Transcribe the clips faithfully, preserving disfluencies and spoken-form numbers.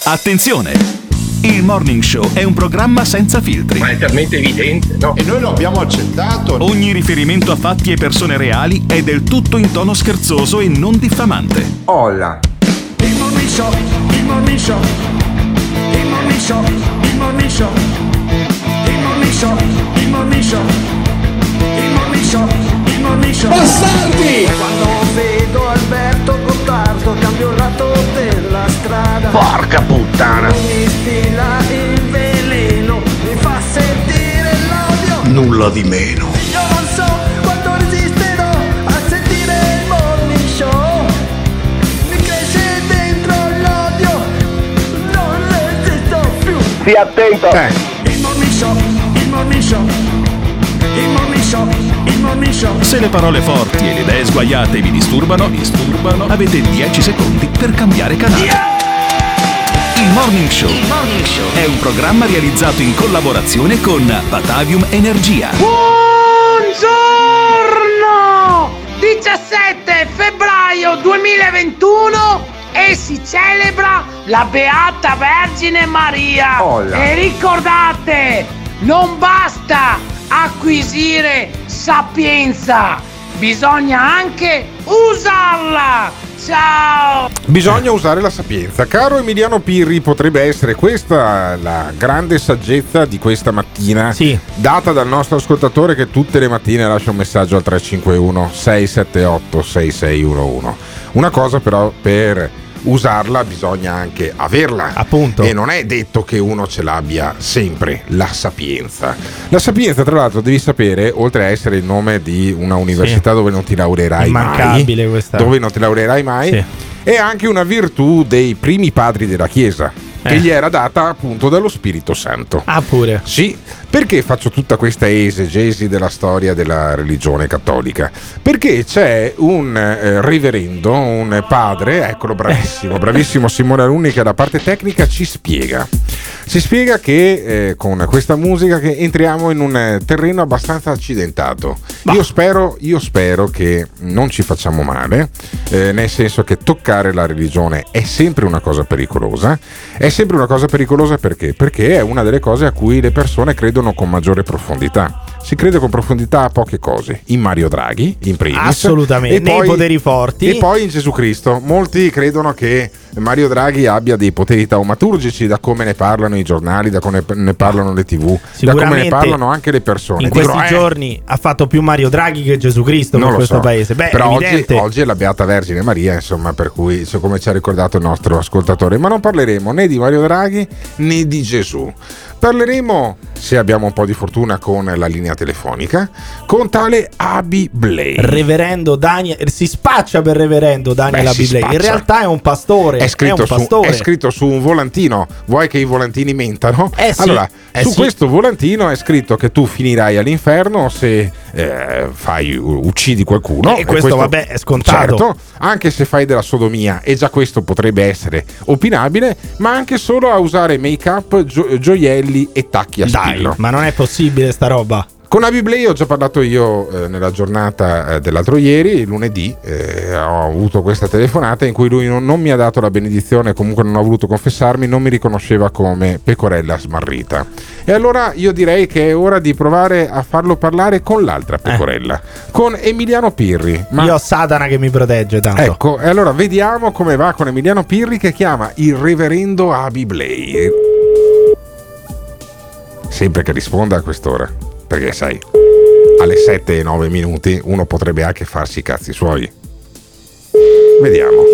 Attenzione! Il Morning Show è un programma senza filtri. Ma è talmente evidente, no? E noi lo abbiamo accettato. Ogni riferimento a fatti e persone reali è del tutto in tono scherzoso e non diffamante. Olla. Il Morning Show, il Morning Show, il Morning Show, il Morning Show, il Morning Show, il Morning Show, il Morning Show, il Morning Show. Bastardi! Quando vedo Alberto Gottardo cambio il lato della strada. Porca puttana! Mi stila il veleno, mi fa sentire l'odio. Nulla di meno. Io non so quanto resisterò a sentire il Morning Show. Mi cresce dentro l'odio, non resisto più. Stia attento! Eh. Il Morning Show, il Morning Show, il Morning Show, il Morning Show. Se le parole forti e le idee sguaiate vi disturbano, disturbano, avete dieci secondi per cambiare canale. Il Morning Show è un programma realizzato in collaborazione con Batavium Energia. Buongiorno! diciassette febbraio duemilaventuno e si celebra la Beata Vergine Maria. Olla. E ricordate, non basta acquisire sapienza, bisogna anche usarla. Ciao! Bisogna usare la sapienza. Caro Emiliano Pirri, potrebbe essere questa la grande saggezza di questa mattina, sì, data dal nostro ascoltatore che tutte le mattine lascia un messaggio al tre cinque uno sei sette otto sei sei uno uno. Una cosa però, per usarla bisogna anche averla, appunto, e non è detto che uno ce l'abbia sempre, la sapienza. La sapienza, tra l'altro, devi sapere, oltre a essere il nome di una università, sì, dove non ti laureerai immancabile mai, questa, dove non ti laureerai mai, sì, è anche una virtù dei primi padri della Chiesa, che eh. gli era data appunto dallo Spirito Santo. Ah, pure? Sì. Perché faccio tutta questa esegesi della storia della religione cattolica? Perché c'è un eh, reverendo, un padre, eccolo, bravissimo, bravissimo Simone Alunni, che alla parte tecnica ci spiega. Si spiega che eh, con questa musica che entriamo in un eh, terreno abbastanza accidentato. Io spero, io spero che non ci facciamo male, eh, nel senso che toccare la religione è sempre una cosa pericolosa. È sempre una cosa pericolosa perché? Perché è una delle cose a cui le persone credono con maggiore profondità. Si crede con profondità a poche cose, in Mario Draghi in primis, assolutamente, e nei poi, poteri forti, e poi in Gesù Cristo. Molti credono che Mario Draghi abbia dei poteri taumaturgici, da come ne parlano i giornali, da come ne parlano le tv, da come ne parlano anche le persone. In Dicono, questi eh, giorni ha fatto più Mario Draghi che Gesù Cristo per questo so. paese. Beh, però evidente. oggi, oggi è la Beata Vergine Maria, insomma, per cui, come ci ha ricordato il nostro ascoltatore, ma non parleremo né di Mario Draghi né di Gesù. Parleremo, se abbiamo un po' di fortuna con la linea telefonica, con tale Abi Blay. Reverendo Daniel, si spaccia per reverendo Daniel Abi Blay. In realtà è un pastore. È scritto, è un su, pastore. è scritto su un volantino. Vuoi che i volantini mentano? Eh sì, allora, eh su sì. questo volantino è scritto che tu finirai all'inferno se eh, fai, uccidi qualcuno. E questo, vabbè, è scontato. Certo, anche se fai della sodomia, e già questo potrebbe essere opinabile, ma anche solo a usare make up, gio- gioielli e tacchi a Dai, spillo. ma non è possibile sta roba. Con Abi Blay ho già parlato io eh, nella giornata eh, dell'altro ieri, lunedì, eh, ho avuto questa telefonata in cui lui non, non mi ha dato la benedizione, comunque non ha voluto confessarmi, non mi riconosceva come pecorella smarrita. E allora io direi che è ora di provare a farlo parlare con l'altra pecorella, eh. con Emiliano Pirri. Ma... io ho Satana che mi protegge tanto. Ecco, e allora vediamo come va con Emiliano Pirri, che chiama il reverendo Abi Blay. Sempre che risponda a quest'ora, perché sai, alle sette e nove minuti uno potrebbe anche farsi i cazzi suoi. Vediamo.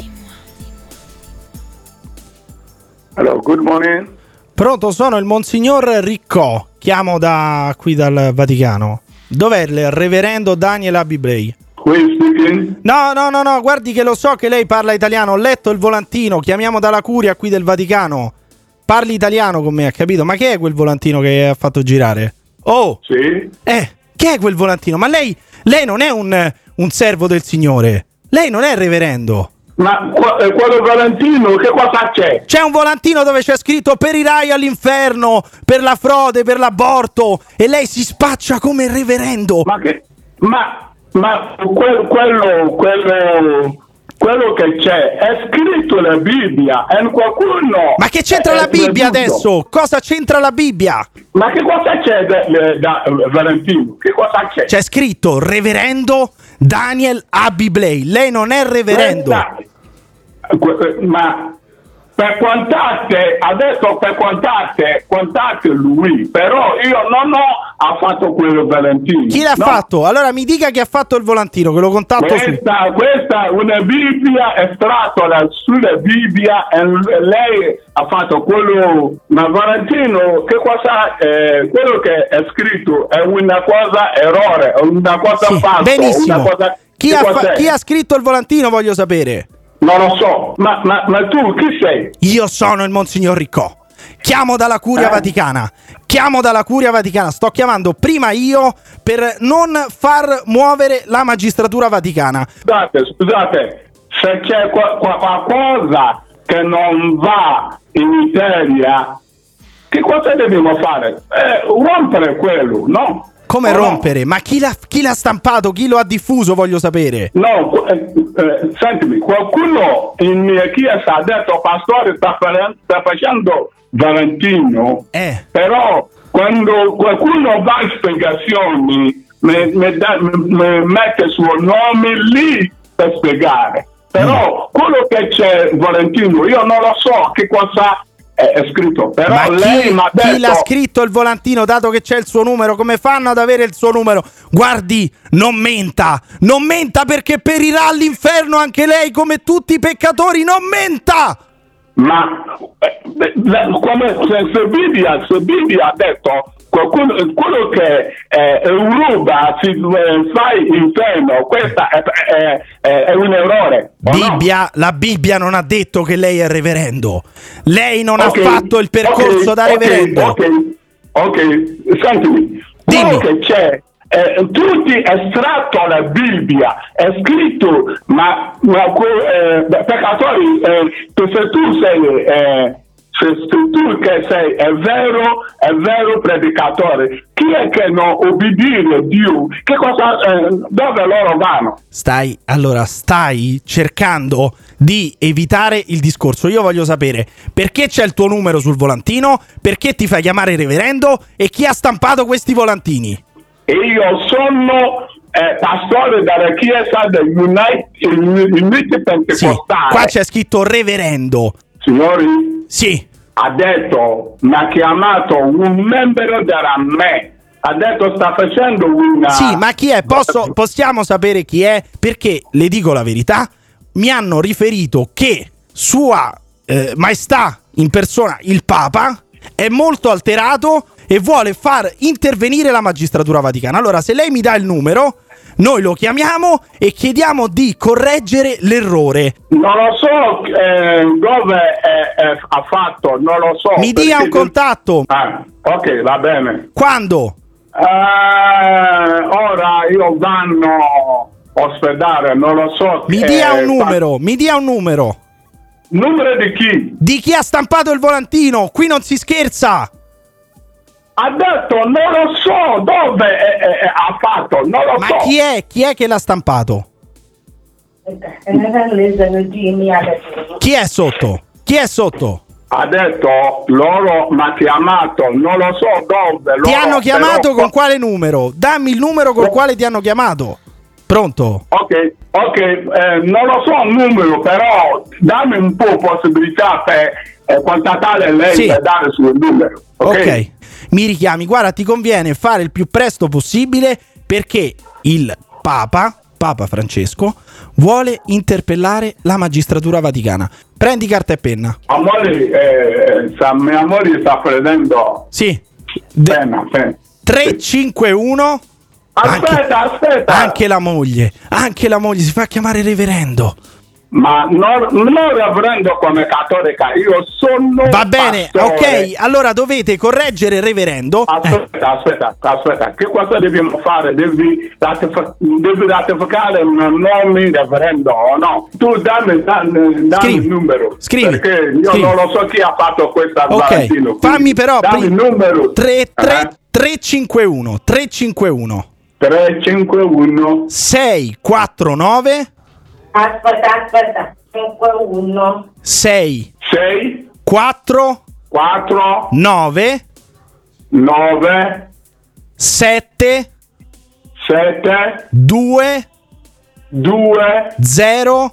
Hello, good morning. Pronto, sono il Monsignor Riccò, chiamo da qui dal Vaticano. Dov'è il reverendo Daniel Abi Blay? No, no, no, no, guardi che lo so che lei parla italiano, ho letto il volantino, chiamiamo dalla curia qui del Vaticano. Parli italiano con me, ha capito? Ma che è quel volantino che ha fatto girare? Oh! Sì? Eh, che è quel volantino? Ma lei, lei non è un, un servo del Signore. Lei non è il reverendo. Ma quello volantino, che cosa c'è? C'è un volantino dove c'è scritto perirai all'inferno, per la frode, per l'aborto, e lei si spaccia come il reverendo. Ma che... Ma... Ma quello... quello, quello... quello che c'è è scritto nella Bibbia e qualcuno... Ma che c'entra la Bibbia adesso? Cosa c'entra la Bibbia? Ma che cosa c'è da, da, da Valentino? Che cosa c'è? C'è scritto reverendo Daniel Abibley. Lei non è reverendo. Questa, ma per quantate, adesso per quantate, quantate lui, però io non ho ha fatto quello Valentino. Chi l'ha no? fatto? Allora mi dica chi ha fatto il volantino, che lo contatto questa, su. Questa è una Bibbia estratta da, sulla Bibbia e lei ha fatto quello, ma Valentino, che cosa eh, quello che è scritto è una cosa errore, è una cosa sì, falsa. Benissimo. Una cosa, chi, ha fa- chi ha scritto il volantino voglio sapere. Non lo so, ma, ma, ma tu chi sei? Io sono il Monsignor Riccò. Chiamo dalla Curia eh? Vaticana. Chiamo dalla Curia Vaticana. Sto chiamando prima io per non far muovere la magistratura vaticana. Scusate, scusate, se c'è qua, qua, qualcosa che non va in Italia, che cosa dobbiamo fare? Eh, rompere quello, no? Come oh, rompere? No. Ma chi l'ha, chi l'ha stampato? Chi lo ha diffuso? Voglio sapere. No, eh, eh, sentimi, qualcuno in mia chiesa ha detto pastore sta, sta facendo Valentino, eh. però quando qualcuno va in spiegazioni mi, mi, da, mi, mi mette il suo nome lì per spiegare, però mm. quello che c'è Valentino io non lo so che cosa è scritto, però ma lei chi, m'ha detto... chi l'ha scritto il volantino, dato che c'è il suo numero, come fanno ad avere il suo numero? Guardi, non menta, non menta perché perirà all'inferno anche lei come tutti i peccatori, non menta! Ma eh, come se Bibbia, se Bibbia ha detto quello, quello che eh, ruba si eh, fa inferno, questa è, è, è, è un errore. Bibbia, no? La Bibbia non ha detto che lei è reverendo. Lei non okay, ha fatto il percorso okay, da reverendo. Ok, ok, sentimi, quello che c'è Eh, tutti estratto dalla Bibbia è scritto, ma, ma eh, peccatori, eh, se tu sei eh, se, se tu che sei è vero, è vero predicatore, chi è che non obbedisce a Dio? Che cosa, eh, dove loro vanno? Stai, allora, stai cercando di evitare il discorso. Io voglio sapere perché c'è il tuo numero sul volantino, perché ti fai chiamare reverendo e chi ha stampato questi volantini. Io sono eh, pastore della chiesa del Uniti Pentecostale. Sì, qua c'è scritto reverendo. Signori? Sì. Ha detto, mi ha chiamato un membro della me. Ha detto sta facendo una... Sì, ma chi è? Posso, possiamo sapere chi è? Perché, le dico la verità, mi hanno riferito che Sua eh, Maestà in persona, il Papa, è molto alterato e vuole far intervenire la magistratura vaticana. Allora, se lei mi dà il numero, noi lo chiamiamo e chiediamo di correggere l'errore. Non lo so eh, dove è, è, ha fatto, non lo so. Mi dia un contatto. Ah, ok, va bene. Quando? Eh, ora io vanno ospedale, non lo so. Mi dia un numero, fa... mi dia un numero. Numero di chi? Di chi ha stampato il volantino, qui non si scherza. Ha detto non lo so dove è, è, è, ha fatto, non lo Ma so. Ma chi è? Chi è che l'ha stampato? Chi è sotto? Chi è sotto? Ha detto loro mi ha chiamato, non lo so dove. Ti loro, hanno chiamato però... con quale numero? Dammi il numero col oh. quale ti hanno chiamato. Pronto? Ok, ok, eh, non lo so il numero, però dammi un po' possibilità per eh, contattare lei sì. per dare il suo numero. Ok, okay. Mi richiami, guarda, ti conviene fare il più presto possibile perché il Papa, Papa Francesco, vuole interpellare la magistratura vaticana. Prendi carta e penna. Amore, eh, sa, mia moglie sta prendendo. Sì. Penna, penna. tre cinque uno. Aspetta, anche, aspetta. Anche la moglie, anche la moglie si fa chiamare reverendo. Ma non, non reverendo come cattolica, io sono va bene, pastore. Ok, allora dovete correggere reverendo. Aspetta, eh. aspetta, aspetta, che cosa dobbiamo fare? Devi, ratif- devi ratificare un nome reverendo o no? Tu dammi, dammi, dammi il numero. Scrivi. Perché io scrivi. non lo so chi ha fatto questa Ok, Valentino, fammi però dammi il numero. tre cinque uno tre cinque uno tre cinque uno sei quattro nove Aspetta, aspetta. cinque uno sei sei quattro quattro nove nove sette sette due due zero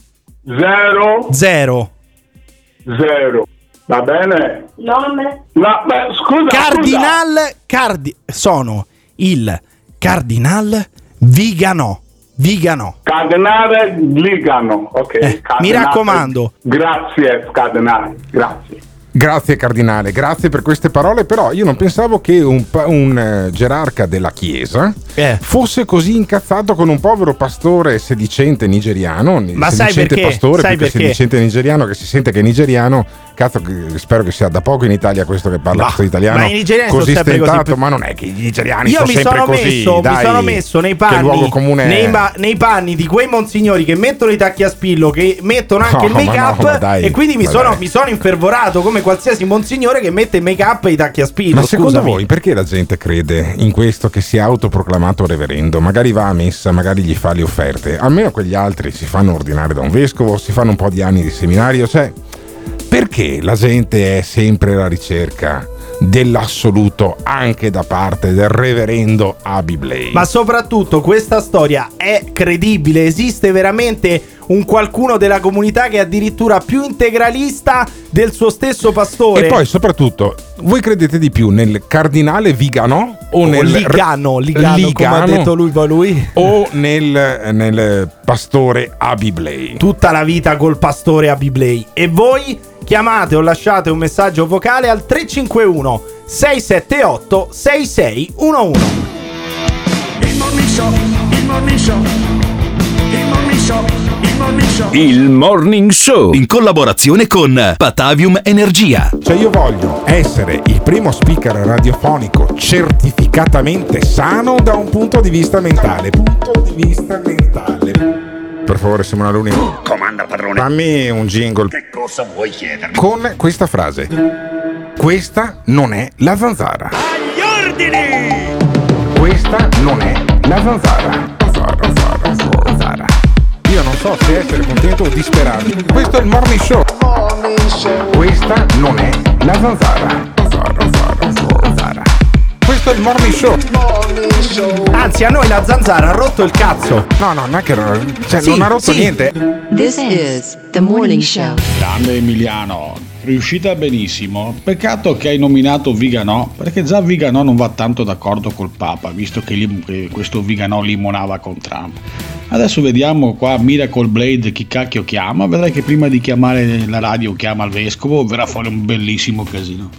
zero zero. zero. Va bene? Nome? No, beh, scusa. Cardinal Cardi sono il Cardinal Vigano. Vigano. Cardinale Vigano. Ok. Eh, Cardinale. mi raccomando. Grazie, Cardinale. Grazie. Grazie Cardinale, grazie per queste parole, però io non pensavo che un, un eh, gerarca della Chiesa eh. fosse così incazzato con un povero pastore sedicente nigeriano. Ma sai sedicente perché? pastore sai più che perché? sedicente nigeriano che si sente che è nigeriano. Cazzo, spero che sia da poco in Italia questo che parla Ma, questo italiano ma i nigeriani così sono sempre stentato, così. ma non è che i nigeriani Io sono mi sempre sono così. messo, dai, mi sono messo nei panni, che luogo comune nei, è. ba- nei panni di quei monsignori che mettono i tacchi a spillo, che mettono anche No, il make ma up, no, ma dai, e quindi mi ma sono, dai. mi sono infervorato come qualsiasi monsignore che mette il make up e i tacchi a spillo. Ma secondo scusami. voi perché la gente crede in questo che si è autoproclamato reverendo? Magari va a messa, magari gli fa le offerte. Almeno quegli altri si fanno ordinare da un vescovo, si fanno un po' di anni di seminario. Cioè, perché la gente è sempre alla ricerca dell'assoluto anche da parte del reverendo Abi Blay? Ma soprattutto questa storia è credibile? Esiste veramente un qualcuno della comunità che è addirittura più integralista del suo stesso pastore? E poi soprattutto, voi credete di più nel cardinale Vigano o, o nel Ligano, Ligano, Ligano, come ha detto lui poi lui? o nel, nel pastore Abi Blay? Tutta la vita col pastore Abi Blay. E voi chiamate o lasciate un messaggio vocale al tre cinque uno sei sette otto sei sei uno uno. Il Morning Show, il Morning Show, il Morning Show, il Morning Show. Il Morning Show in collaborazione con Patavium Energia. Cioè io voglio essere il primo speaker radiofonico certificatamente sano da un punto di vista mentale. Punto di vista mentale. Per favore, Simona Luni, Comanda, padrone. fammi un jingle Che cosa vuoi chiedermi? con questa frase. Questa non è la zanzara. Agli ordini! Questa non è la zanzara. Zanzara, zanzara, zanzara. Io non so se essere contento o disperato. Questo è il Morning Show. Questa non è la zanzara. Zanzara, zanzara, zanzara. Questo è il Morning Show. Anzi, a noi la zanzara ha rotto il cazzo. No, no, non è che cioè, Sì, non ha rotto sì. niente. This is the morning show. Grande Emiliano, riuscita benissimo. Peccato che hai nominato Vigano, perché già Vigano non va tanto d'accordo col Papa, visto che, lim- che questo Vigano limonava con Trump. Adesso vediamo qua Miracle Blade chi cacchio chiama. Vedrai che prima di chiamare la radio chiama il vescovo, verrà fuori un bellissimo casino.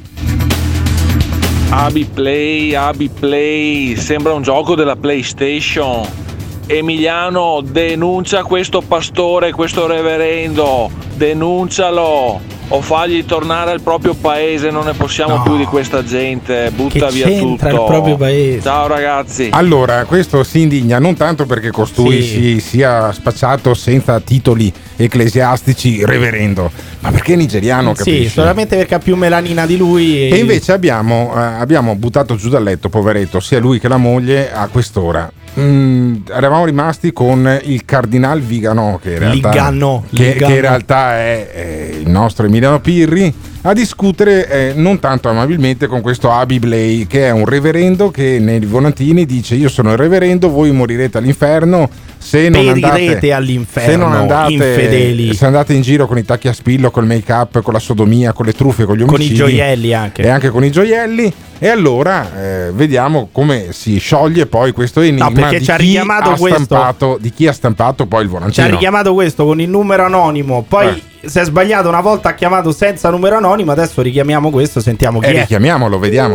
Abi Play, Abi Play, sembra un gioco della PlayStation. Emiliano, denuncia questo pastore, questo reverendo, denuncialo o fagli tornare al proprio paese, non ne possiamo No. più di questa gente, butta Che via c'entra tutto. il proprio paese? Ciao ragazzi. Allora, questo si indigna non tanto perché costui Sì. si sia spacciato senza titoli ecclesiastici reverendo, ma perché è nigeriano, capisci? Sì, solamente perché ha più melanina di lui. E invece abbiamo, eh, abbiamo buttato giù dal letto, poveretto, sia lui che la moglie a quest'ora. Mm, eravamo rimasti con il cardinal Vigano, che in realtà, Ligano, che, Ligano. che in realtà è, è il nostro Emiliano Pirri, a discutere eh, non tanto amabilmente con questo Abi Blay, che è un reverendo che nei volantini dice: io sono il reverendo, voi morirete all'inferno se non Perirete andate all'inferno, se non andate, infedeli. se andate in giro con i tacchi a spillo, col make up, con la sodomia, con le truffe, con gli Con omicidi i gioielli anche. e anche con i gioielli. E allora eh, vediamo come si scioglie poi questo enigma No, perché di, ci ha chi richiamato ha questo. stampato, di chi ha stampato poi il Ci ha volantino. richiamato questo con il numero anonimo. Poi Eh. si è sbagliato una volta, ha chiamato senza numero anonimo. Adesso richiamiamo questo, sentiamo chi E è. richiamiamolo, vediamo.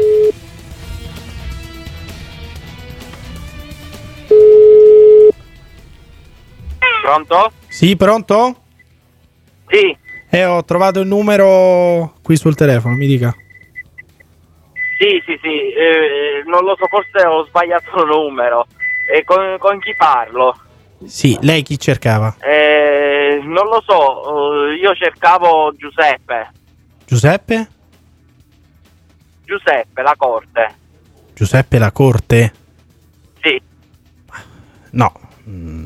Pronto? Sì, pronto? Sì, Eh, ho trovato il numero qui sul telefono, mi dica. sì, sì, sì, eh, non lo so, forse ho sbagliato il numero. E con, con chi parlo? Sì, lei chi cercava? Eh, non lo so, eh, io cercavo Giuseppe. Giuseppe? Giuseppe, la corte. Giuseppe La Corte? Sì. No. Mm,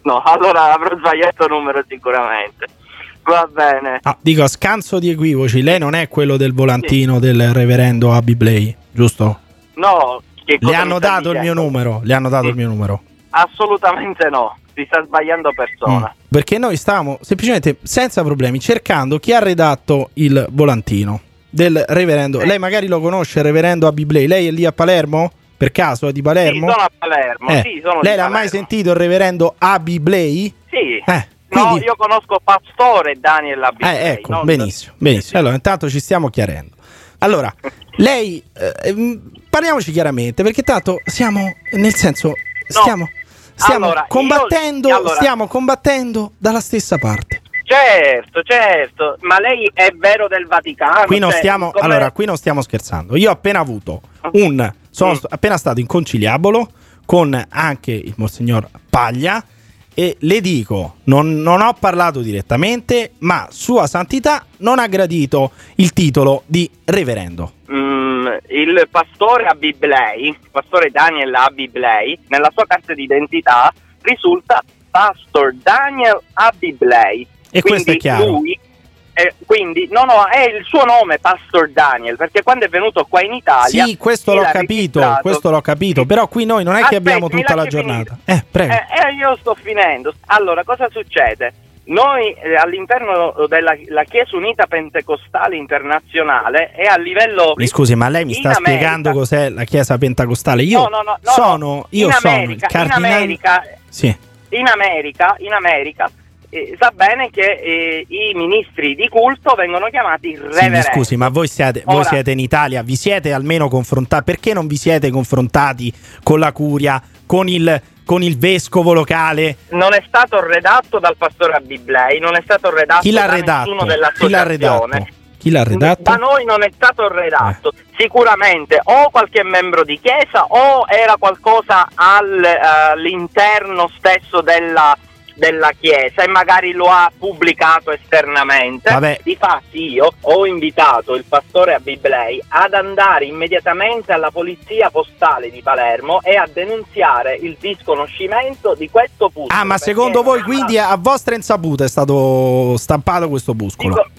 No, allora avrò sbagliato numero sicuramente. Va bene. No, dico, a scanso di equivoci, lei non è quello del volantino sì. del reverendo Abby Blay, giusto? No. Che le hanno dato dicendo? il mio numero, le hanno dato sì. il mio numero. Assolutamente no, si sta sbagliando persona. Mm. Perché noi stavamo semplicemente, senza problemi, cercando chi ha redatto il volantino del reverendo. Sì. Lei magari lo conosce, il reverendo Abby Blay. Lei è lì a Palermo? Per caso è di Palermo? Sì, sono a Palermo. Eh. Sì, sono Lei l'ha Palermo. Mai sentito il reverendo Abby Blay? Sì. Eh. Quindi... No, io conosco Pastore Daniel Abby Blay. Eh, ecco, non... benissimo, benissimo. Allora, intanto ci stiamo chiarendo. Allora, lei, eh, parliamoci chiaramente, perché tanto siamo, nel senso, stiamo, stiamo allora, combattendo, io, allora, stiamo combattendo dalla stessa parte. Certo, certo, ma lei è vero del Vaticano? Qui non cioè, stiamo, come... allora, qui non stiamo scherzando. Io ho appena avuto un, sono mm. appena stato in conciliabolo con anche il Monsignor Paglia. E le dico, non, non ho parlato direttamente, ma Sua Santità non ha gradito il titolo di reverendo. Mm, il pastore Abby Blay, il pastore Daniel Abby Blay, nella sua carta d'identità risulta Pastor Daniel Abby Blay. E quindi questo è chiaro. Lui, eh, quindi no, no, è il suo nome Pastor Daniel, perché quando è venuto qua in Italia... Sì, questo l'ho capito, registrato... questo l'ho capito, però qui noi non è Aspetta, che abbiamo tutta la giornata. Finire. Eh, prego. Eh, eh, io sto finendo. Allora, cosa succede? Noi eh, all'interno della la Chiesa Unita Pentecostale Internazionale e a livello... Mi scusi, ma lei mi sta America, spiegando cos'è la Chiesa Pentecostale? Io no, no, no, no, sono, io in sono America, il cardinale... In America, sì. in America, in America eh, sa bene che eh, i ministri di culto vengono chiamati reverendi. Sì, mi scusi, ma voi siete, Ora, voi siete in Italia, vi siete almeno confrontati? Perché non vi siete confrontati con la curia, con il... con il vescovo locale? Non è stato redatto dal pastore Abby Blay, non è stato redatto Chi l'ha da redatto? nessuno dell'associazione. Chi l'ha redatto? Chi l'ha redatto? Da noi non è stato redatto. Eh. Sicuramente o qualche membro di chiesa o era qualcosa al, uh, all'interno stesso della, della chiesa e magari lo ha pubblicato esternamente. Vabbè. Difatti io ho invitato il pastore Abby Blay ad andare immediatamente alla polizia postale di Palermo e a denunziare il disconoscimento di questo buscolo. Ah, ma secondo voi quindi a vostra insaputa è stato stampato questo buscolo? Dico,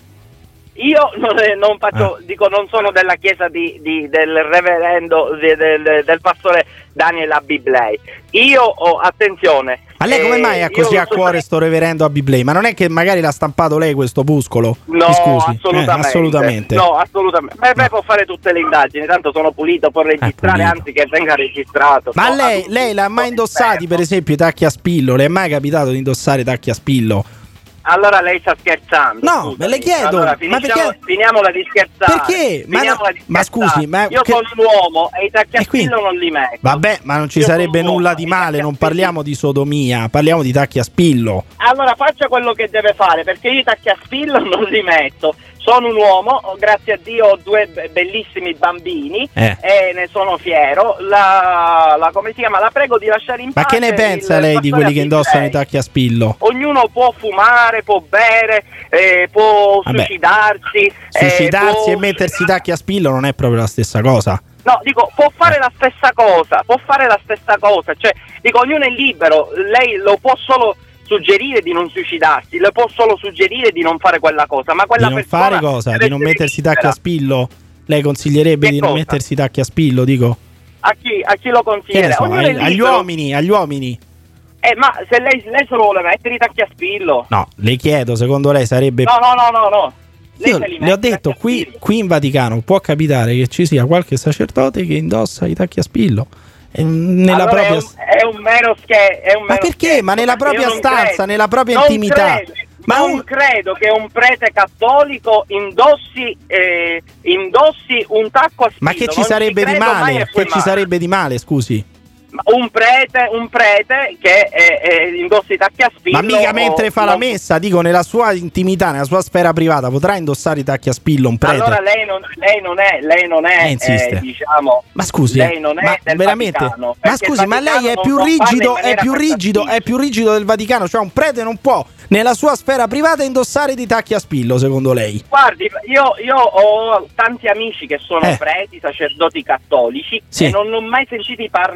io non, non faccio, ah. dico, non sono della chiesa di, di, del reverendo di, del, del pastore Daniel Abby Blay. Io ho, attenzione. Ma lei come mai ha così a cuore sto reverendo Abby Blay? Ma non è che magari l'ha stampato lei questo buscolo? No, Mi scusi. assolutamente. Eh, assolutamente. No, assolutamente. Beh, beh, può fare tutte le indagini, tanto sono pulito, può registrare, anzi che venga registrato. Ma no, lei, lei l'ha mai indossati, per esempio, i tacchi a spillo? Le è mai capitato di indossare i tacchi a spillo? Allora lei sta scherzando. No, scusami. me le chiedo. Allora, ma perché? Finiamola di scherzare. Perché? Ma, no, di ma scusi, ma io che... sono un uomo e i tacchi a spillo non li metto. Vabbè, ma non ci io sarebbe nulla di male, non parliamo di sodomia, parliamo di tacchi a spillo. Allora faccia quello che deve fare, perché io i tacchi a spillo non li metto. Sono un uomo, grazie a Dio ho due bellissimi bambini eh. e ne sono fiero. La, la come si chiama? La prego di lasciare in Ma pace. Ma che ne pensa lei di quelli che indossano i tacchi a spillo? Ognuno può fumare, può bere, eh, può Vabbè. suicidarsi. Suicidarsi eh, e mettersi i tacchi a spillo non è proprio la stessa cosa. No, dico, può fare la stessa cosa, può fare la stessa cosa. Cioè, dico, ognuno è libero, lei lo può solo suggerire di non suicidarsi, le può solo suggerire di non fare quella cosa, ma quella di non persona fare cosa? Di non mettersi i tacchi a spillo? Lei consiglierebbe che di cosa? non mettersi i tacchi a spillo, dico? A chi, a chi lo consigliera? So, agli, agli uomini, agli uomini. Eh, ma se lei, lei se lo vuole mettere i tacchi a spillo? No, le chiedo, secondo lei sarebbe... No, no, no, no, no. Io le ho detto, qui, qui in Vaticano può capitare che ci sia qualche sacerdote che indossa i tacchi a spillo. Nella allora propria... è, un, è un mero scherzo. Ma perché? Scherzo, ma nella propria stanza, credo, nella propria non intimità. Credo, ma non un... credo che un prete cattolico indossi, eh, indossi un tacco a spillo. Ma che ci sarebbe di male? Che ci sarebbe di male, scusi? Un prete, un prete che eh, eh, indossi i tacchi a spillo. Ma mica mentre fa la messa, dico, nella sua intimità, nella sua sfera privata, potrà indossare i tacchi a spillo un prete? Allora lei non, lei non è, lei non è, eh, diciamo. Ma scusi, lei non è ma del veramente? Vaticano, ma scusi, ma lei è più rigido, è più rigido, è più rigido del Vaticano, cioè un prete non può nella sua sfera privata indossare dei tacchi a spillo, secondo lei? Guardi, io, io ho tanti amici che sono eh. preti, sacerdoti cattolici, sì. e non ho mai sentito parlare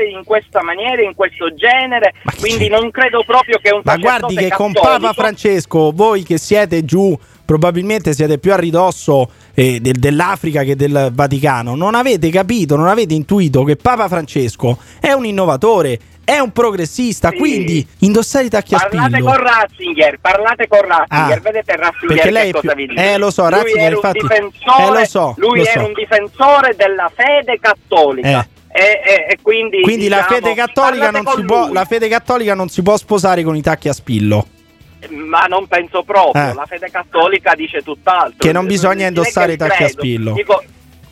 fare in questa maniera, in questo genere, quindi non credo proprio che un Ma sacerdote guardi che con cattolico... Papa Francesco, voi che siete giù, probabilmente siete più a ridosso eh, del, dell'Africa che del Vaticano, non avete capito, non avete intuito che Papa Francesco è un innovatore, è un progressista, sì. Quindi indossare i tacchi parlate a spillo. Con Ratzinger, parlate con Ratzinger, ah, vedete Ratzinger perché lei che cosa più, vi dice? Eh lo so, lui Ratzinger era infatti, un difensore, eh, lo so, lui lo era so. un difensore della fede cattolica. Eh. E, e, e quindi quindi diciamo, la fede cattolica non si può, la fede cattolica non si può sposare con i tacchi a spillo. Ma non penso proprio, eh. la fede cattolica dice tutt'altro. Che non bisogna indossare i tacchi credo. a spillo. Dico,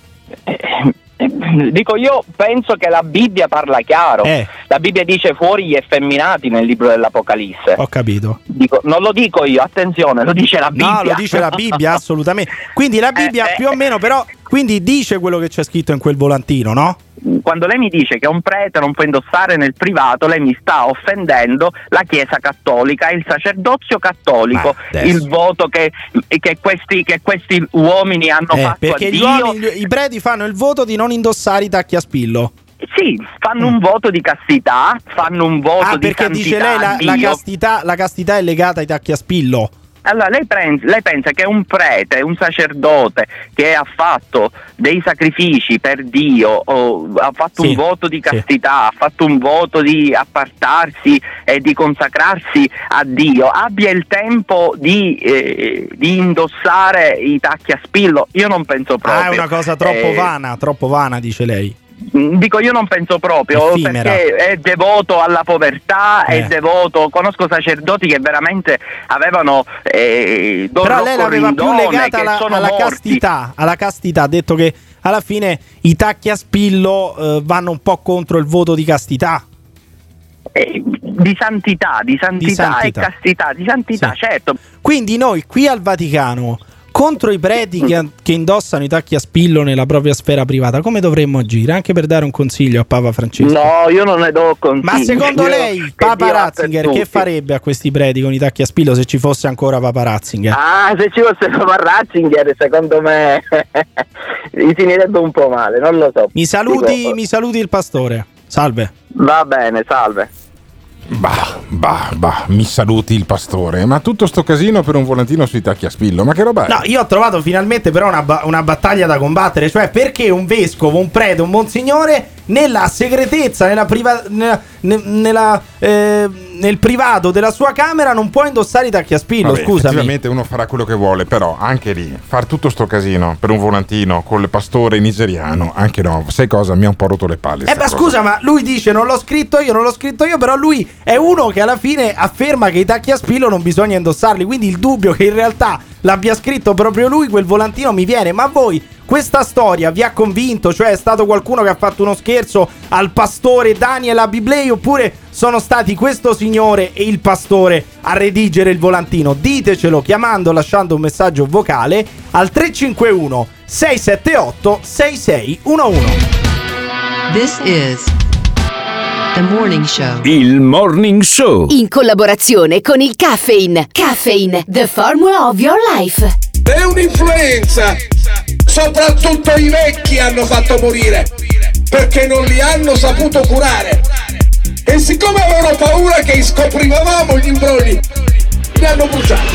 eh, dico io penso che la Bibbia parla chiaro. Eh. La Bibbia dice fuori gli effeminati nel libro dell'Apocalisse. Ho capito. Dico, non lo dico io, attenzione, lo dice la Bibbia. No, lo dice la Bibbia, assolutamente. Quindi la Bibbia eh, più o meno però quindi dice quello che c'è scritto in quel volantino, no? Quando lei mi dice che un prete non può indossare nel privato, lei mi sta offendendo la Chiesa cattolica, il sacerdozio cattolico, il voto che, che, questi, che questi uomini hanno eh, fatto perché a gli Dio. Uomini, i preti fanno il voto di non indossare i tacchi a spillo. Sì, fanno un voto di castità, fanno un voto ah, di perché santità. Dice lei la, la, castità, la castità è legata ai tacchi a spillo. Allora lei pensa, lei pensa che un prete, un sacerdote che ha fatto dei sacrifici per Dio, o ha fatto sì, un voto di castità, sì. ha fatto un voto di appartarsi e di consacrarsi a Dio, abbia il tempo di, eh, di indossare i tacchi a spillo? Io non penso proprio. Ah, è una cosa troppo eh, vana, troppo vana, dice lei. Dico io non penso proprio, effimera. Perché è devoto alla povertà, eh. è devoto, conosco sacerdoti che veramente avevano eh, però lei l'aveva più legata alla, alla castità, alla castità, ha detto che alla fine i tacchi a spillo eh, vanno un po' contro il voto di castità. Eh, di santità, di santità, di santità e castità, di santità, sì. Certo. Quindi noi qui al Vaticano contro i preti che, che indossano i tacchi a spillo nella propria sfera privata, come dovremmo agire? Anche per dare un consiglio a Papa Francesco. No, io non ne do consigli. Ma secondo lei Papa Ratzinger che farebbe a questi preti con i tacchi a spillo se ci fosse ancora Papa Ratzinger? Ah, se ci fosse Papa Ratzinger secondo me gli finirebbe un po' male, non lo so. Mi saluti, Dico... mi saluti il pastore. Salve. Va bene, salve. Bah, bah, bah, mi saluti il pastore. Ma tutto sto casino per un volantino sui tacchi a spillo, ma che roba è? No, io ho trovato finalmente però una, ba- una battaglia da combattere. Cioè, perché un vescovo, un prete, un monsignore nella segretezza, nella priva- nella, ne- nella, eh, nel privato della sua camera non può indossare i tacchi a spillo? Vabbè, scusami. Effettivamente uno farà quello che vuole, però anche lì far tutto sto casino per un volantino con il pastore nigeriano, anche no, sai cosa? Mi ha un po' rotto le palle. Eh, ma cosa. scusa, ma lui dice non l'ho scritto io, non l'ho scritto io, però lui è uno che alla fine afferma che i tacchi a spillo non bisogna indossarli, quindi il dubbio che in realtà l'abbia scritto proprio lui quel volantino mi viene. Ma voi questa storia vi ha convinto? Cioè è stato qualcuno che ha fatto uno scherzo al pastore Daniel Abiblei, oppure sono stati questo signore e il pastore a redigere il volantino? Ditecelo chiamando, lasciando un messaggio vocale al tre cinque uno sei sette otto sei sei uno uno. This is The Morning Show. Il Morning Show. In collaborazione con il Caffeine. Caffeine, the formula of your life. È un'influenza. Soprattutto i vecchi hanno fatto morire perché non li hanno saputo curare. E siccome avevano paura che scoprivamo gli imbrogli, li hanno bruciati.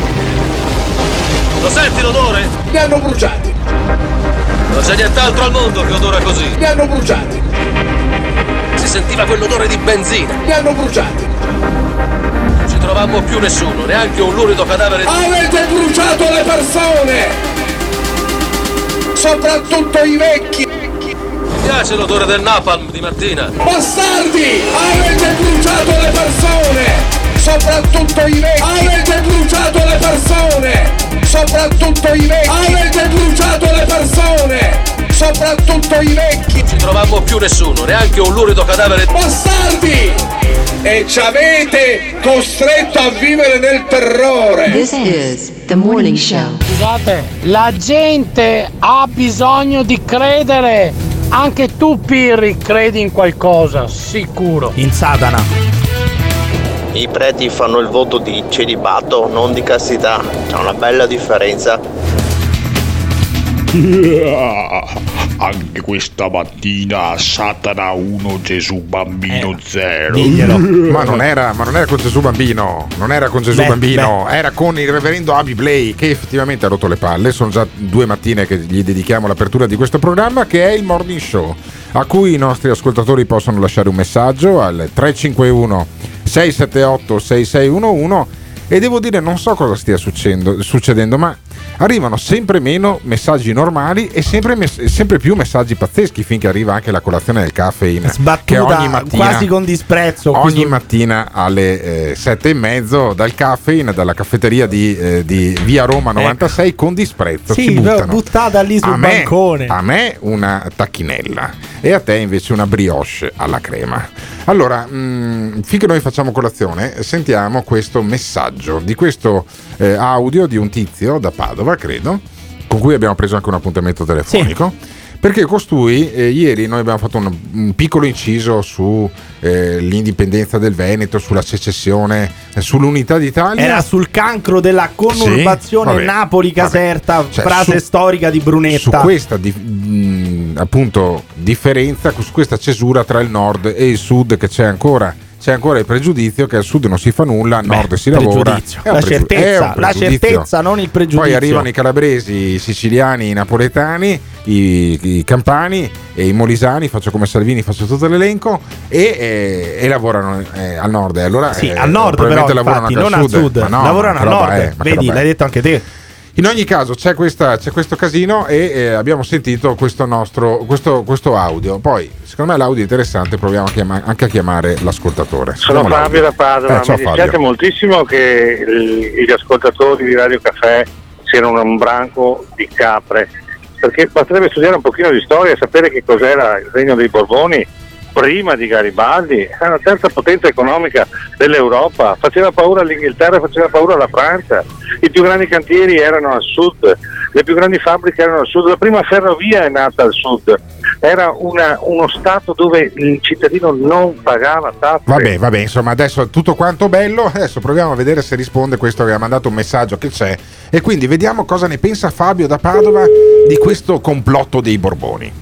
Lo senti l'odore? Li hanno bruciati. Non c'è nient'altro al mondo che odora così. Li hanno bruciati. Si sentiva quell'odore di benzina. Li hanno bruciati. Non ci trovammo più nessuno, neanche un lurido cadavere. Avete bruciato le persone! Soprattutto i vecchi. Mi piace l'odore del napalm di mattina. Bastardi! Avete bruciato le persone! Soprattutto i vecchi! Avete bruciato le persone! Soprattutto i vecchi! Avete bruciato le persone! Soprattutto i vecchi! Non ci trovammo più nessuno, neanche un lurido cadavere. Bastardi! E ci avete costretto a vivere nel terrore. This is The Morning Show. Scusate, la gente ha bisogno di credere. Anche tu, Pirri, credi in qualcosa, sicuro. In Satana. I preti fanno il voto di celibato, non di castità. C'è una bella differenza. anche questa mattina Satana uno, Gesù bambino zero. Ma non era, ma non era con Gesù bambino, non era con Gesù Beh, bambino, era con il reverendo Abi Blay, che effettivamente ha rotto le palle. Sono già due mattine che gli dedichiamo l'apertura di questo programma, che è il Morning Show, a cui i nostri ascoltatori possono lasciare un messaggio al tre cinque uno sei sette otto sei sei uno uno. E devo dire, non so cosa stia succedendo, succedendo ma arrivano sempre meno messaggi normali e sempre, mes- sempre più messaggi pazzeschi, finché arriva anche la colazione del caffeine, sbattuta che ogni mattina, quasi con disprezzo ogni questo... mattina alle eh, sette e mezzo dal caffeine, dalla caffetteria di, eh, di via Roma novantasei, eh. con disprezzo sì, ci buttano. buttata lì sul a me, bancone. A me una tacchinella e a te invece una brioche alla crema. Allora, mh, finché noi facciamo colazione, sentiamo questo messaggio di questo eh, audio di un tizio da Padova, credo, con cui abbiamo preso anche un appuntamento telefonico. Sì. Perché costui, eh, ieri noi abbiamo fatto un, un piccolo inciso su eh, l'indipendenza del Veneto, sulla secessione, eh, sull'unità d'Italia. Era sul cancro della conurbazione sì, Napoli-Caserta, cioè, frase su, storica di Brunetta. Su questa di, mh, appunto differenza, su questa cesura tra il nord e il sud, che c'è ancora. C'è ancora il pregiudizio che al sud non si fa nulla, al nord Beh, si lavora. La, pregiu- certezza, la certezza, non il pregiudizio. Poi arrivano i calabresi, i siciliani, i napoletani, i, i campani e i molisani, faccio come Salvini, faccio tutto l'elenco, e, e, e lavorano eh, al nord. E allora, sì, eh, al nord però, infatti, non al sud, no, lavorano al nord. È, Vedi, l'hai detto anche te. In ogni caso c'è, questa, c'è questo casino e eh, abbiamo sentito questo nostro questo, questo audio. Poi secondo me l'audio è interessante, proviamo a chiama- anche a chiamare l'ascoltatore. Sono Sentiamo Fabio l'audio. da Padova, eh, ciao, mi dispiace Fabio. moltissimo che gli ascoltatori di Radio Caffè siano un branco di capre, perché basterebbe studiare un pochino di storia e sapere che cos'era il regno dei Borboni prima di Garibaldi. Era la terza potenza economica dell'Europa, faceva paura all'Inghilterra, faceva paura alla Francia, i più grandi cantieri erano al sud, le più grandi fabbriche erano al sud, la prima ferrovia è nata al sud, era una, uno stato dove il cittadino non pagava tasse. Vabbè, vabbè, insomma adesso tutto quanto bello, adesso proviamo a vedere se risponde questo che ha mandato un messaggio che c'è, e quindi vediamo cosa ne pensa Fabio da Padova di questo complotto dei Borboni.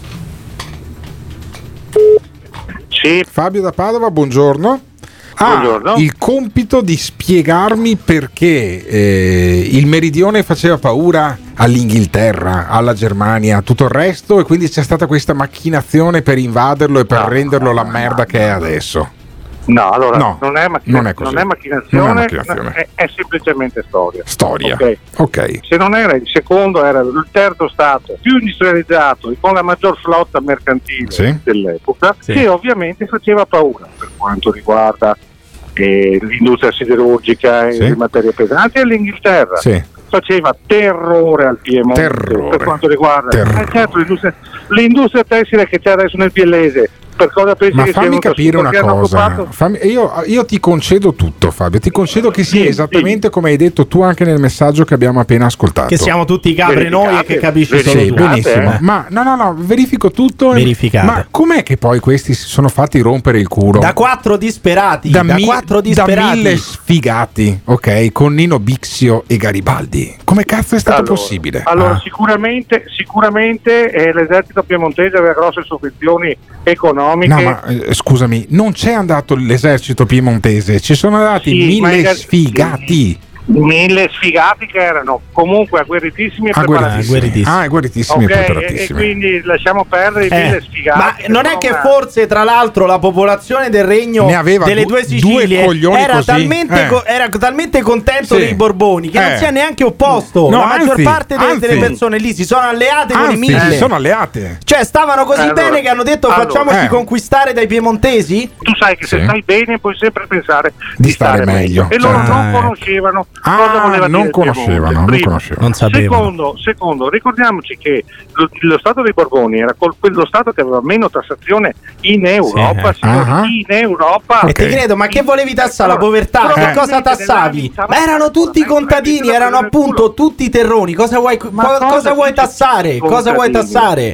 Sì. Fabio da Padova, buongiorno. Ha ah, il compito di spiegarmi perché eh, il meridione faceva paura all'Inghilterra, alla Germania, tutto il resto, e quindi c'è stata questa macchinazione per invaderlo e per no, renderlo la merda che è adesso. No, allora no, non, è macchina- non, è non è macchinazione, non è, macchinazione. È, è semplicemente storia. Storia. Okay. ok. Se non era il secondo, era il terzo stato più industrializzato e con la maggior flotta mercantile sì. dell'epoca, sì. che ovviamente faceva paura per quanto riguarda eh, l'industria siderurgica sì. e le materie pesanti, e l'Inghilterra. Sì. Faceva terrore al Piemonte terrore. per quanto riguarda eh, certo, l'industria, l'industria tessile che c'è adesso nel Biellese. Per cosa pensi Ma che fammi capire una cosa, fammi, io, io ti concedo tutto, Fabio, ti concedo che sia sì, esattamente sì. come hai detto tu anche nel messaggio che abbiamo appena ascoltato, che siamo tutti capre noi e che capisci solo sì, tu. Benissimo, eh? ma no no no verifico tutto. Verificate. Ma com'è che poi questi si sono fatti rompere il culo? Da quattro disperati, da, da mi, quattro disperati, da mille sfigati, ok, con Nino Bixio e Garibaldi. Come cazzo è stato allora, possibile? Allora ah. sicuramente sicuramente eh, l'esercito piemontese aveva grosse sovvenzioni economiche. No, ma eh, scusami, non c'è andato l'esercito piemontese, ci sono andati sì, mille ga- sfigati. Sì. Mille sfigati che erano comunque agguerritissimi e preparatissimi. Ah, agguerritissimi okay, e preparatissimi. E, e quindi lasciamo perdere i eh, mille sfigati. Ma non è che una... forse, tra l'altro, la popolazione del regno ne aveva delle du- due Sicilie due era, così. talmente Eh. co- era talmente contento Sì. dei Borboni che Eh. non si è neanche opposto. No, la maggior anzi, parte delle, anzi. delle persone lì si sono alleate Anzi, con i mille. si sono alleate. Cioè, stavano così allora, bene che hanno detto allora, facciamoci eh. conquistare dai piemontesi. Tu sai che Sì. se stai bene puoi sempre pensare Di stare meglio. E loro Ah, non ecco. conoscevano Ah, cosa voleva non dire conoscevano, non Prima. conoscevano. Non sapevano. Secondo, secondo, ricordiamoci che lo, lo Stato dei Borboni era col, quello Stato che aveva meno tassazione in Europa, Sì, eh. signori, uh-huh. in Europa. E ti credo, ma che volevi tassare? La povertà? Eh. Che cosa tassavi? Ma erano tutti contadini, erano appunto tutti terroni. Cosa vuoi, Ma co- cosa cosa vuoi dici tassare? Cosa vuoi contadini? tassare?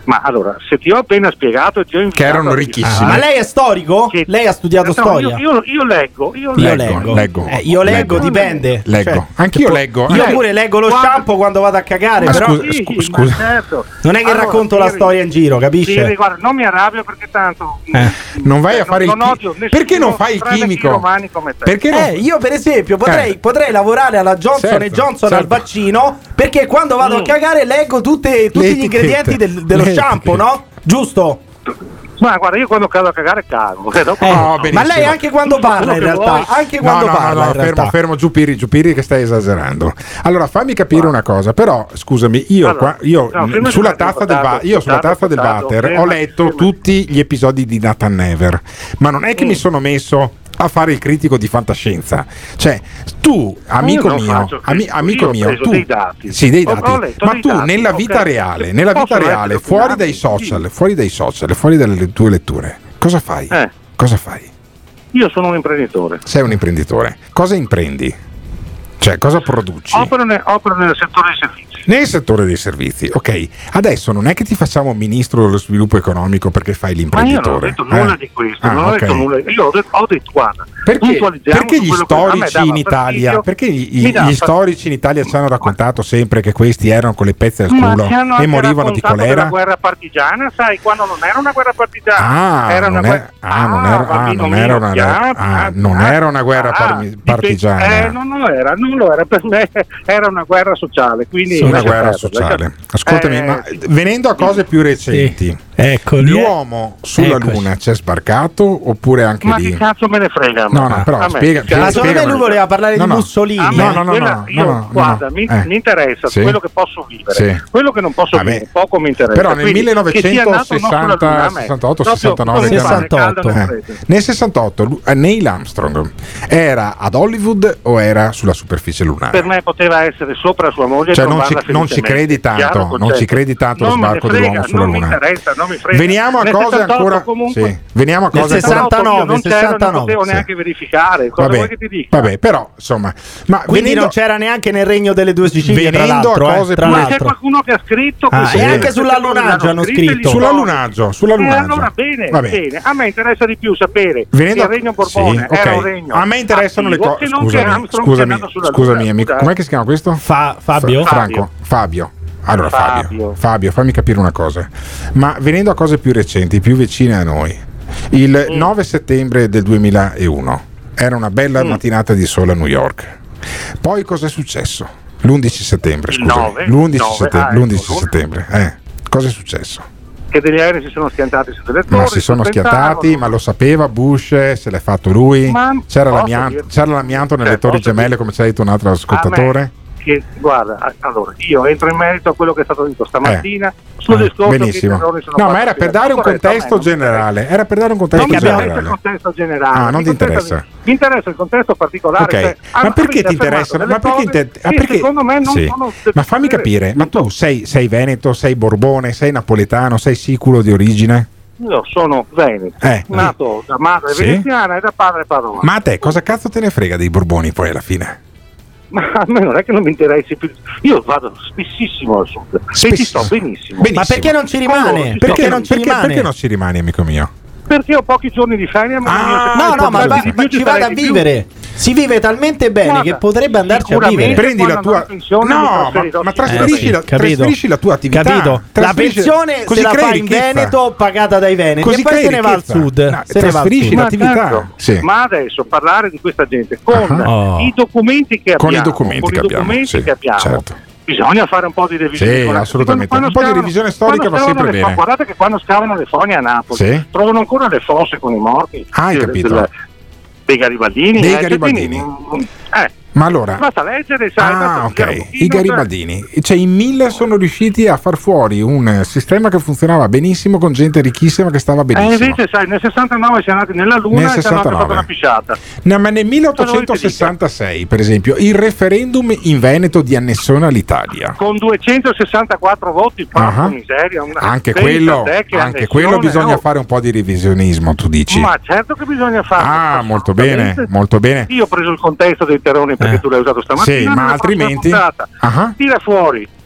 Ma allora, se ti ho appena spiegato e ti ho che erano ricchissimi. Ah, ma lei è storico? Che... Lei ha studiato no, storia? Io, io, io leggo, io, io leggo. leggo. leggo. Eh, io leggo, leggo, dipende. Leggo. Cioè, anch'io po- leggo. Io eh. pure leggo lo Guarda, shampoo quando vado a cagare, ma però scusa, sì, scu- scusa. Certo. Non è che allora, racconto la storia in giro, capisce? Sì, guarda, non mi arrabbio perché tanto eh. non vai a fare non, il chi- non perché non fai il chimico? Come te. Perché non... eh, io per esempio potrei, eh. potrei lavorare alla Johnson certo, e Johnson certo. al vaccino, perché quando vado mm. a cagare leggo tutte, tutti gli ingredienti del, dello Le shampoo, etichette. no? Giusto? Ma guarda, io quando cado a cagare cago. Eh, dopo Eh, no. ma lei anche quando parla in realtà, anche quando no, no, parla no, no, in fermo, realtà. fermo, Giupiri, Giupiri che stai esagerando. Allora fammi capire una cosa, però scusami, io, allora, qua, io no, sulla tazza del, va- io sulla tazza del water ho letto ferma. tutti gli episodi di Nathan Never, ma non è che mm. mi sono messo a fare il critico di fantascienza. Cioè, tu, amico mio, ami, amico io mio, ho preso tu, dei dati. sì, dei Ho, dati, ho letto ma dei tu dati, nella vita okay. reale, nella vita Posso reale, leggere fuori dati? dai social, Sì. fuori dai social, fuori dalle tue letture, cosa fai? Eh. Cosa fai? Io sono un imprenditore. Sei un imprenditore. Cosa imprendi? Cioè, cosa produci? Opero, ne, opero nel settore dei servizi. Nel settore dei servizi, ok. Adesso non è che ti facciamo ministro dello sviluppo economico perché fai l'imprenditore. Ma io non ho detto nulla eh? di questo, ah, non ho okay. detto nulla. Io ho detto, ho detto guarda, perché, perché gli storici in Italia, perché gli, gli, gli storici in Italia ci hanno raccontato sempre che questi erano con le pezze al culo e morivano di colera? La guerra partigiana, sai, quando non era una guerra partigiana, ah, era non una guerra. Ah, non era, ah, non era una, piano, ah, piano, non era una guerra ah, partigiana. Eh, non lo era, non lo era per me, era una guerra sociale. Quindi sì, una guerra sociale. Ascoltami, eh, ma venendo a cose più recenti, sì. Eccoli, l'uomo sulla Eccoci. Luna c'è sbarcato oppure anche ma lì? Ma che cazzo me ne frega? No, no, però spiega. Ma secondo me lui voleva parlare no, di no. Mussolini. Ah, no, no, no, quella, no, io, no, no, guarda, no. Mi, Eh. mi interessa sì. quello che posso vivere, sì. quello che non posso Vabbè. vivere, poco mi interessa. Però nel millenovecentosessanta, sessantotto, sessantanove, sessantotto. Eh. Nel sessantotto Neil Armstrong era ad Hollywood o era sulla superficie lunare? Per me poteva essere sopra sua moglie. Cioè non ci, non ci credi tanto, non ci credi tanto lo sbarco dell'uomo sulla Luna. Non mi interessa, non mi frega. Veniamo a cose ancora comunque, sì. Veniamo a cose nel sessantanove, non sessantanove, non potevo sì. neanche verificare, cosa vabbè, vuoi che ti dica? Vabbè, però insomma, ma quindi venendo, non c'era neanche nel Regno delle Due Sicilie, venendo tra a cose eh, tra più ma c'è qualcuno che ha scritto ah, che e anche sull'allunaggio hanno scritto sull'allunaggio, sull'allunaggio. E allora bene, vabbè. bene, a me interessa di più sapere venendo che il Regno Borbone sì, okay. era un regno a me interessano le cose. Scusami, scusami, scusami amico, com'è che si chiama questo? Fa, Fabio? Franco, Fabio. Allora Fabio. Fabio, Fabio, fammi capire una cosa. Ma venendo a cose più recenti, più vicine a noi, il mm. nove settembre del duemilauno era una bella mm. mattinata di sole a New York. Poi cosa è successo? L'undici settembre, scusami. l'undici settembre, l'undici settembre. Eh, cosa è successo? Che degli aerei si sono schiantati su delle torri. Ma si sono schiantati, ma lo sapeva Bush, se l'è fatto lui. Ma c'era, l'amianto, c'era l'amianto nelle cioè, torri gemelle, dire. Come ci ha detto un altro ascoltatore. Che, guarda, allora io entro in merito a quello che è stato detto stamattina eh. sul eh, discorso benissimo. che i sono no, ma era per dare un contesto generale. Era per dare un contesto non generale. Non mi interessa il contesto generale. Ah, non ti interessa. Mi interessa il contesto particolare. Okay. Cioè, ma perché ti interessano? Ma perché, inter- ah, perché secondo me non sì. sono. Ma fammi capire, ma tu sei, sei veneto, sei borbone, sei napoletano, sei siculo di origine? Io sono veneto, eh. nato da madre sì. veneziana e da padre padrone. Ma a te cosa cazzo te ne frega dei Borboni poi alla fine? Ma a me non è che non mi interessi più. Io vado spessissimo al sud Spess- e ci sto benissimo. benissimo. Ma perché non ci rimane? Allora, perché, non ci perché, rimane? perché non ci rimani, amico mio? Perché ho pochi giorni di ferie. Ah, no, no, ma, ma, ma ci vada a vivere. Si vive talmente bene guarda, che potrebbe andarci a vivere. Prendi la tua no, ma, ma trasferisci, eh, la, trasferisci la tua attività. Capito? La pensione se la fa in Veneto pagata dai veneti così e poi se ne va al sud. No, se trasferisci ne va al sud. l'attività. Ma, sì. ma adesso parlare di questa gente con uh-huh. i documenti che abbiamo, con i documenti, con che, i documenti abbiamo, che abbiamo. Sì, certo. Bisogna fare un po' di revisione. Sì, assolutamente. Quando, quando un po' scavano, di revisione storica va sempre bene. Fo- guardate che quando scavano le fogne a Napoli sì? trovano ancora le fosse con i morti. Ah, hai capito? Del, dei Garibaldini. Dei eh, Garibaldini. Quindi, eh. Ma allora, basta leggere, sai, ah, ok. I Garibaldini, cioè in mille sono riusciti a far fuori un sistema che funzionava benissimo con gente ricchissima che stava benissimo. E eh, invece, sai, nel sessantanove siamo andati nella Luna nel e ci hanno fatto una pisciata. No, ma nel milleottocentosessantasei, per esempio, il referendum in Veneto di annessione all'Italia. Con duecentosessantaquattro voti, porca uh-huh. miseria. Una anche quello, anche quello bisogna no. fare un po' di revisionismo, tu dici? Ma certo che bisogna farlo. Ah, molto bene, molto bene. Io ho preso il contesto dei terroni perché eh. tu l'hai usato stamattina. Sì, ma altrimenti uh-huh. tira fuori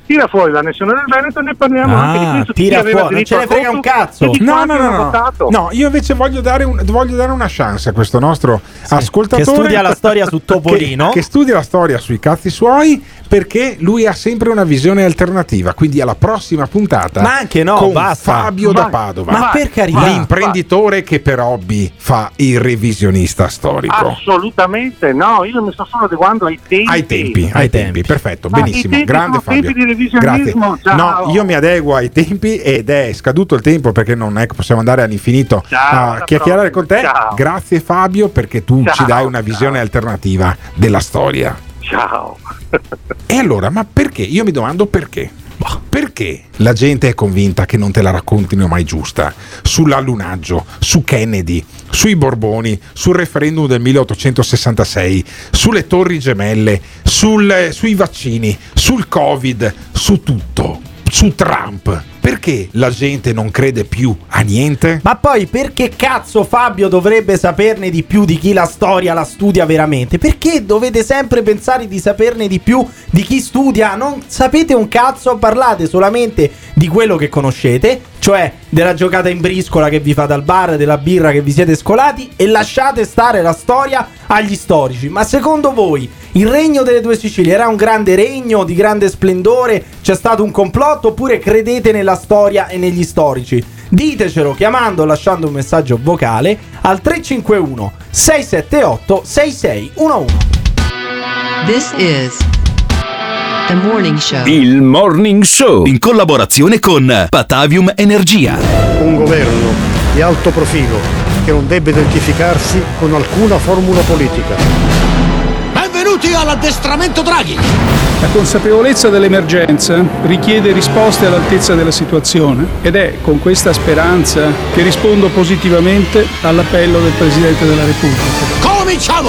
tira fuori l'annessione del Veneto e ne parliamo Ah, anche di questo. tira Chi aveva fuori, non diritto ce ne al frega voto un cazzo. e di No, quanti no, no, hanno no. votato. No, io invece voglio dare, un, voglio dare una chance a questo nostro ascoltatore che studia la storia su Topolino. che, che studia la storia sui cazzi suoi, perché lui ha sempre una visione alternativa. Quindi alla prossima puntata, Ma anche no, con basta. Fabio Ma- da Padova, ma per carità. l'imprenditore che per hobby fa il revisionista storico. Assolutamente no, io mi sto solo adeguando ai tempi. Ai tempi, ai tempi, perfetto, Ma benissimo, i tempi grande sono Fabio. tempi di revisionismo, Grazie. ciao. No, io mi adeguo ai tempi ed è scaduto il tempo, perché non è che possiamo andare all'infinito Ciao, a alla chiacchierare con te. prossima, ciao. Grazie Fabio, perché tu Ciao, ci dai una visione ciao. alternativa della storia. Ciao. E allora, ma perché? Io mi domando perché. Perché la gente è convinta che non te la raccontino mai giusta? Sull'allunaggio, su Kennedy, sui Borboni, sul referendum del milleottocentosessantasei, sulle torri gemelle, sul, sui vaccini, sul Covid, su tutto, su Trump. Perché la gente non crede più a niente? Ma poi perché cazzo Fabio dovrebbe saperne di più di chi la storia la studia veramente? Perché dovete sempre pensare di saperne di più di chi studia? Non sapete un cazzo, parlate solamente di quello che conoscete, cioè della giocata in briscola che vi fate al bar, della birra che vi siete scolati, e lasciate stare la storia agli storici. Ma secondo voi il regno delle due Sicilie era un grande regno di grande splendore? C'è stato un complotto oppure credete nella storia e negli storici? Ditecelo chiamando o lasciando un messaggio vocale al tre cinque uno sei sette otto sei sei uno uno. This is The Morning Show. Il Morning Show in collaborazione con Patavium Energia. Un governo di alto profilo che non debba identificarsi con alcuna formula politica. Benvenuti all'addestramento Draghi! La consapevolezza dell'emergenza richiede risposte all'altezza della situazione ed è con questa speranza che rispondo positivamente all'appello del Presidente della Repubblica. Cominciamo!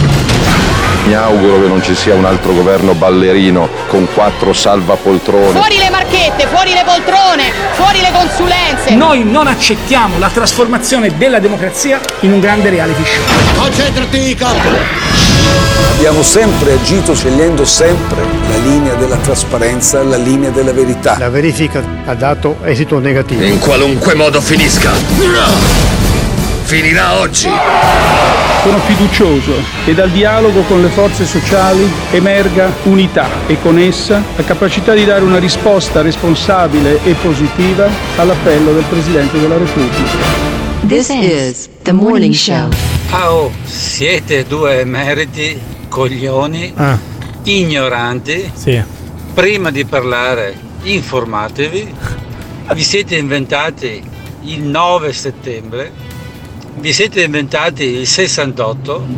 Mi auguro che non ci sia un altro governo ballerino con quattro salvapoltrone. Fuori le marchette, fuori le poltrone, fuori le consulenze. Noi non accettiamo la trasformazione della democrazia in un grande reality show. Concentrati, capo! Abbiamo sempre agito scegliendo sempre la linea della trasparenza, la linea della verità. La verifica ha dato esito negativo. In qualunque modo finisca, finirà oggi. Sono fiducioso che dal dialogo con le forze sociali emerga unità e con essa la capacità di dare una risposta responsabile e positiva all'appello del Presidente della Repubblica. This is The Morning Show. Oh, siete due emeriti coglioni, Ah. ignoranti. Sì. Prima di parlare, informatevi. Vi siete inventati il nove settembre, vi siete inventati il sessantotto.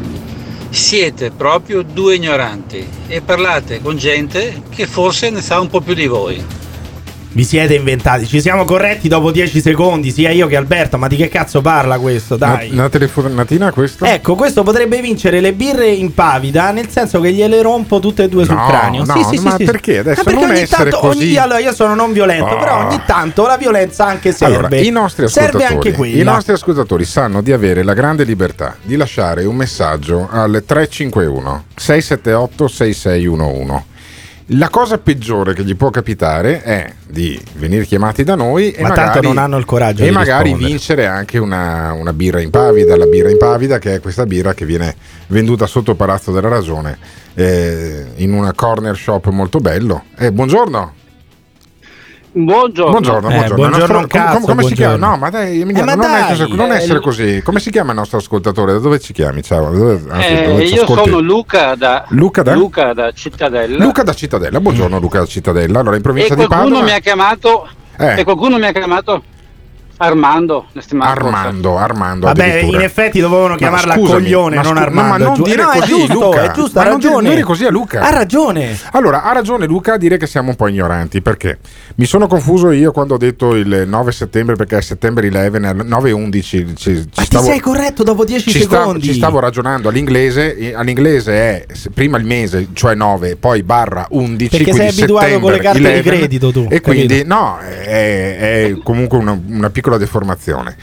Siete proprio due ignoranti e parlate con gente che forse ne sa un po' più di voi. Vi siete inventati, ci siamo corretti dopo dieci secondi, sia io che Alberto. Ma di che cazzo parla questo? Dai. Una, una telefonatina questo? Ecco, questo potrebbe vincere le birre in pavida, nel senso che gliele rompo tutte e due sul No, cranio. no, sì, sì, ma sì, sì. perché adesso Ma perché non ogni essere tanto, così? ogni, allora io sono non violento, Oh. però ogni tanto la violenza anche serve. Allora, i nostri serve ascoltatori, anche quella. i nostri ascoltatori sanno di avere la grande libertà di lasciare un messaggio al tre cinque uno sei sette otto sei sei uno uno. La cosa peggiore che gli può capitare è di venire chiamati da noi e Ma magari, tanto non hanno il coraggio e di magari rispondere. vincere anche una, una birra impavida, la birra impavida, che è questa birra che viene venduta sotto Palazzo della Ragione, eh, in una corner shop molto bello. Eh, buongiorno. Buongiorno. Buongiorno, Eh, buongiorno. buongiorno Il nostro- un cazzo, come, come si chiama? buongiorno. No, ma dai, Emiliano, Eh, ma non, dai, essere, non eh, essere il- così. Come si chiama il nostro ascoltatore? Da dove ci chiami? Ciao. da Dove, anzi, Eh, dove ci io ascolti? sono Luca da, Luca da? Luca da Cittadella. Luca da Cittadella. Buongiorno Luca da Cittadella. Allora, in e provincia di qualcuno Padova. mi ha chiamato Eh. e qualcuno mi ha chiamato Armando la settimana Armando, Armando. Vabbè, addirittura. in effetti dovevano No, chiamarla scusami, coglione, ma non scu- Armando. no, ma non è giu- dire no, è così, giusto, Luca. è giusto, Ma ha non dire- ragione. non dire così a Luca. Ha ragione. Allora, ha ragione Luca a dire che siamo un po' ignoranti, perché mi sono confuso io quando ho detto il nove settembre, perché è September undici, al nove undici ci, ci Ma stavo, ti sei corretto dopo dieci ci stavo, secondi. ci stavo ragionando all'inglese. e All'inglese è se- prima il mese, cioè nove, poi barra undici. Perché sei quindi abituato con le carte di September credito tu, E capito? quindi no, è, è comunque una, una piccola deformazione.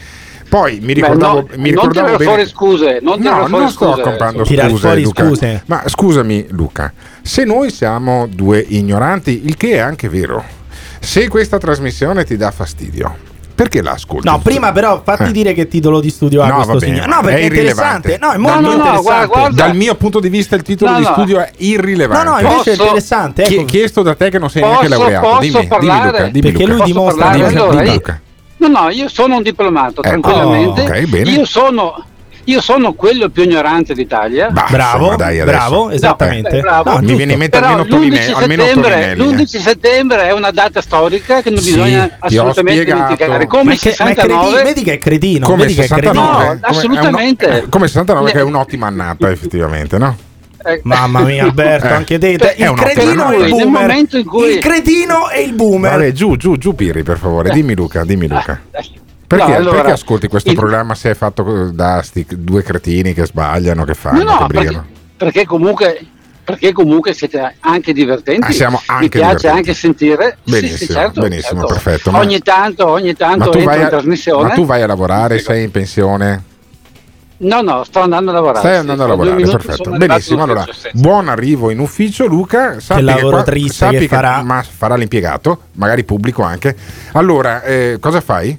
Poi mi ricordavo, Beh, no, mi ricordavo non bene. fuori scuse, non, no, non sto scuse, comprando Tirar scuse, fuori Luca. scuse. Ma scusami, Luca, se noi siamo due ignoranti, il che è anche vero, se questa trasmissione ti dà fastidio, perché la ascolti? No, prima però fatti Eh. dire che titolo di studio ha No, questo va bene, signore. No, perché è è interessante. irrilevante. No, è molto No, no, no, interessante. guarda, guarda. Dal mio punto di vista il titolo No, di no. studio è irrilevante. No, no, invece Posso- è interessante. Chie- Ecco. chiesto da te che non sei Posso- neanche laureato. posso Dimmi, dimmi parlare? Luca, dimmi Perché Luca. lui Posso dimostra parlare? di- Allora, dimmi, io- Luca. No, no, io sono un diplomato, Ecco. tranquillamente. Oh, ok, bene. Io sono io sono quello più ignorante d'Italia. Bah, Bravo, insomma, dai, adesso. bravo, esattamente. Eh, bravo. No, Mi giusto. viene in mente Però almeno l'undici Toninelli, almeno settembre, Toninelli, eh. l'undici settembre è una data storica che non Sì, bisogna ti ho assolutamente spiegato. dimenticare. Come Ma il che- ma è cretino, sessantanove, vedi che è cretino, Come vedi che è sessantanove, cretino. No, come- è uno- assolutamente. eh, come sessantanove che è Ne- un'ottima annata effettivamente, no? eh, Mamma mia, Alberto, Eh. anche te. Beh, il è un'ottima cretino e il nel boomer. momento in cui- Il cretino e il boomer. Vabbè, giù, giù, giù Pirri, per favore. Dimmi Luca, dimmi Luca. Perché, No, allora, perché ascolti questo il- programma se è fatto da sti due cretini che sbagliano, che fanno, No, no, che perché, brigano? perché comunque perché comunque siete anche divertenti. Ah, siamo Mi anche piace divertenti. anche sentire. Sì, Benissimo, sì, certo, benissimo, certo. perfetto. Ma- Ogni tanto, ogni tanto Ma tu, entro vai in a, trasmissione. ma tu vai a lavorare, sei in pensione? No, no, sto andando a lavorare. Stai sì, andando a fra due lavorare, minuti perfetto. sono arrivato Benissimo, in allora, ufficio, sì. buon arrivo in ufficio Luca, sappi che, lavoro qua- triste sappi che farà. ma farà l'impiegato, magari pubblico anche. Allora, eh, cosa fai?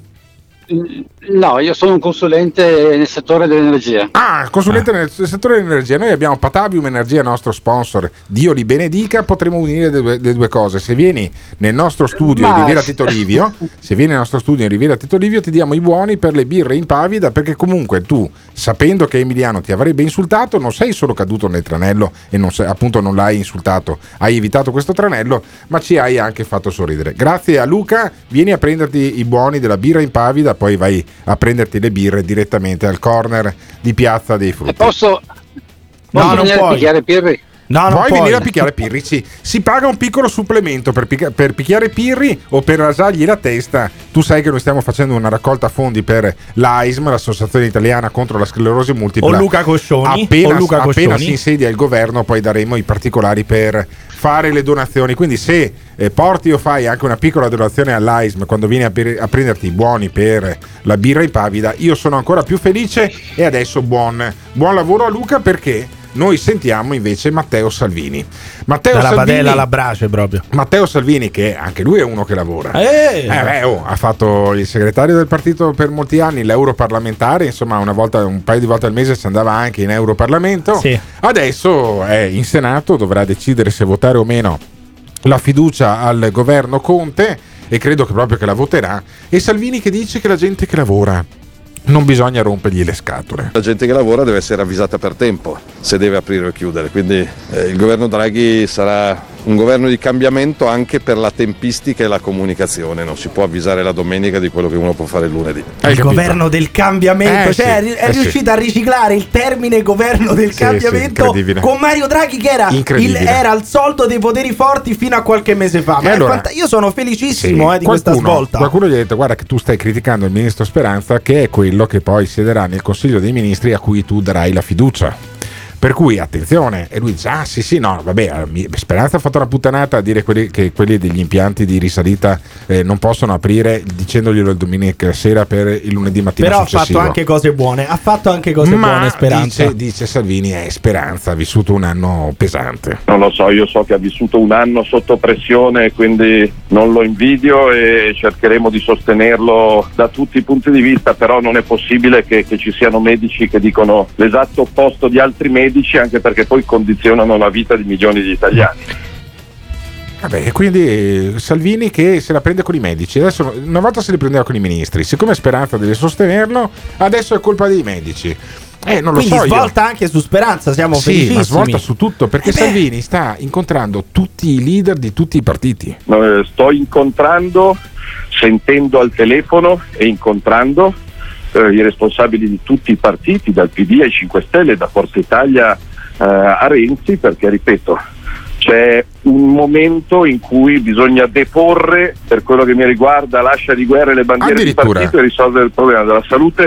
No, io sono un consulente nel settore dell'energia. Ah, consulente nel settore dell'energia. Noi abbiamo Patavium Energia, nostro sponsor. Dio li benedica. Potremo unire le due, le due cose. Se vieni nel nostro studio Ma- in Riviera Tito Livio, se vieni nel nostro studio in Riviera Tito Livio, ti diamo i buoni per le birre in pavida. Perché comunque tu, sapendo che Emiliano ti avrebbe insultato, non sei solo caduto nel tranello e non sei, appunto non l'hai insultato, hai evitato questo tranello, ma ci hai anche fatto sorridere. Grazie a Luca, vieni a prenderti i buoni della birra in pavida, poi vai a prenderti le birre direttamente al corner di Piazza dei Frutti. E posso, posso No, non venire a puoi. picchiare Pirri? No, non Vuoi puoi. venire a picchiare Pirri? Sì. Si paga un piccolo supplemento per, picca- per picchiare Pirri o per rasargli la testa. Tu sai che noi stiamo facendo una raccolta fondi per l'A I S M, l'Associazione Italiana contro la Sclerosi Multipla. O Luca Coscioni, Appena, o Luca appena Coscioni. si insedia il governo, poi daremo i particolari per fare le donazioni. Quindi se eh, porti o fai anche una piccola donazione all'A I S M quando vieni a, per- a prenderti i buoni per la birra in pavida, io sono ancora più felice. E adesso buon, buon lavoro a Luca, perché noi sentiamo invece Matteo Salvini. Matteo Dalla Salvini, padella alla brace proprio. Matteo Salvini, che anche lui è uno che lavora. Eh! Eh beh, oh, ha fatto il segretario del partito per molti anni, l'europarlamentare, insomma una volta, un paio di volte al mese si andava anche in Europarlamento. Sì. Adesso è in Senato, dovrà decidere se votare o meno la fiducia al governo Conte, e credo che proprio che la voterà. E Salvini che dice che la gente che lavora non bisogna rompergli le scatole. La gente che lavora deve essere avvisata per tempo se deve aprire o chiudere, quindi eh, il governo Draghi sarà un governo di cambiamento anche per la tempistica e la comunicazione, non si può avvisare la domenica di quello che uno può fare il lunedì. Hai Il capito? governo del cambiamento, Eh, cioè sì, è eh, sì. riuscito a riciclare il termine governo del Sì, cambiamento sì, incredibile. con Mario Draghi, che era il, Incredibile. era al soldo dei poteri forti fino a qualche mese fa. Ma E è allora- fanta- io sono felicissimo Sì, eh, di questa qualcuno- svolta. Qualcuno gli ha detto: guarda che tu stai criticando il ministro Speranza, che è quello che poi siederà nel Consiglio dei Ministri a cui tu darai la fiducia. Per cui attenzione. E lui dice: ah sì sì no vabbè, mi- Speranza ha fatto una puttanata a dire quelli, che quelli degli impianti di risalita eh, non possono aprire, dicendoglielo il domenica sera per il lunedì mattina Però ha successivo. fatto anche cose buone. Ha fatto anche cose Ma buone, Speranza. dice, dice Salvini, è Speranza ha vissuto un anno pesante. Non lo so, io so che ha vissuto un anno sotto pressione, quindi non lo invidio e cercheremo di sostenerlo da tutti i punti di vista, però non è possibile che, che ci siano medici che dicono l'esatto opposto di altri medici, anche perché poi condizionano la vita di milioni di italiani. Vabbè, quindi eh, Salvini che se la prende con i medici. Adesso, una volta se li prendeva con i ministri, siccome Speranza deve sostenerlo, adesso è colpa dei medici. Eh, non lo Quindi so io. svolta anche su Speranza, siamo Sì, felicissimi. ma svolta su tutto, perché Eh beh. Salvini sta incontrando tutti i leader di tutti i partiti. Eh, sto incontrando, sentendo al telefono e incontrando eh, i responsabili di tutti i partiti, dal P D ai cinque Stelle, da Forza Italia eh, a Renzi, perché ripeto, c'è un momento in cui bisogna deporre, per quello che mi riguarda, l'ascia di guerra e le bandiere di Addirittura. partito e risolvere il problema della salute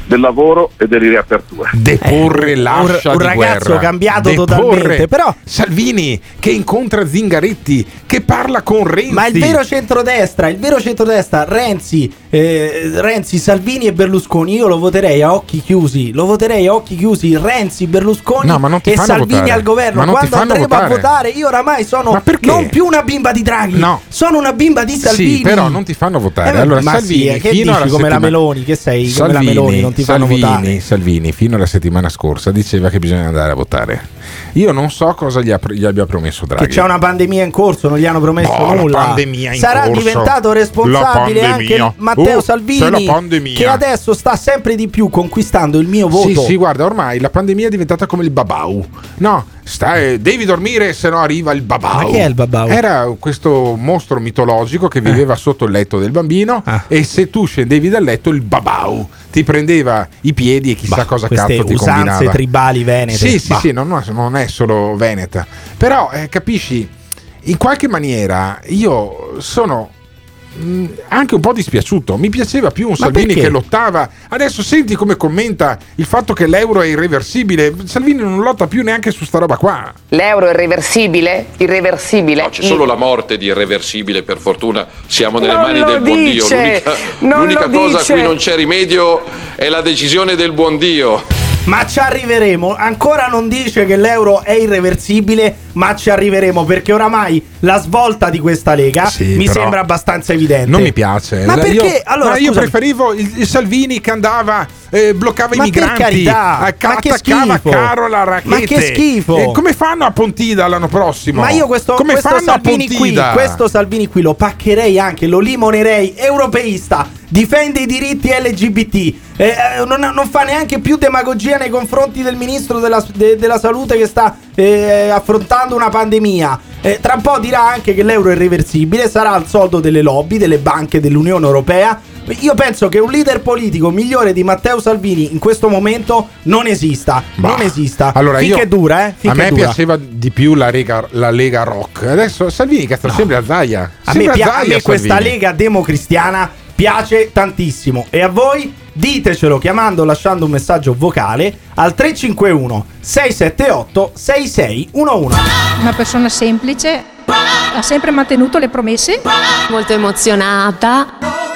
del lavoro e delle riaperture. Deporre l'ascia un di ragazzo guerra. cambiato Deporre totalmente, però Salvini che incontra Zingaretti, che parla con Renzi. ma il vero centrodestra, il vero centrodestra Renzi, eh, Renzi, Salvini e Berlusconi, io lo voterei a occhi chiusi, lo voterei a occhi chiusi, Renzi, Berlusconi No, ma non ti e fanno Salvini votare. al governo. Ma non ti Quando fanno andremo votare. a votare, io oramai sono Ma perché? non più una bimba di Draghi, No. sono una bimba di Salvini. Sì, però non ti fanno votare. Eh, allora ma Salvini sì, eh, che fino dici, alla come la settimana- Meloni, che sei come la Salvini, Meloni, non ti fanno Salvini, votare. Salvini fino alla settimana scorsa diceva che bisogna andare a votare. Io non so cosa gli, ha- gli abbia promesso Draghi. Che c'è una pandemia in corso, non gli hanno promesso Oh, la nulla. pandemia in Sarà corso. diventato responsabile La anche pandemia. Matteo Oh, c'è la Salvini, pandemia. che adesso sta sempre di più conquistando il mio voto. Sì, sì, guarda, ormai la pandemia è diventata come il babau. No, stai, devi dormire se no arriva il babau. Ma che è il babau? Era questo mostro mitologico che viveva Eh. sotto il letto del bambino Ah. e se tu scendevi dal letto il babau ti prendeva i piedi e chissà Bah, cosa queste cazzo ti usanze combinava. tribali venete. Sì, sì, Bah. sì, non, non è solo veneta. Però eh, capisci, in qualche maniera io sono mh, anche un po' dispiaciuto. Mi piaceva più un Ma Salvini perché? che lottava. Adesso senti come commenta il fatto che l'euro è irreversibile. Salvini non lotta più neanche su sta roba qua. L'euro è irreversibile? Irreversibile? No, c'è solo la morte di irreversibile, per fortuna siamo nelle Non mani lo del buon Dio. dice, L'unica, non l'unica lo cosa dice. a cui non c'è rimedio è la decisione del buon Dio. Ma ci arriveremo. Ancora non dice che l'euro è irreversibile, ma ci arriveremo, perché oramai la svolta di questa Lega Sì, mi però sembra abbastanza evidente. Non mi piace. Ma Io- perché? Allora, ma io scusami. preferivo il, il Salvini che andava, eh, bloccava Ma i per migranti, carità, eh, ca- ma che attaccava schifo. Carola Rackete. Ma che schifo. Eh, come fanno a Pontida l'anno prossimo? Ma io questo, come questo fanno Salvini a qui, Pontida? questo Salvini qui lo paccherei anche, lo limonerei, europeista, difende i diritti L G B T, eh, eh, non, non fa neanche più demagogia nei confronti del ministro della, de- della salute che sta eh, affrontando una pandemia. Eh, tra un po' dirà anche che l'euro è irreversibile, sarà al soldo delle lobby, delle banche, dell'Unione Europea. Io penso che un leader politico migliore di Matteo Salvini in questo momento non esista. Bah. Non esista. Allora, finché io- dura, eh? Finché a me dura. piaceva di più la Lega, la Lega Rock. Adesso Salvini che sta sempre a Zaia. A me, Sempre pia- a Zaia, me questa Salvini. Lega democristiana piace tantissimo. E a voi ditecelo chiamando o lasciando un messaggio vocale al tre cinque uno sei sette otto sei sei uno uno. Una persona semplice, ha sempre mantenuto le promesse. Molto emozionata.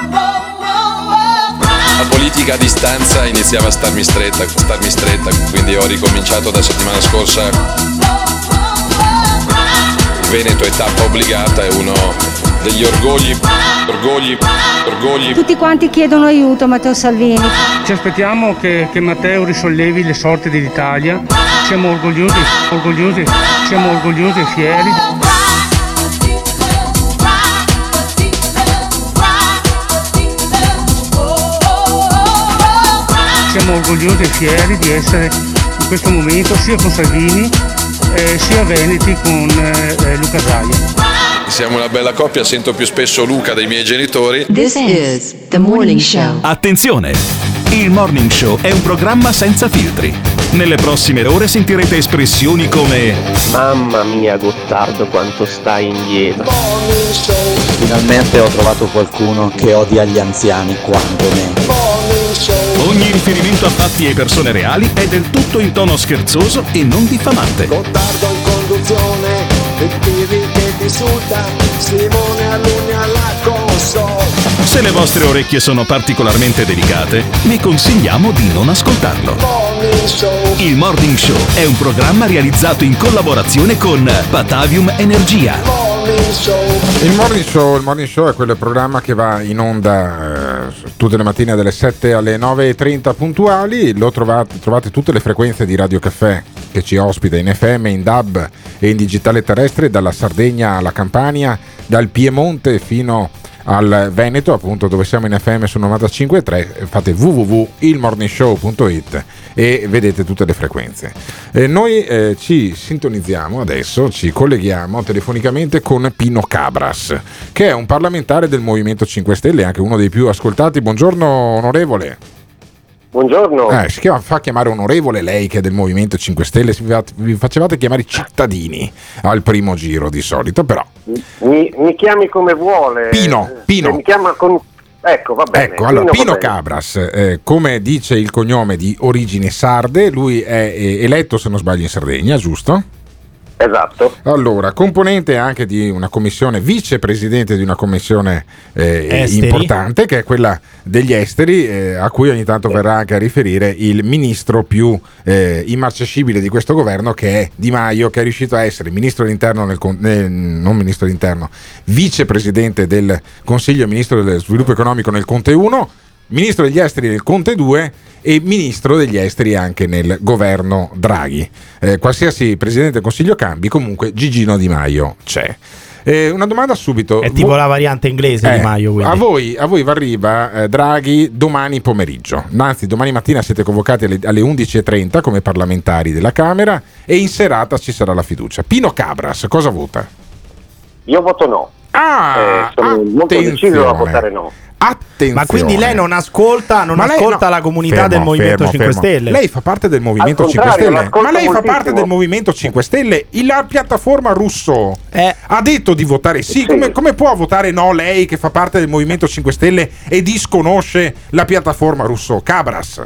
La politica a distanza iniziava a starmi stretta, starmi stretta, quindi ho ricominciato da settimana scorsa. Il Veneto è tappa obbligata, è uno degli orgogli, orgogli, orgogli. Tutti quanti chiedono aiuto a Matteo Salvini. Ci aspettiamo che, che Matteo risollevi le sorti dell'Italia. Siamo orgogliosi, orgogliosi, siamo orgogliosi e fieri. Siamo orgogliosi e fieri di essere in questo momento sia con Salvini eh, sia veneti con eh, Luca Zaia. Siamo una bella coppia, sento più spesso Luca dei miei genitori. This is the morning show. Attenzione! Il Morning Show è un programma senza filtri. Nelle prossime ore sentirete espressioni come Mamma mia Gottardo quanto stai indietro. Finalmente ho trovato qualcuno che odia gli anziani quanto me. ogni riferimento a fatti e persone reali è del tutto in tono scherzoso e non diffamante. Gottardo in conduzione, il Pirri che ti insulta, Simone Alunni alla console. Se le vostre orecchie sono particolarmente delicate, vi consigliamo di non ascoltarlo. Morning Show. Il Morning Show è un programma realizzato in collaborazione con Batavium Energia. Morning Show. Il Morning Show, il Morning Show è quel programma che va in onda eh, tutte le mattine dalle sette alle nove e trenta puntuali. Lo trovate, trovate tutte le frequenze di Radio Caffè che ci ospita in F M, in D A B e in digitale terrestre, dalla Sardegna alla Campania, dal Piemonte fino al Veneto, appunto, dove siamo in F M su novantacinque e tre. Fate w w w punto il morning show punto i t e vedete tutte le frequenze. E noi eh, ci sintonizziamo adesso, ci colleghiamo telefonicamente con Pino Cabras, che è un parlamentare del Movimento cinque Stelle, anche uno dei più ascoltati. Buongiorno onorevole. Buongiorno. Eh, si chiama, fa chiamare onorevole lei che è del Movimento cinque Stelle, vi facevate chiamare cittadini al primo giro di solito, però Mi, mi chiami come vuole. Pino, Pino. Se mi chiama con, Ecco, va bene. Ecco, allora, Pino Cabras, eh, come dice il cognome, di origini sarde, lui è eh, eletto, se non sbaglio, in Sardegna, giusto? Esatto. Allora, componente anche di una commissione, vicepresidente di una commissione eh, importante, che è quella degli esteri, eh, a cui ogni tanto verrà anche a riferire il ministro più eh, immarcescibile di questo governo, che è Di Maio, che è riuscito a essere ministro dell'interno, nel, nel, non ministro dell'interno, vicepresidente del Consiglio, ministro dello sviluppo economico nel Conte uno, ministro degli esteri nel Conte due e ministro degli esteri anche nel governo Draghi. Eh, qualsiasi presidente del Consiglio cambi, comunque Gigino Di Maio c'è. Eh, una domanda subito. È tipo Vo- la variante inglese eh, Di Maio. Quindi. A voi, a voi va arriva eh, Draghi domani pomeriggio. Anzi, domani mattina siete convocati alle, alle undici e trenta come parlamentari della Camera e in serata ci sarà la fiducia. Pino Cabras, cosa vota? Io voto no. Ah, eh, sono molto deciso a votare no. Attenzione. Ma quindi lei non ascolta, non Ma ascolta no. la comunità fermo, del Movimento fermo, cinque fermo. Stelle? Lei fa parte del Movimento cinque Stelle. Ma lei fa parte del Movimento cinque Stelle. La piattaforma Rousseau eh. ha detto di votare sì. sì. Come, come può votare no lei che fa parte del Movimento cinque Stelle e disconosce la piattaforma Rousseau? Cabras.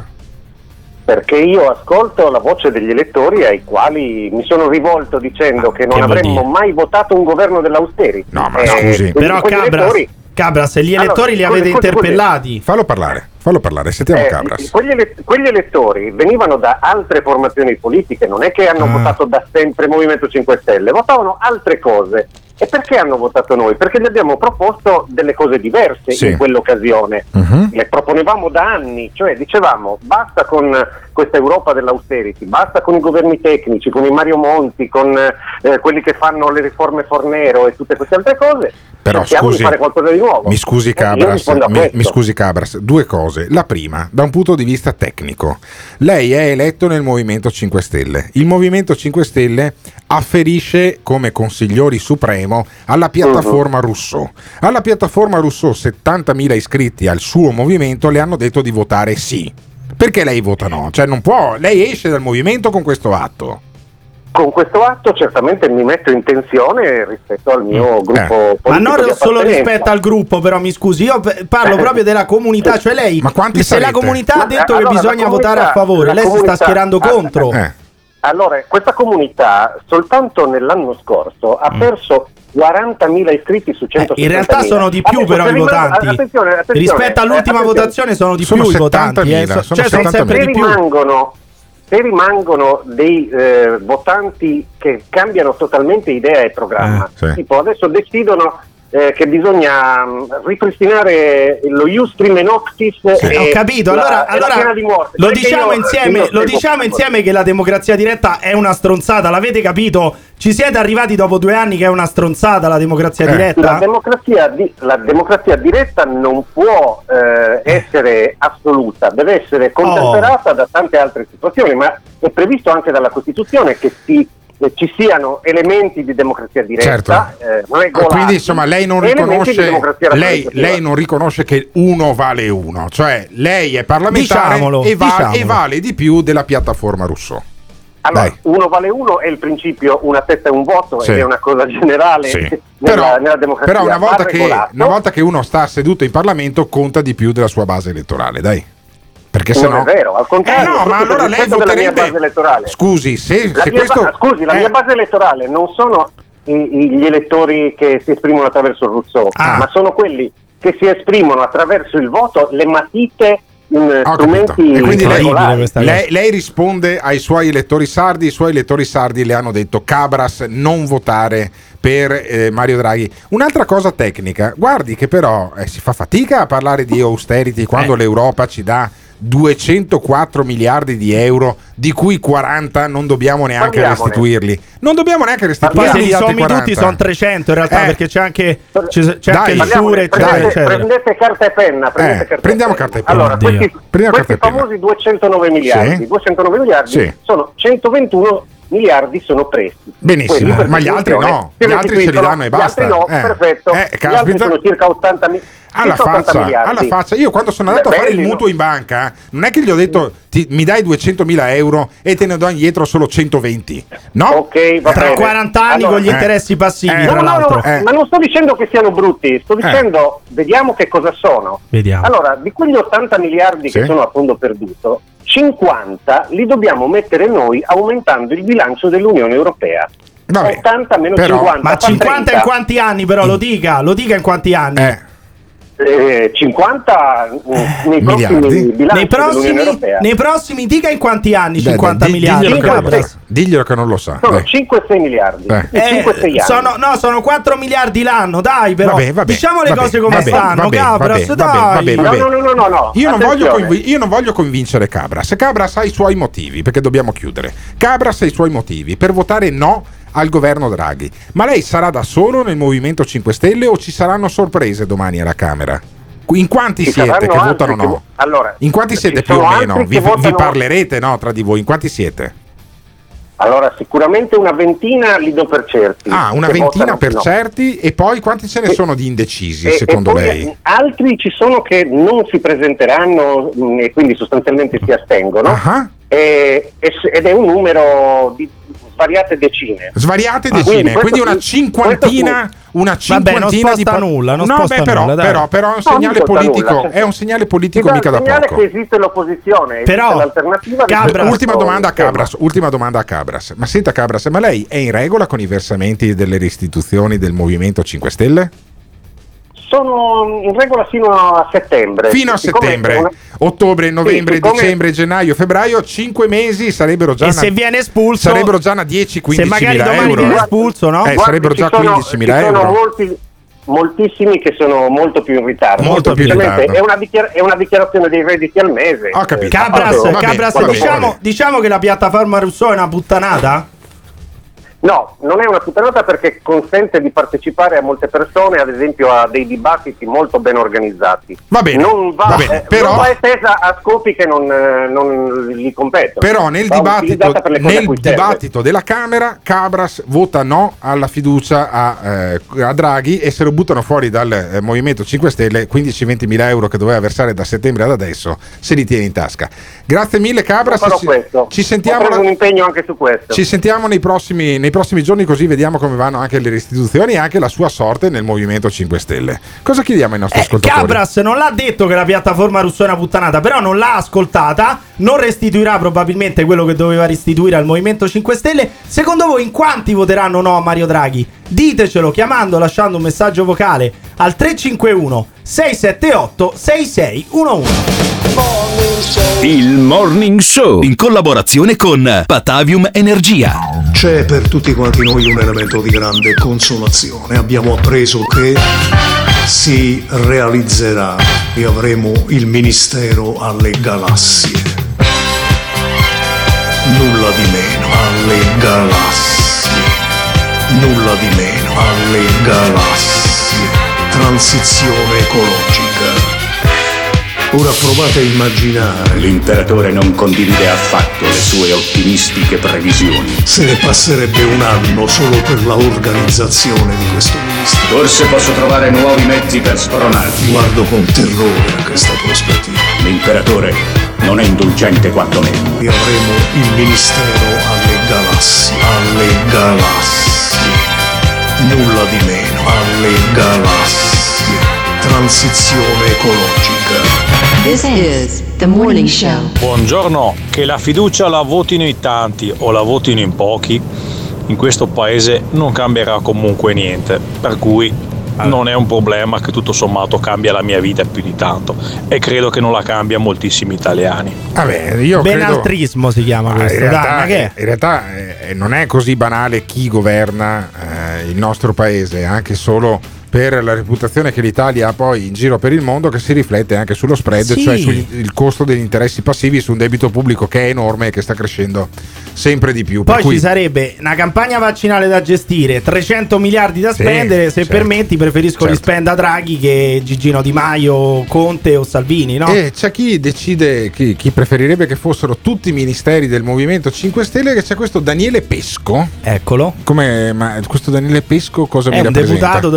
Perché io ascolto la voce degli elettori ai quali mi sono rivolto dicendo ah, che non che avremmo mai votato un governo dell'austerity. No, ma eh, scusi. Però Cabras, elettori... Cabras, se gli elettori allora, li avete scusi, interpellati. Scusi. Fallo parlare, fallo parlare, sentiamo eh, Cabras. Quegli, ele- quegli elettori venivano da altre formazioni politiche, non è che hanno ah. votato da sempre Movimento cinque Stelle, votavano altre cose. E perché hanno votato noi? Perché gli abbiamo proposto delle cose diverse sì. in quell'occasione. Uh-huh. Le proponevamo da anni, cioè dicevamo basta con questa Europa dell'austerity, basta con i governi tecnici, con i Mario Monti, con eh, quelli che fanno le riforme Fornero e tutte queste altre cose. Però scusi, di fare qualcosa di nuovo. Mi scusi Cabras, mi, mi scusi Cabras, due cose. La prima, da un punto di vista tecnico, lei è eletto nel Movimento cinque Stelle. Il Movimento cinque Stelle afferisce come consiglieri supremo alla piattaforma uh-huh. Rousseau. Alla piattaforma Rousseau settantamila iscritti al suo movimento le hanno detto di votare sì. Perché lei vota no? Cioè non può, lei esce dal movimento con questo atto. Con questo atto certamente mi metto in tensione rispetto al mio gruppo eh. politico. Ma non solo rispetto al gruppo, però mi scusi, io parlo eh. proprio della comunità, cioè lei, ma se sarete? La comunità ha detto allora, che bisogna comunità, votare a favore, lei comunità, si sta schierando ah, contro. Eh. Allora, questa comunità soltanto nell'anno scorso ha mm. perso quarantamila iscritti su centocinquantamila. Eh, in realtà sono di più, adesso, però i votanti attenzione, attenzione, rispetto all'ultima eh, votazione sono di sono più i votanti eh, sono cioè sono sempre di più. Rimangono, se rimangono dei eh, votanti che cambiano totalmente idea e programma, eh, sì. tipo adesso decidono eh, che bisogna mh, ripristinare lo ius prime noctis sì. e ho capito, la, allora, allora di morte. lo diciamo io, insieme io lo diciamo insieme che la democrazia diretta è una stronzata, l'avete capito? Ci siete arrivati dopo due anni che è una stronzata la democrazia eh. diretta? La democrazia, di, la democrazia diretta non può eh, essere assoluta, deve essere contemperata oh. da tante altre situazioni, ma è previsto anche dalla Costituzione che si ci siano elementi di democrazia diretta, certo. eh, regolati, quindi insomma lei non riconosce lei, lei non riconosce che uno vale uno, cioè lei è parlamentare diciamolo, e, va, diciamolo. e vale di più della piattaforma Rousseau. Allora, Dai. uno vale uno è il principio una testa e un voto sì. ed è una cosa generale sì. nella, però, nella democrazia. Però una volta, che, una volta che uno sta seduto in Parlamento conta di più della sua base elettorale, dai. Perché se non no... è vero, al contrario, eh no, ma allora lei voterebbe... della mia base elettorale. Scusi, se, la se mia questo... ba- scusi, la eh. mia base elettorale non sono i, i, gli elettori che si esprimono attraverso il Rousseau, ah. ma sono quelli che si esprimono attraverso il voto, le matite, in Ho strumenti e quindi lei, regolari. lei, lei risponde ai suoi elettori sardi, i suoi elettori sardi le hanno detto Cabras non votare per eh, Mario Draghi. Un'altra cosa tecnica, guardi che però eh, si fa fatica a parlare di austerity quando eh. l'Europa ci dà duecentoquattro miliardi di euro, di cui quaranta non dobbiamo neanche Parliamone. restituirli. Non dobbiamo neanche restituirli. Se li sommi tutti sono trecento in realtà, eh. perché c'è anche c'è, c'è dai, anche misure, prendete, eccetera. prendete carta e penna, prendete eh, carta prendiamo e penna. carta e penna. Allora, questi, prendiamo questi carta e famosi duecentonove miliardi, sì. duecentonove miliardi sì. sono centoventuno miliardi sono prestiti. Benissimo, ma gli altri no, gli altri ce li danno e basta. Gli altri no, eh. perfetto. Eh, gli altri sono circa ottanta miliardi. alla faccia, alla faccia. Io quando sono andato Beh, a fare il mutuo no. in banca, non è che gli ho detto ti, mi dai duecentomila euro e te ne do indietro solo centoventi. No? Ok, va tra quaranta anni allora, con gli interessi eh, passivi, eh, tra no, l'altro. No, no, eh. ma non sto dicendo che siano brutti, sto dicendo eh. vediamo che cosa sono. Vediamo. Allora, di quegli ottanta miliardi sì. che sono a fondo perduto, cinquanta li dobbiamo mettere noi aumentando il bilancio dell'unione europea. Vabbè, ottanta meno però, cinquanta. Ma cinquanta in quanti anni però? Lo dica, lo dica in quanti anni? Eh. Eh, cinquanta nei prossimi bilanci nei prossimi, europea. nei prossimi dica in quanti anni? Beh, cinquanta di, miliardi. Diglielo che, diglielo che non lo sa. Sono cinque sei miliardi. Eh, cinque sei sono, anni. no, sono quattro miliardi l'anno, dai, però. Vabbè, vabbè, diciamo le vabbè, cose come vabbè, stanno, vabbè, Cabras, vabbè, dai. vabbè, vabbè. No, no, no, no, no. Io non, voglio conv- io non voglio convincere Cabras. Cabras ha i suoi motivi, perché dobbiamo chiudere. Cabras ha i suoi motivi per votare no al governo Draghi. Ma lei sarà da solo nel Movimento cinque Stelle o ci saranno sorprese domani alla Camera? In quanti ci siete che votano no? Che... Allora, in quanti siete più o meno? Vi, vi parlerete no, tra di voi? In quanti siete? Allora, sicuramente una ventina li do per certi. Ah, una ventina per no. certi, e poi quanti ce ne e, sono di indecisi, e, secondo e lei? Altri ci sono che non si presenteranno e quindi sostanzialmente si astengono. Uh-huh. E, ed è un numero di svariate decine. Svariate decine, ah, quindi, quindi una cinquantina, una cinquantina Vabbè, non sposta di nulla, non no, sposta beh, però, nulla, però, però è un segnale no, politico, nulla, cioè, è un segnale politico mica da poco. È un segnale che esiste l'opposizione, però esiste l'alternativa. Cabras, ultima domanda a Cabras, ultima domanda a Cabras. Ma senta Cabras, ma lei è in regola con i versamenti delle restituzioni del Movimento cinque Stelle? Sono in regola fino a settembre. Fino a settembre, una... ottobre, novembre, sì, siccome... dicembre, gennaio, febbraio, cinque mesi sarebbero già. E una... se viene espulso, sarebbero già una dieci quindici mila euro. Se magari domani viene eh. espulso, no? Eh, Guardi, sarebbero già sono, quindicimila euro. Sono molti, moltissimi che sono molto più in ritardo. Molto più in ritardo. È una, dichiar- è una dichiarazione dei redditi al mese. Ho capito. Cabras, va Cabras bene, diciamo, bene. diciamo che la piattaforma Rousseau è una puttanata? No, non è una puttanata perché consente di partecipare a molte persone, ad esempio a dei dibattiti molto ben organizzati. Va bene, non va, va bene, eh, però non va estesa a scopi che non, eh, non gli competono. Però nel va dibattito, nel dibattito serve. della Camera, Cabras vota no alla fiducia a, eh, a Draghi e se lo buttano fuori dal eh, Movimento cinque Stelle, quindici venti mila euro che doveva versare da settembre ad adesso se li tiene in tasca. Grazie mille Cabras, ci, ci sentiamo un impegno anche su questo. Ci sentiamo nei prossimi, nei prossimi giorni, così vediamo come vanno anche le restituzioni e anche la sua sorte nel Movimento cinque Stelle. Cosa chiediamo ai nostri eh, ascoltatori? Cabras non l'ha detto che la piattaforma Rousseau è una puttanata, però non l'ha ascoltata, non restituirà probabilmente quello che doveva restituire al Movimento cinque Stelle. Secondo voi in quanti voteranno no a Mario Draghi? Ditecelo chiamando, lasciando un messaggio vocale al tre cinque uno sei sette otto sei sei uno uno. Il Morning Show in collaborazione con Patavium Energia. C'è per tutti quanti noi un elemento di grande consolazione. Abbiamo appreso che si realizzerà e avremo il ministero alle galassie. Nulla di meno, alle galassie. Nulla di meno, alle galassie. Transizione ecologica. Ora provate a immaginare. L'imperatore non condivide affatto le sue ottimistiche previsioni. Se ne passerebbe un anno solo per la organizzazione di questo ministero. Forse posso trovare nuovi mezzi per spronarvi. Guardo con terrore a questa prospettiva. L'imperatore non è indulgente quantomeno. E avremo il ministero alle galassie. Alle galassie. Nulla di meno. Alle galassie. Transizione ecologica. This is the Morning Show. Buongiorno, che la fiducia la votino in tanti o la votino in pochi, in questo paese non cambierà comunque niente, per cui non è un problema che tutto sommato cambia la mia vita più di tanto, e credo che non la cambia moltissimi italiani. Vabbè, io Benaltrismo credo... si chiama questo. Ah, in realtà, Dai, che è? in realtà eh, non è così banale chi governa eh, il nostro paese, anche solo per la reputazione che l'Italia ha poi in giro per il mondo, che si riflette anche sullo spread, sì. Cioè sul costo degli interessi passivi su un debito pubblico che è enorme e che sta crescendo sempre di più. Poi per cui... ci sarebbe una campagna vaccinale da gestire, trecento miliardi da spendere, sì, se certo. permetti preferisco certo. li spenda Draghi che Gigino Di Maio, Conte o Salvini, no? E c'è chi decide, chi, chi preferirebbe che fossero tutti i ministeri del Movimento cinque Stelle, che c'è questo Daniele Pesco. Eccolo. Come, ma questo Daniele Pesco cosa è mi rappresenta? È un deputato del Movimento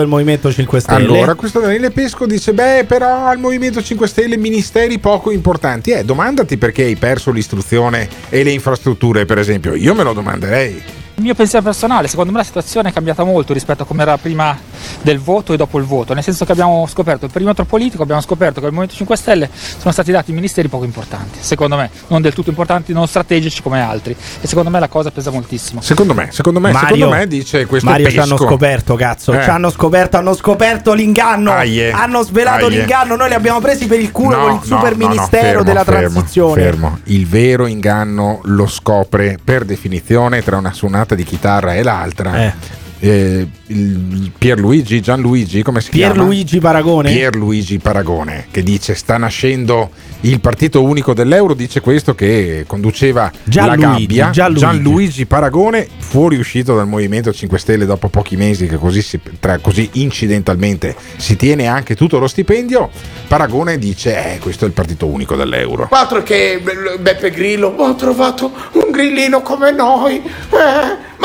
Movimento cinque Stelle. Allora, questo Daniele Pesco dice: beh, però al Movimento cinque Stelle ministeri poco importanti. Eh, domandati perché hai perso l'istruzione e le infrastrutture, per esempio. Io me lo domanderei. Il mio pensiero personale, secondo me la situazione è cambiata molto rispetto a come era prima del voto e dopo il voto, nel senso che abbiamo scoperto il perimetro politico, abbiamo scoperto che al Movimento cinque Stelle sono stati dati ministeri poco importanti, secondo me, non del tutto importanti, non strategici come altri, e secondo me la cosa pesa moltissimo. Secondo me, secondo me, Mario, secondo me dice questo Mario Pesco. ci hanno scoperto, cazzo, Eh. ci hanno scoperto, hanno scoperto l'inganno, Aie. hanno svelato Aie. l'inganno, noi li abbiamo presi per il culo No, con il no, super no, no, ministero fermo, della fermo, transizione. Fermo. Il vero inganno lo scopre per definizione tra una suonata di chitarra e l'altra. Eh. Eh, il Pierluigi, Gianluigi, come si chiama? Pierluigi Paragone. Pierluigi Paragone, che dice sta nascendo il partito unico dell'euro, dice questo che conduceva Gianluigi, la gabbia. Gianluigi. Gianluigi Paragone, fuoriuscito dal Movimento cinque Stelle dopo pochi mesi, che così, si, tra, così incidentalmente si tiene anche tutto lo stipendio. Paragone dice eh, questo è il partito unico dell'euro. Altro che Beppe Grillo, ho trovato un grillino come noi, eh, ma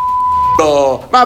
ma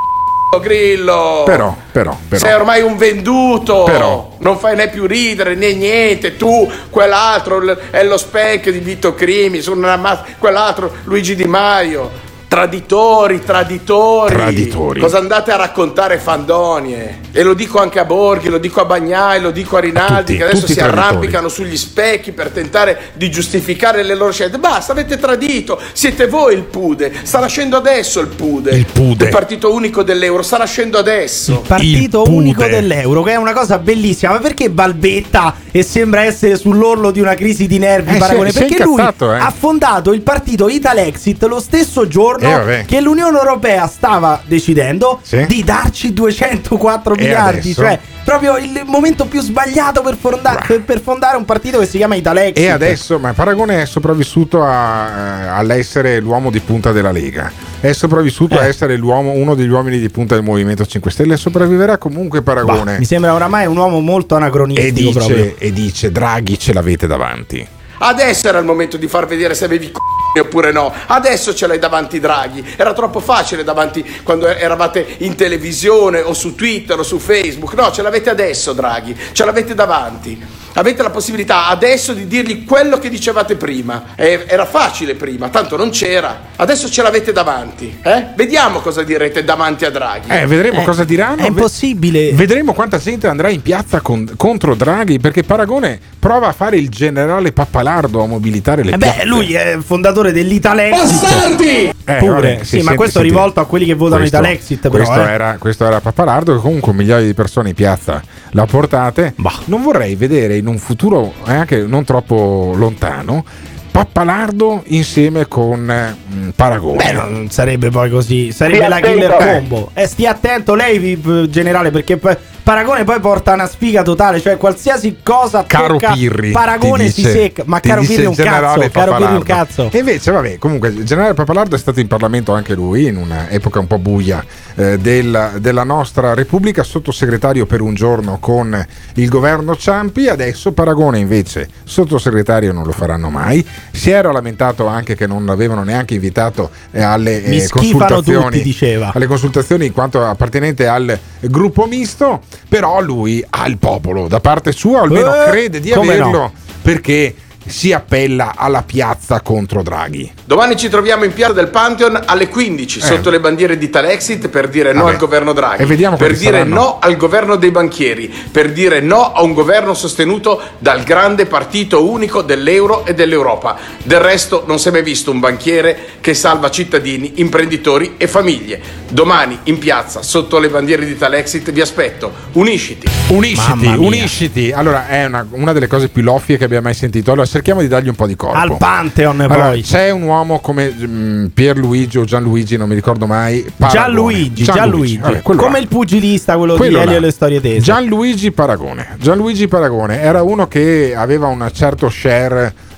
Grillo, Però, però, però. sei ormai un venduto, Però. non fai né più ridere né niente, tu, quell'altro è lo specchio di Vito Crimi, sono una ma- quell'altro Luigi Di Maio. Traditori, traditori, Traditori. Cosa andate a raccontare fandonie? E lo dico anche a Borghi, lo dico a Bagnai, lo dico a Rinaldi, Tutti, che adesso tutti si traditori. arrampicano sugli specchi per tentare di giustificare le loro scelte. Basta, avete tradito, siete voi il Pude, sta nascendo adesso il Pude. Il Pude. Il partito unico dell'euro, sta nascendo adesso. Partito Il unico Pude. dell'euro, che è una cosa bellissima. Ma perché balbetta e sembra essere sull'orlo di una crisi di nervi? Eh, Paragone? si è- si è Perché lui incazzato, eh. ha fondato il partito Italexit lo stesso giorno Eh, vabbè. che l'Unione Europea stava decidendo Sì. di darci duecentoquattro E miliardi. adesso? Cioè, proprio il momento più sbagliato per, fonda- per, per fondare un partito che si chiama Italexit. E adesso, ma Paragone è sopravvissuto a, eh, all'essere l'uomo di punta della Lega, è sopravvissuto Eh. a essere l'uomo, uno degli uomini di punta del Movimento cinque Stelle, e sopravviverà comunque Paragone. Bah, mi sembra oramai un uomo molto anacronistico e, dice, proprio. e dice: Draghi, ce l'avete davanti. Adesso era il momento di far vedere se avevi c***i oppure no. Adesso ce l'hai davanti Draghi. Era troppo facile davanti quando eravate in televisione o su Twitter o su Facebook. No, ce l'avete adesso Draghi, ce l'avete davanti. Avete la possibilità adesso di dirgli quello che dicevate prima. Eh, era facile prima, tanto non c'era. Adesso ce l'avete davanti. Eh? Vediamo cosa direte davanti a Draghi. Eh, vedremo Eh, cosa diranno. è impossibile. Vedremo quanta gente andrà in piazza con- contro Draghi, perché Paragone prova a fare il generale Pappalardo a mobilitare le Eh piazze. beh, lui è il fondatore dell'Italexit. Bastardi! Eh, Pure, vabbè, sì, si ma sente- questo è senti- rivolto a quelli che votano questo- Italexit, però, questo, eh. era, questo era Pappalardo, che comunque un migliaio di persone in piazza l'ha portate. Bah. Non vorrei vedere in un futuro eh, anche non troppo lontano Pappalardo insieme con mm, Paragone. Beh, non sarebbe poi così, sarebbe Stia la attento, killer eh. combo. E stia attento lei, v- generale, perché poi Paragone poi porta una sfiga totale, cioè qualsiasi cosa Caro tocca Pirri, Paragone ti si dice- secca. Ma ti caro dice Pirri è un il generale cazzo, caro Pirri è un Pappalardo. cazzo. E invece, vabbè, comunque il generale Pappalardo è stato in Parlamento anche lui in un'epoca un po' buia eh, della, della nostra Repubblica, sottosegretario per un giorno con il governo Ciampi. Adesso Paragone invece sottosegretario non lo faranno mai. Si era lamentato anche che non l'avevano neanche invitato eh, alle Mi eh, schifano consultazioni, tutti, diceva. alle consultazioni in quanto appartenente al gruppo misto, però lui ha il popolo da parte sua, o almeno Eh, crede di come averlo, no? perché si appella alla piazza contro Draghi. Domani ci troviamo in Piazza del Pantheon alle quindici Eh. sotto le bandiere di Italexit per dire no Vabbè. al governo Draghi, E vediamo per quali dire saranno. no al governo dei banchieri, per dire no a un governo sostenuto dal grande partito unico dell'euro e dell'Europa. Del resto non si è mai visto un banchiere che salva cittadini, imprenditori e famiglie. Domani in piazza sotto le bandiere di Italexit vi aspetto. Unisciti. Unisciti, Mamma mia. unisciti. Allora, è una, una delle cose più loffie che abbia mai sentito. Allora, cerchiamo di dargli un po' di corpo. Al Pantheon Allora, poi. c'è un uomo come mm, Pierluigi o Gianluigi, non mi ricordo mai. Paragone. Gianluigi, Gianluigi, Vabbè, quello come là. il pugilista, quello, Quello di Elio là. e le storie tese. Gianluigi Paragone. Gianluigi Paragone era uno che aveva un certo share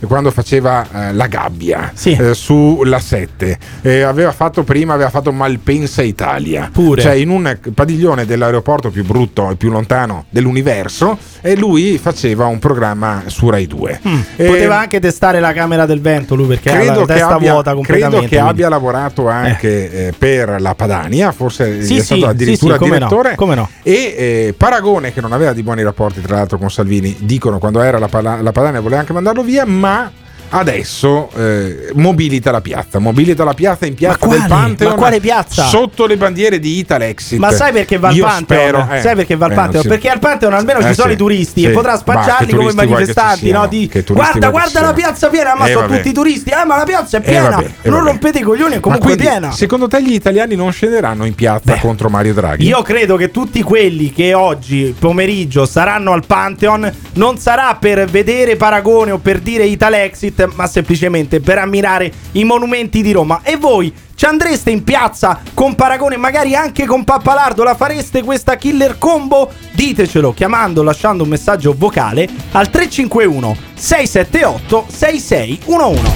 quando faceva eh, La Gabbia sì. eh, sulla sette. Eh, aveva fatto prima, aveva fatto Malpensa Italia. Pure. Cioè in un padiglione dell'aeroporto più brutto e più lontano dell'universo, e lui faceva un programma su Rai due. Mm. E poteva anche testare la camera del vento lui, perché credo ha la testa abbia, vuota completamente. Credo che quindi. abbia lavorato anche eh. Eh, per la Padania, forse sì, è sì, stato addirittura sì, sì, come direttore. No, come no. E eh, Paragone, che non aveva di buoni rapporti tra l'altro con Salvini, dicono quando era la, la Padania voleva anche mandarlo via, ma adesso eh, mobilita la piazza, mobilita la piazza in piazza ma del Pantheon. Ma quale piazza? Sotto le bandiere di Italexit. Ma sai perché va al Io Pantheon? Spero, eh, sai perché va al eh, Pantheon? si... Perché al Pantheon almeno eh, ci sono sì, i turisti sì. e potrà spacciarli come manifestanti, no? Di, guarda, guarda la piazza piena, ma eh, sono vabbè. tutti turisti, eh, ma la piazza è Eh, piena. vabbè, eh, non vabbè. rompete i coglioni, è comunque quindi, piena. Secondo te gli italiani non scenderanno in piazza Beh, contro Mario Draghi? Io credo che tutti quelli che oggi pomeriggio saranno al Pantheon non sarà per vedere Paragone o per dire Italexit, ma semplicemente per ammirare i monumenti di Roma. E voi ci andreste in piazza con Paragone, magari anche con Pappalardo? La fareste questa killer combo? Ditecelo chiamando, lasciando un messaggio vocale al tre cinque uno sei sette otto sei sei uno uno.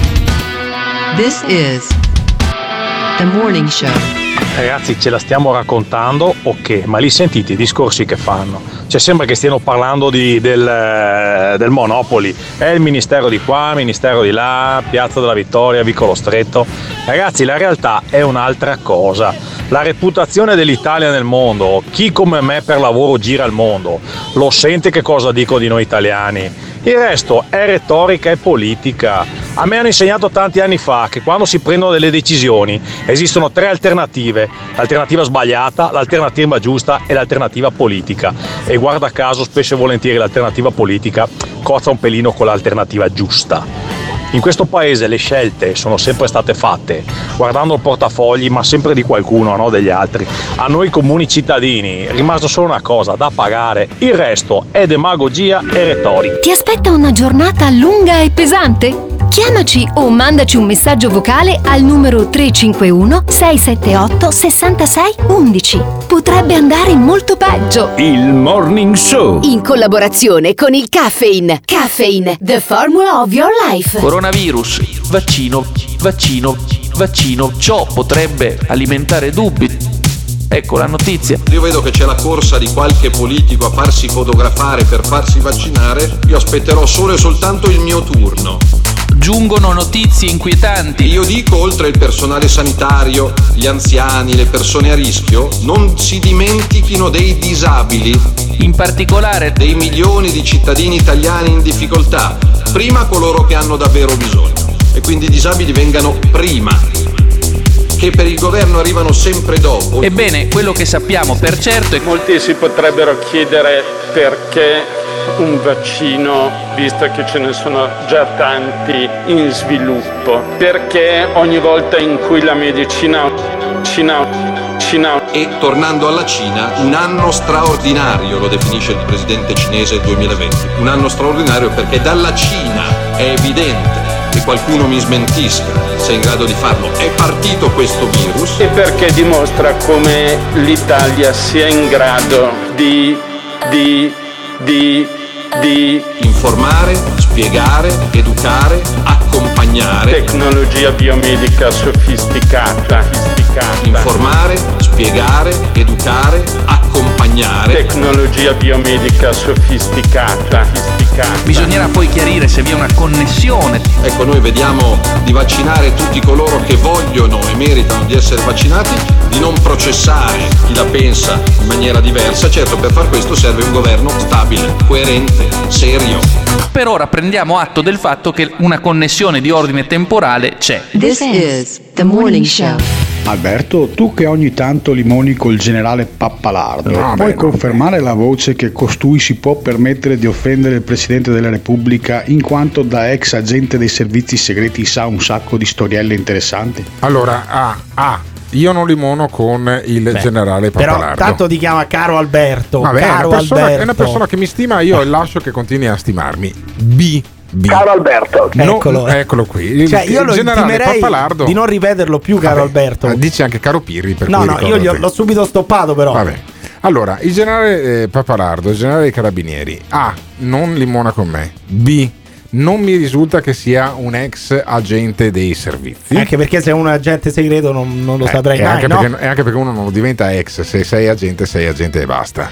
This is The Morning Show. Ragazzi, ce la stiamo raccontando, ok, ma li sentite i discorsi che fanno? Cioè sembra che stiano parlando di, del, del Monopoli, è il ministero di qua, ministero di là, Piazza della Vittoria, Vicolo Stretto. Ragazzi, la realtà è un'altra cosa. La reputazione dell'Italia nel mondo, chi come me per lavoro gira il mondo, lo sente che cosa dico di noi italiani. Il resto è retorica e politica. A me hanno insegnato tanti anni fa che quando si prendono delle decisioni esistono tre alternative: l'alternativa sbagliata, l'alternativa giusta e l'alternativa politica. E guarda caso, spesso e volentieri l'alternativa politica cozza un pelino con l'alternativa giusta. In questo paese le scelte sono sempre state fatte guardando il portafogli, ma sempre di qualcuno, no degli altri. A noi comuni cittadini è rimasto solo una cosa da pagare, il resto è demagogia e retorica. Ti aspetta una giornata lunga e pesante? Chiamaci o mandaci un messaggio vocale al numero tre cinque uno sei sette otto sei sei uno uno. Potrebbe andare molto peggio. Il Morning Show, in collaborazione con il Caffeine. Caffeine, the formula of your life. Coronavirus, vaccino, vaccino, vaccino. Ciò potrebbe alimentare dubbi. Ecco la notizia. Io vedo che c'è la corsa di qualche politico a farsi fotografare per farsi vaccinare. Io aspetterò solo e soltanto il mio turno. Giungono notizie inquietanti. Io dico, oltre il personale sanitario, gli anziani, le persone a rischio, non si dimentichino dei disabili, in particolare dei milioni di cittadini italiani in difficoltà, prima coloro che hanno davvero bisogno, e quindi i disabili vengano prima, che per il governo arrivano sempre dopo. Ebbene, quello che sappiamo per certo è che molti si potrebbero chiedere perché un vaccino, visto che ce ne sono già tanti in sviluppo, perché ogni volta in cui la medicina Cina, Cina. E tornando alla Cina, un anno straordinario, lo definisce il presidente cinese il duemilaventi, un anno straordinario perché dalla Cina è evidente, che qualcuno mi smentisca se è in grado di farlo, è partito questo virus, e perché dimostra come l'Italia sia in grado di di di di informare, spiegare, educare, accompagnare. Tecnologia biomedica sofisticata, sofisticata. Informare, spiegare, educare, accompagnare. Tecnologia biomedica sofisticata, sofisticata. Bisognerà poi chiarire se vi è una connessione. Ecco, noi vediamo di vaccinare tutti coloro che vogliono e meritano di essere vaccinati, di non processare chi la pensa in maniera diversa. Certo, per far questo serve un governo stabile, coerente, serio. Per ora prendiamo atto del fatto che una connessione di ordine temporale c'è. This is The Morning Show. Alberto, tu che ogni tanto limoni col generale Pappalardo, no, puoi beh, confermare no. la voce che costui si può permettere di offendere il Presidente della Repubblica in quanto da ex agente dei servizi segreti sa un sacco di storielle interessanti? Allora, ah, ah. Io non limono con il Beh, generale Pappalardo. Però tanto ti chiama caro Alberto. Vabbè, caro è, una persona, Alberto. è una persona che mi stima, io lascio che continui a stimarmi. B. B. Caro Alberto, no, eccolo, eccolo qui. Cioè, io il lo generale Pappalardo di non ripeterlo più, caro Vabbè, Alberto. Dice anche caro Pirri. Per no, cui no, io gli ho, l'ho subito stoppato, però. Vabbè. Allora, il generale eh, Pappalardo, il generale dei Carabinieri, A. Non limona con me. B. non mi risulta che sia un ex agente dei servizi. Anche perché se è un agente segreto non, non lo eh, saprei e mai, anche no? perché, e anche perché uno non diventa ex, se sei agente sei agente e basta.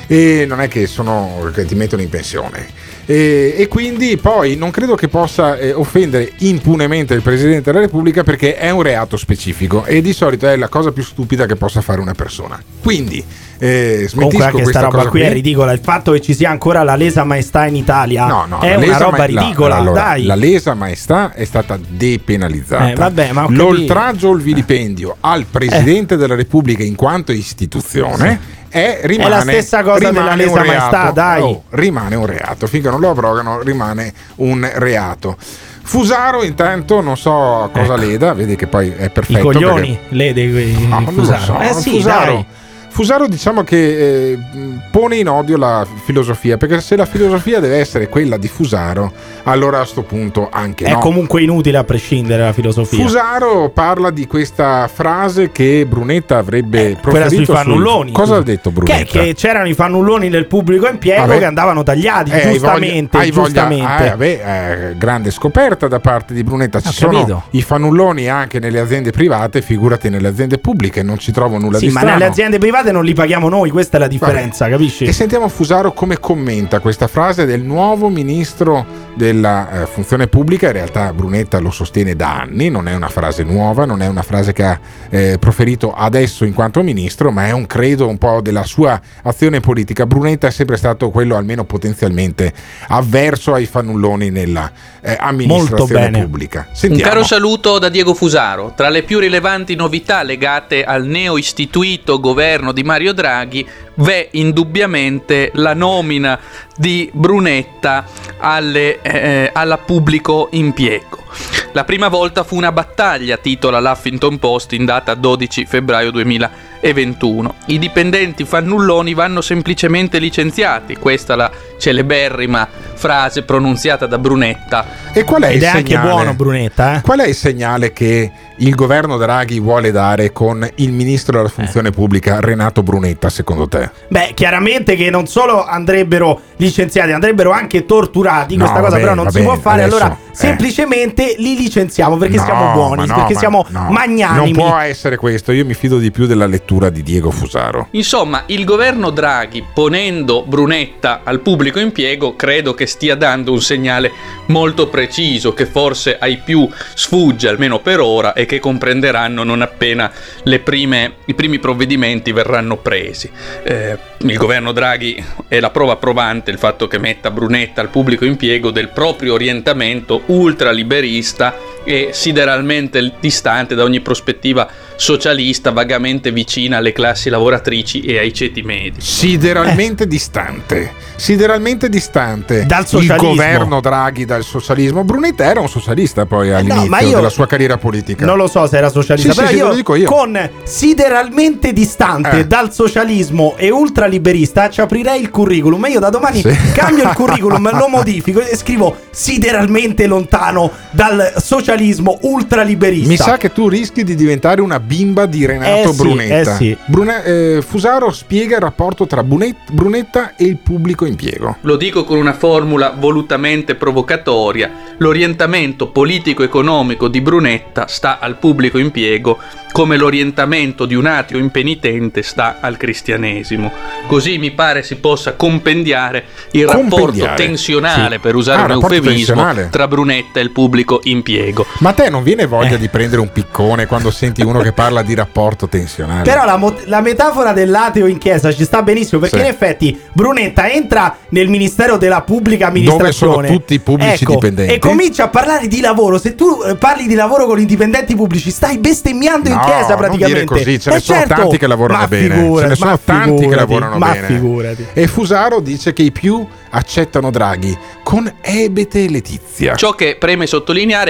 E non è che sono che ti mettono in pensione. E, e quindi poi non credo che possa eh, offendere impunemente il Presidente della Repubblica, perché è un reato specifico e di solito è la cosa più stupida che possa fare una persona. Quindi eh, comunque anche questa roba qui, qui è ridicola. Il fatto che ci sia ancora la lesa maestà in Italia no, no, è una roba ma- ridicola. La, allora, dai. la lesa maestà è stata depenalizzata. Eh, vabbè, ma l'oltraggio o il vilipendio al Presidente eh. della Repubblica in quanto istituzione sì. È, rimane, è la stessa cosa della lesa maestà, dai. Oh, rimane un reato, finché non lo abrogano rimane un reato. Fusaro intanto non so cosa ecco. leda, vedi che poi è perfetto. I coglioni perché... lede quei no, Fusaro. So, eh sì, Fusaro. Dai. Fusaro diciamo che eh, pone in odio la filosofia, perché se la filosofia deve essere quella di Fusaro, allora a sto punto anche è no. comunque inutile a prescindere la filosofia. Fusaro parla di questa frase che Brunetta avrebbe eh, proferito sui fannulloni. Sul... Cosa ha detto Brunetta? Che, che c'erano i fannulloni nel pubblico impiego vabbè. che andavano tagliati, eh, giustamente. Hai voglia, giustamente. Hai voglia, eh, vabbè, eh, grande scoperta da parte di Brunetta. Ci Ho sono capito. i fannulloni anche nelle aziende private, figurati nelle aziende pubbliche, non ci trovo nulla sì, di ma strano. nelle aziende private non li paghiamo noi, questa è la differenza, vabbè. Capisci? E sentiamo Fusaro come commenta questa frase del nuovo ministro della eh, funzione pubblica. In realtà Brunetta lo sostiene da anni, non è una frase nuova, non è una frase che ha eh, proferito adesso in quanto ministro, ma è un credo un po' della sua azione politica. Brunetta è sempre stato quello almeno potenzialmente avverso ai fannulloni nella eh, amministrazione pubblica. Sentiamo. Un caro saluto da Diego Fusaro. Tra le più rilevanti novità legate al neo istituito governo di Mario Draghi v'è indubbiamente la nomina di Brunetta alle, eh, alla pubblico impiego. La prima volta fu una battaglia, titola l'Huffington Post in data dodici febbraio duemilaventuno. I dipendenti fannulloni vanno semplicemente licenziati, questa è la celeberrima frase pronunziata da Brunetta. E qual è Ed il è segnale? anche buono Brunetta, eh? Qual è il segnale che il governo Draghi vuole dare con il ministro della funzione eh. pubblica Renato Brunetta, secondo te? Beh, chiaramente che non solo andrebbero licenziati, andrebbero anche torturati. No, questa cosa vabbè, però non vabbè, si può fare, adesso, allora eh. semplicemente li licenziamo perché no, siamo buoni, no, perché ma, siamo no. magnanimi. Non può essere questo, io mi fido di più della lettura di Diego Fusaro. Insomma, il governo Draghi, ponendo Brunetta al pubblico impiego, credo che stia dando un segnale molto preciso che forse ai più sfugge, almeno per ora, e che comprenderanno non appena le prime, i primi provvedimenti verranno presi. Eh, il governo Draghi è la prova provante il fatto che metta Brunetta al pubblico impiego del proprio orientamento ultraliberista e sideralmente distante da ogni prospettiva socialista, vagamente vicina alle classi lavoratrici e ai ceti medi. Sideralmente eh. distante, sideralmente distante dal socialismo. Il governo Draghi dal socialismo. Brunetta era un socialista poi eh all'inizio no, io, della sua carriera politica. Non lo so se era socialista, sì, però sì, io, sì, lo dico io con sideralmente distante eh. dal socialismo e ultraliberista ci aprirei il curriculum. E io da domani sì. cambio il curriculum, lo modifico e scrivo sideralmente lontano dal socialismo ultraliberista. Mi sa che tu rischi di diventare una bimba di Renato eh sì, Brunetta. Eh sì. Brune- eh, Fusaro spiega il rapporto tra Brunet- Brunetta e il pubblico impiego. Lo dico con una formula volutamente provocatoria: l'orientamento politico-economico di Brunetta sta al pubblico impiego come l'orientamento di un ateo impenitente sta al cristianesimo. Così mi pare si possa compendiare il compendiare. rapporto tensionale, sì. per usare ah, un eufemismo, tra Brunetta e il pubblico impiego. Ma a te non viene voglia eh. di prendere un piccone quando senti uno che parla di rapporto tensionale? Però la, mo- la metafora dell'ateo in chiesa ci sta benissimo, perché sì. in effetti Brunetta entra nel Ministero della Pubblica Amministrazione, dove sono tutti i pubblici ecco, dipendenti, e comincia a parlare di lavoro. Se tu eh, parli di lavoro con i dipendenti pubblici stai bestemmiando no, in chiesa praticamente. Non dire così, ce ne eh sono certo, tanti che lavorano bene. Ce ne sono tanti che lavorano ma bene. Figurati. E Fusaro dice che i più accettano Draghi con ebete letizia. Ciò che preme sottolineare è che con la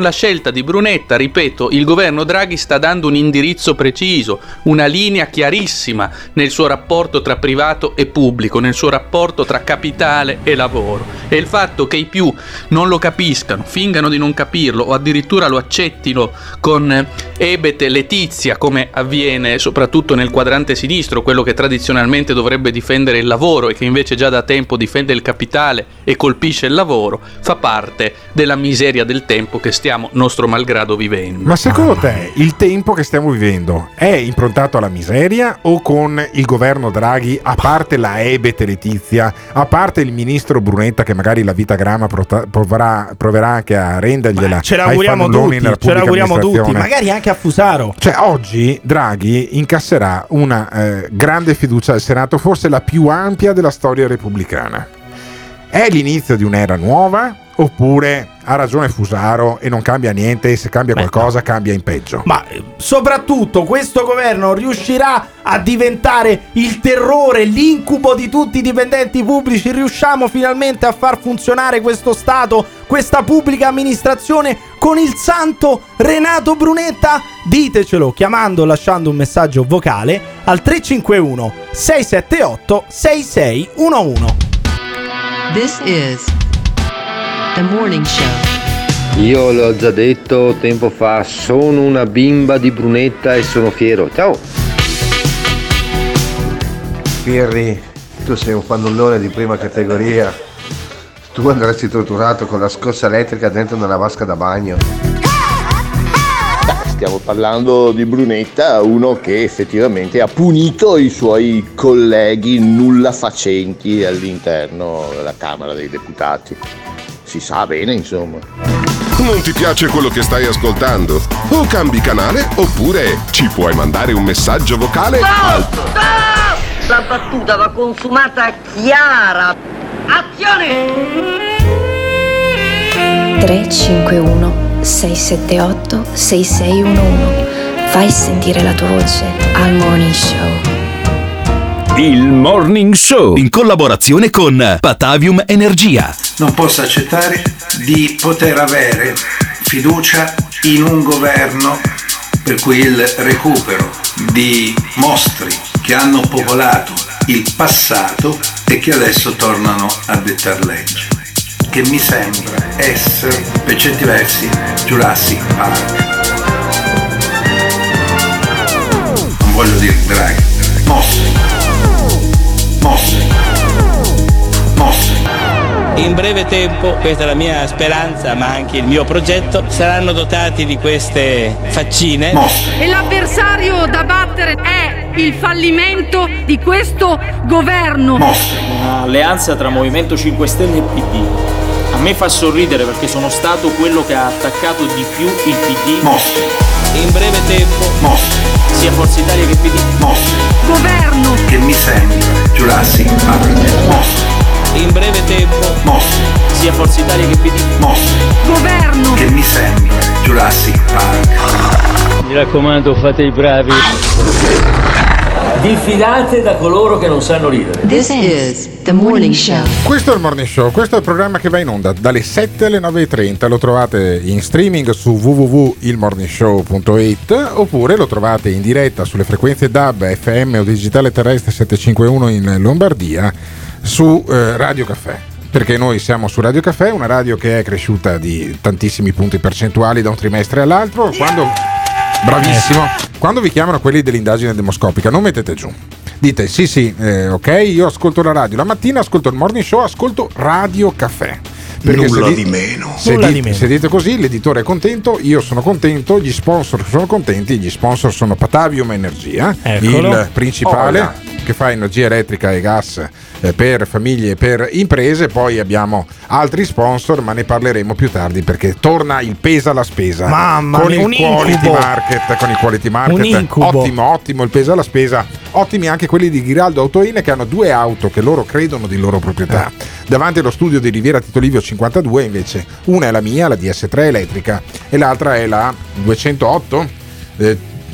nella scelta di Brunetta, ripeto, il governo Draghi sta dando un indirizzo preciso, una linea chiarissima nel suo rapporto tra privato e pubblico, nel suo rapporto tra capitale e lavoro. E il fatto che i più non lo capiscano, fingano di non capirlo o addirittura lo accettino con ebete letizia, come avviene soprattutto nel quadrante sinistro, quello che tradizionalmente dovrebbe difendere il lavoro e che invece già da tempo difende il capitale e colpisce il lavoro, fa parte della miseria del tempo che stiamo nostro malgrado vivendo. Ma secondo te il tempo che stiamo vivendo è improntato alla miseria, o con il governo Draghi, a parte la ebete letizia, a parte il ministro Brunetta che magari la vitagramma proverà, proverà anche a rendergliela, ma ce l'auguriamo tutti, ce l'auguriamo tutti, magari anche a Fusaro. Cioè oggi Draghi incasserà una eh, grande fiducia al Senato, forse la più ampia della storia repubblicana. È l'inizio di un'era nuova, oppure ha ragione Fusaro e non cambia niente, e se cambia Beh, qualcosa no. cambia in peggio? Ma soprattutto questo governo riuscirà a diventare il terrore, l'incubo di tutti i dipendenti pubblici? Riusciamo finalmente a far funzionare questo Stato, questa pubblica amministrazione con il santo Renato Brunetta? Ditecelo chiamando o lasciando un messaggio vocale al tre cinque uno sei sette otto sei sei uno uno. This is The Morning Show. Io l'ho già detto tempo fa, sono una bimba di Brunetta e sono fiero. Ciao. Pirri, tu sei un fannullone di prima categoria. Tu andresti torturato con la scossa elettrica dentro una vasca da bagno. Stiamo parlando di Brunetta, uno che effettivamente ha punito i suoi colleghi nulla facenti all'interno della Camera dei Deputati. Si sa bene, insomma. Non ti piace quello che stai ascoltando? O cambi canale, oppure ci puoi mandare un messaggio vocale al... La battuta va consumata chiara. Azione! tre cinque uno sei sette otto sei sei uno uno. Fai sentire la tua voce al Morning Show. Il Morning Show in collaborazione con Patavium Energia. Non posso accettare di poter avere fiducia in un governo per cui il recupero di mostri che hanno popolato il passato e che adesso tornano a dettar legge, che mi sembra essere, per certi versi, Jurassic Park. Non voglio dire Draghi, mostri, mostri, mostri. In breve tempo, questa è la mia speranza, ma anche il mio progetto, saranno dotati di queste faccine. Mostri. E l'avversario da battere è il fallimento di questo governo. Mostri. Un'alleanza tra Movimento cinque Stelle e P D. A me fa sorridere perché sono stato quello che ha attaccato di più il P D. Mostri. In breve tempo, mostri, sia Forza Italia che P D. Mostri. Governo che mi sembra Jurassic Park. Mostri. In breve tempo, mostri, sia Forza Italia che P D. Mostri. Governo che mi sembra Jurassic Park. Mi raccomando, fate i bravi. Diffidate da coloro che non sanno ridere. This is The Morning Show. Questo è il Morning Show, questo è il programma che va in onda dalle sette alle nove e trenta. Lo trovate in streaming su w w w punto il morning show punto i t oppure lo trovate in diretta sulle frequenze D A B, F M o digitale terrestre settecentocinquantuno in Lombardia su eh, Radio Caffè. Perché noi siamo su Radio Caffè, una radio che è cresciuta di tantissimi punti percentuali da un trimestre all'altro. Quando bravissimo, quando vi chiamano quelli dell'indagine demoscopica non mettete giù, dite sì sì eh, ok, io ascolto la radio la mattina, ascolto il Morning Show, ascolto Radio Caffè. Perché nulla di, di meno. Se, nulla di, di meno. Se dite così, l'editore è contento, io sono contento, gli sponsor sono contenti. Gli sponsor sono Patavium Energia, Eccolo. il principale, oh, che fa energia elettrica e gas eh, per famiglie e per imprese. Poi abbiamo altri sponsor, ma ne parleremo più tardi perché torna il pesa alla spesa. Mamma con mia, il un quality incubo. market, con il quality market. Un incubo. Ottimo, ottimo il pesa alla spesa. Ottimi anche quelli di Ghiraldo Autoine, che hanno due auto che loro credono di loro proprietà. Eh. Davanti allo studio di Riviera Tito Livio cinquantadue, invece, una è la mia, la D S tre elettrica, e l'altra è la duecentootto. Eh,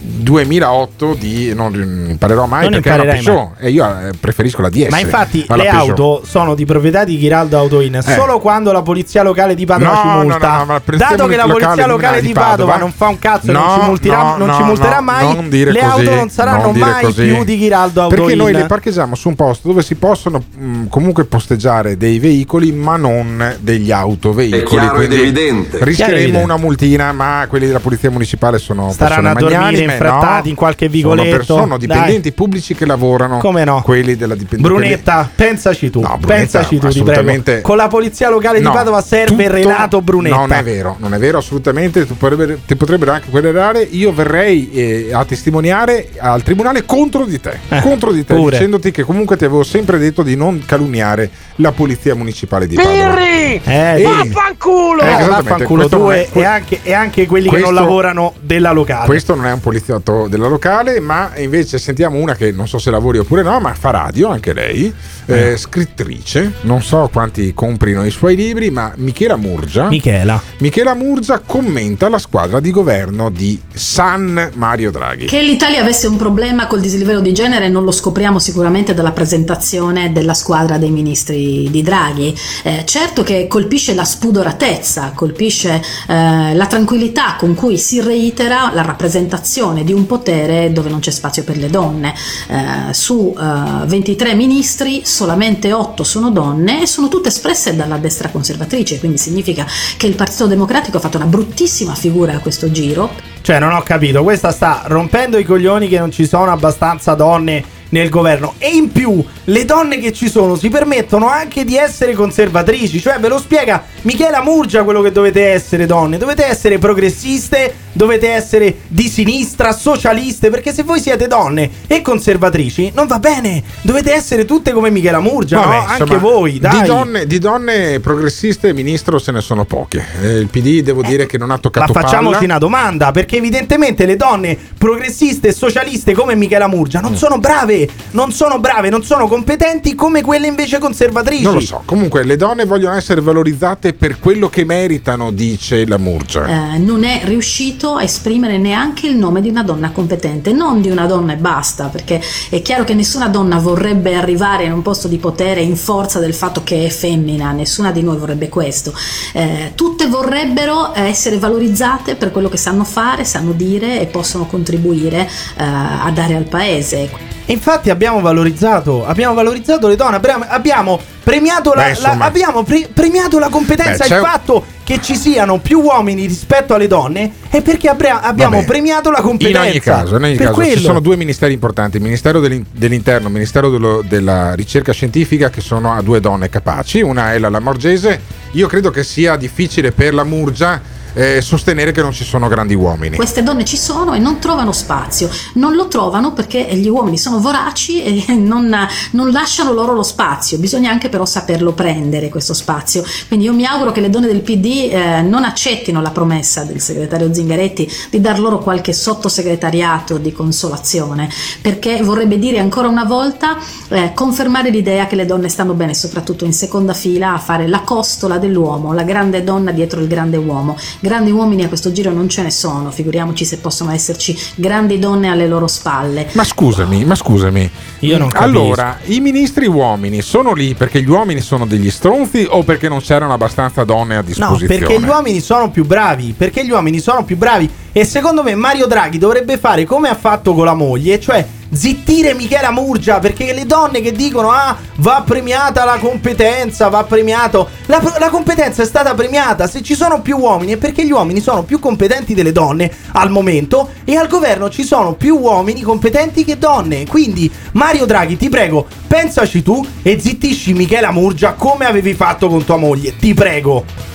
duemilaotto di non imparerò mai, non perché è una Peugeot mai. E io eh, preferisco la D S. Ma infatti le Peugeot. auto sono di proprietà di Ghiraldo Autoin eh. solo quando la polizia locale di Padova no, ci multa. No, no, no, dato che la polizia locale, locale di Padova, Padova non fa un cazzo, no, non ci multerà, no, non no, ci multerà no, mai, non dire le così, auto non saranno non mai così. più di Ghiraldo Autoin. Perché noi le parcheggiamo su un posto dove si possono mh, comunque posteggiare dei veicoli, ma non degli autoveicoli. È chiaro ed evidente. Rischieremo una multina, ma quelli della polizia municipale sono staranno a dormire infrattati no, in qualche vicoletto. Sono, sono dipendenti Dai. pubblici che lavorano. Come no? Quelli della dipendenza. Brunetta, quelli... pensaci tu. No, Brunetta, pensaci tu, ti prego. Con la polizia locale no, di Padova serve tutto... Renato Brunetta. Non è vero, non è vero assolutamente. Ti potrebbero, ti potrebbero anche querelare. Io verrei eh, a testimoniare al tribunale contro di te. Eh, contro di te, pure. Dicendoti che comunque ti avevo sempre detto di non calunniare la polizia municipale di Padova. Pirri! Eh, vaffanculo! Eh, eh, vaffanculo tu e, è, anche, e anche quelli questo, che non lavorano della locale. Questo non è un poliziotto della locale, ma invece sentiamo una che non so se lavori oppure no, ma fa radio anche lei, eh, eh. scrittrice, non so quanti comprino i suoi libri, ma Michela Murgia Michela Michela Murgia commenta la squadra di governo di San Mario Draghi. Che l'Italia avesse un problema col dislivello di genere non lo scopriamo sicuramente dalla presentazione della squadra dei ministri di Draghi. Eh, certo che colpisce la spudoratezza, colpisce eh, la tranquillità con cui si reitera la rappresentazione di un potere dove non c'è spazio per le donne. Eh, su eh, ventitré ministri solamente otto sono donne e sono tutte espresse dalla destra conservatrice, quindi significa che il Partito Democratico ha fatto una bruttissima figura a questo giro. Cioè non ho capito, questa sta rompendo i coglioni che non ci sono abbastanza donne nel governo, e in più le donne che ci sono si permettono anche di essere conservatrici. Cioè ve lo spiega Michela Murgia quello che dovete essere, donne, dovete essere progressiste, dovete essere di sinistra, socialiste, perché se voi siete donne e conservatrici non va bene, dovete essere tutte come Michela Murgia. Vabbè, no? Insomma, anche voi, dai. Di donne, di donne progressiste, ministro, se ne sono poche. eh, il P D devo eh, dire che non ha toccato ma facciamoci palla. una domanda, perché evidentemente le donne progressiste e socialiste come Michela Murgia non mm. sono brave, non sono brave, non sono competenti come quelle invece conservatrici. Non lo so, comunque le donne vogliono essere valorizzate per quello che meritano, dice la Murgia. Eh, non è riuscito a esprimere neanche il nome di una donna competente, non di una donna e basta, perché è chiaro che nessuna donna vorrebbe arrivare in un posto di potere in forza del fatto che è femmina, nessuna di noi vorrebbe questo. Eh, tutte vorrebbero essere valorizzate per quello che sanno fare, sanno dire e possono contribuire eh, a dare al paese. E infatti abbiamo valorizzato, abbiamo valorizzato le donne, abbiamo, abbiamo premiato la, Beh, la, abbiamo pre, premiato la competenza. Beh, il fatto che ci siano più uomini rispetto alle donne è perché abbia, abbiamo Vabbè. premiato la competenza. In ogni caso, in ogni caso ci sono due ministeri importanti, il Ministero dell'Interno, il Ministero dello, della Ricerca Scientifica, che sono a due donne capaci. Una è la Lamorgese. Io credo che sia difficile per la Murgia Eh, sostenere che non ci sono grandi uomini. Queste donne ci sono e non trovano spazio, non lo trovano perché gli uomini sono voraci e non, non lasciano loro lo spazio. Bisogna anche però saperlo prendere questo spazio, quindi io mi auguro che le donne del P D eh, non accettino la promessa del segretario Zingaretti di dar loro qualche sottosegretariato di consolazione, perché vorrebbe dire ancora una volta eh, confermare l'idea che le donne stanno bene soprattutto in seconda fila a fare la costola dell'uomo, la grande donna dietro il grande uomo. Grandi uomini a questo giro non ce ne sono, figuriamoci se possono esserci grandi donne alle loro spalle. Ma scusami, ma scusami. Io non capisco. Allora, i ministri uomini sono lì perché gli uomini sono degli stronzi o perché non c'erano abbastanza donne a disposizione? No, perché gli uomini sono più bravi, perché gli uomini sono più bravi e secondo me Mario Draghi dovrebbe fare come ha fatto con la moglie, cioè zittire Michela Murgia, perché le donne che dicono ah va premiata la competenza, va premiato la, la competenza è stata premiata. Se ci sono più uomini è perché gli uomini sono più competenti delle donne al momento e al governo ci sono più uomini competenti che donne. Quindi Mario Draghi, ti prego, pensaci tu e zittisci Michela Murgia come avevi fatto con tua moglie, ti prego.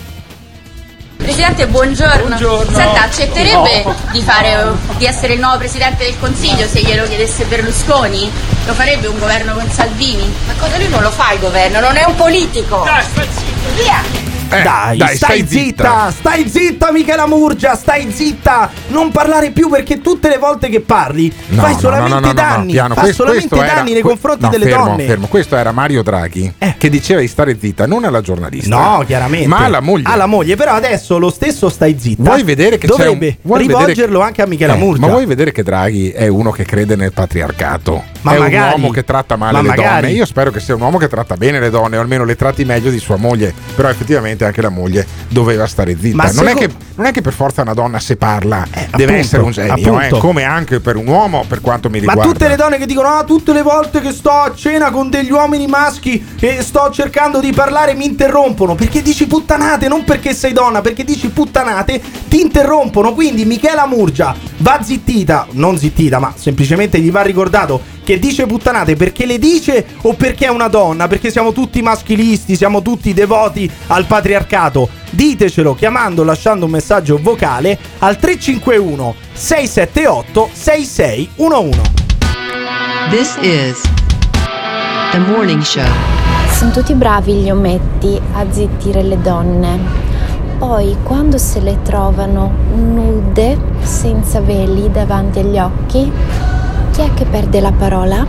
Presidente, buongiorno. Buongiorno. Senta, accetterebbe no. di fare di essere il nuovo Presidente del Consiglio se glielo chiedesse Berlusconi? Lo farebbe un governo con Salvini? Ma cosa, lui non lo fa il governo, non è un politico. Dai, stai zitto. Via! Eh, dai, dai, stai, stai zitta, zitta. stai zitta Michela Murgia, stai zitta, non parlare più perché tutte le volte che parli No, fai no, solamente no, no, no, danni, no, piano. fai Questo- solamente questo era- danni nei que- confronti no, delle fermo, donne. fermo. Questo era Mario Draghi che diceva di stare zitta, non alla giornalista. No, chiaramente. Ma alla moglie. Alla moglie, però adesso lo stesso stai zitta. Vuoi vedere che c'è dovrebbe un- vuoi rivolgerlo vedere- anche a Michela Eh, Murgia. Ma vuoi vedere che Draghi è uno che crede nel patriarcato? Ma è magari. un uomo che tratta male Ma le magari. donne. Io spero che sia un uomo che tratta bene le donne, o almeno le tratti meglio di sua moglie. Però effettivamente anche la moglie doveva stare zitta. Ma non, è seco- che, non è che per forza una donna se parla deve appunto, essere un genio, eh, appunto. come anche per un uomo, per quanto mi Ma riguarda. tutte le donne che dicono ah, tutte le volte che sto a cena con degli uomini maschi e sto cercando di parlare mi interrompono perché dici puttanate, non perché sei donna, perché dici puttanate ti interrompono. Quindi Michela Murgia va zittita, non zittita, ma semplicemente gli va ricordato che dice puttanate perché le dice o perché è una donna, perché siamo tutti maschilisti, siamo tutti devoti al patriarcato. Ditecelo chiamando, lasciando un messaggio vocale al tre cinque uno sei sette otto sei sei uno uno. This is The Morning Show. Sono tutti bravi gli ometti a zittire le donne. Poi quando se le trovano nude, senza veli davanti agli occhi, chi è che perde la parola?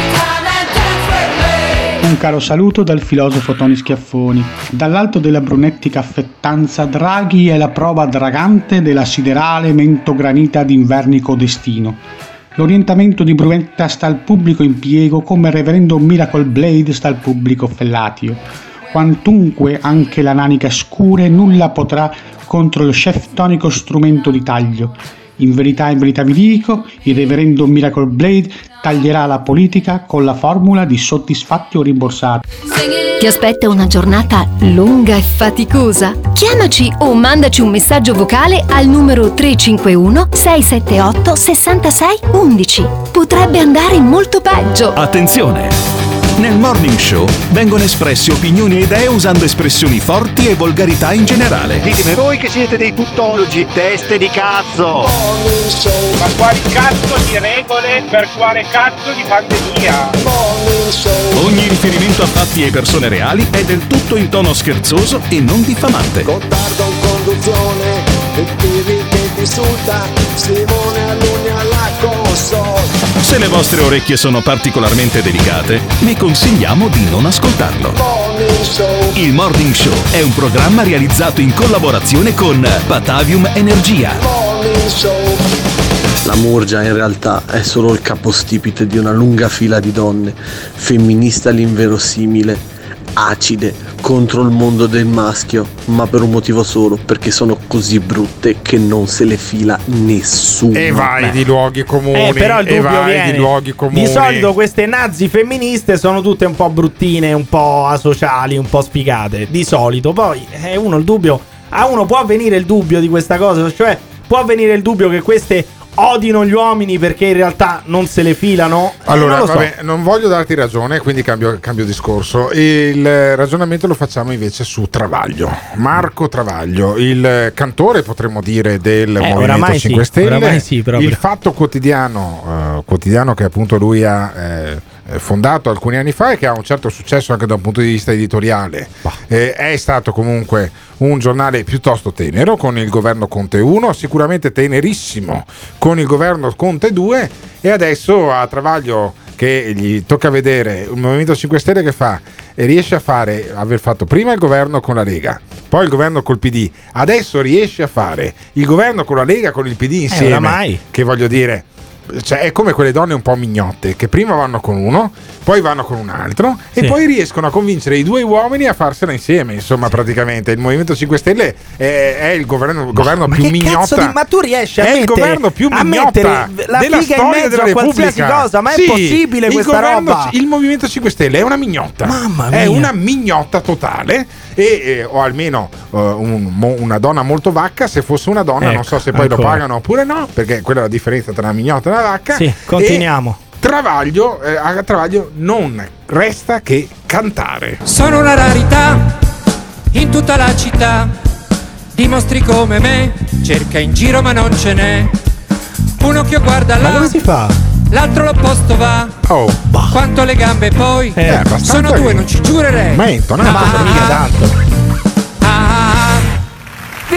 Un caro saluto dal filosofo Tony Schiaffoni. Dall'alto della brunettica affettanza Draghi è la prova dragante della siderale mentogranita d'invernico destino. L'orientamento di Brunetta sta al pubblico impiego come il reverendo Miracle Blade sta al pubblico fellatio. Quantunque anche la nanica scure nulla potrà contro lo chef tonico strumento di taglio. In verità, in verità vi dico, il reverendo Miracle Blade taglierà la politica con la formula di soddisfatti o rimborsati. Ti aspetta una giornata lunga e faticosa? Chiamaci o mandaci un messaggio vocale al numero tre cinque uno sei sette otto sei sei uno uno. Potrebbe andare molto peggio. Attenzione! Nel Morning Show vengono espresse opinioni e idee usando espressioni forti e volgarità in generale. Ditemi voi che siete dei tuttologi, teste di cazzo! Ma quali cazzo di regole per quale cazzo di pandemia? Ogni riferimento a fatti e persone reali è del tutto in tono scherzoso e non diffamante. Gottardo in conduzione, il T V che ti insulta, Simone Alunni alla console. Se le vostre orecchie sono particolarmente delicate, vi consigliamo di non ascoltarlo. Il Morning Show è un programma realizzato in collaborazione con Batavium Energia. La Murgia in realtà è solo il capostipite di una lunga fila di donne, femministe all'inverosimile, acide contro il mondo del maschio, ma per un motivo solo, perché sono così brutte che non se le fila nessuno. E vai Beh. di luoghi comuni. Eh, però il e dubbio vai viene. di luoghi comuni. Di solito queste nazi femministe sono tutte un po' bruttine, un po' asociali, un po' sfigate. Di solito. Poi eh, uno il dubbio, a uno può avvenire il dubbio di questa cosa, cioè può avvenire il dubbio che queste odino gli uomini perché in realtà non se le filano. Allora, non lo so. vabbè, non voglio darti ragione, quindi cambio, cambio discorso. Il ragionamento lo facciamo invece su Travaglio. Marco Travaglio, il cantore, potremmo dire, del Eh, Movimento cinque sì, Stelle. oramai sì, proprio. Il Fatto Quotidiano, eh, quotidiano che appunto lui ha eh, fondato alcuni anni fa e che ha un certo successo anche da un punto di vista editoriale. Eh, è stato comunque un giornale piuttosto tenero con il governo Conte uno, sicuramente tenerissimo con il governo Conte due, e adesso a Travaglio che gli tocca vedere il Movimento cinque Stelle che fa e riesce a fare, aver fatto prima il governo con la Lega, poi il governo col P D, adesso riesce a fare il governo con la Lega, con il P D insieme, eh, oramai. Che voglio dire, cioè è come quelle donne un po' mignotte che prima vanno con uno, poi vanno con un altro Sì. e poi riescono a convincere i due uomini a farsela insieme. Insomma, praticamente il Movimento cinque Stelle è, è il governo, il governo ma più che mignotta. cazzo di, ma tu riesci a è mettere, il governo più a mignotta mettere la della figa in storia mezzo della a qualsiasi Repubblica. cosa? Ma è Sì, possibile il questa governo, roba? Il Movimento cinque Stelle è una mignotta. Mamma È mia. una mignotta totale. E, eh, o almeno uh, un, mo, una donna molto vacca. Se fosse una donna, Ecco, non so se poi ancora. lo pagano oppure no, perché quella è la differenza tra una mignotta e una vacca. Sì, continuiamo. E Travaglio, eh, a Travaglio non resta che cantare. Sono una rarità in tutta la città, dimostri come me, cerca in giro ma non ce n'è. Un occhio guarda là, Ma come si fa? l'altro l'opposto va. Oh, Quanto alle gambe poi, Eh, abbastanza sono due, che- non ci giurerei. Ma è intonato, Ma- mica tanto. Ah,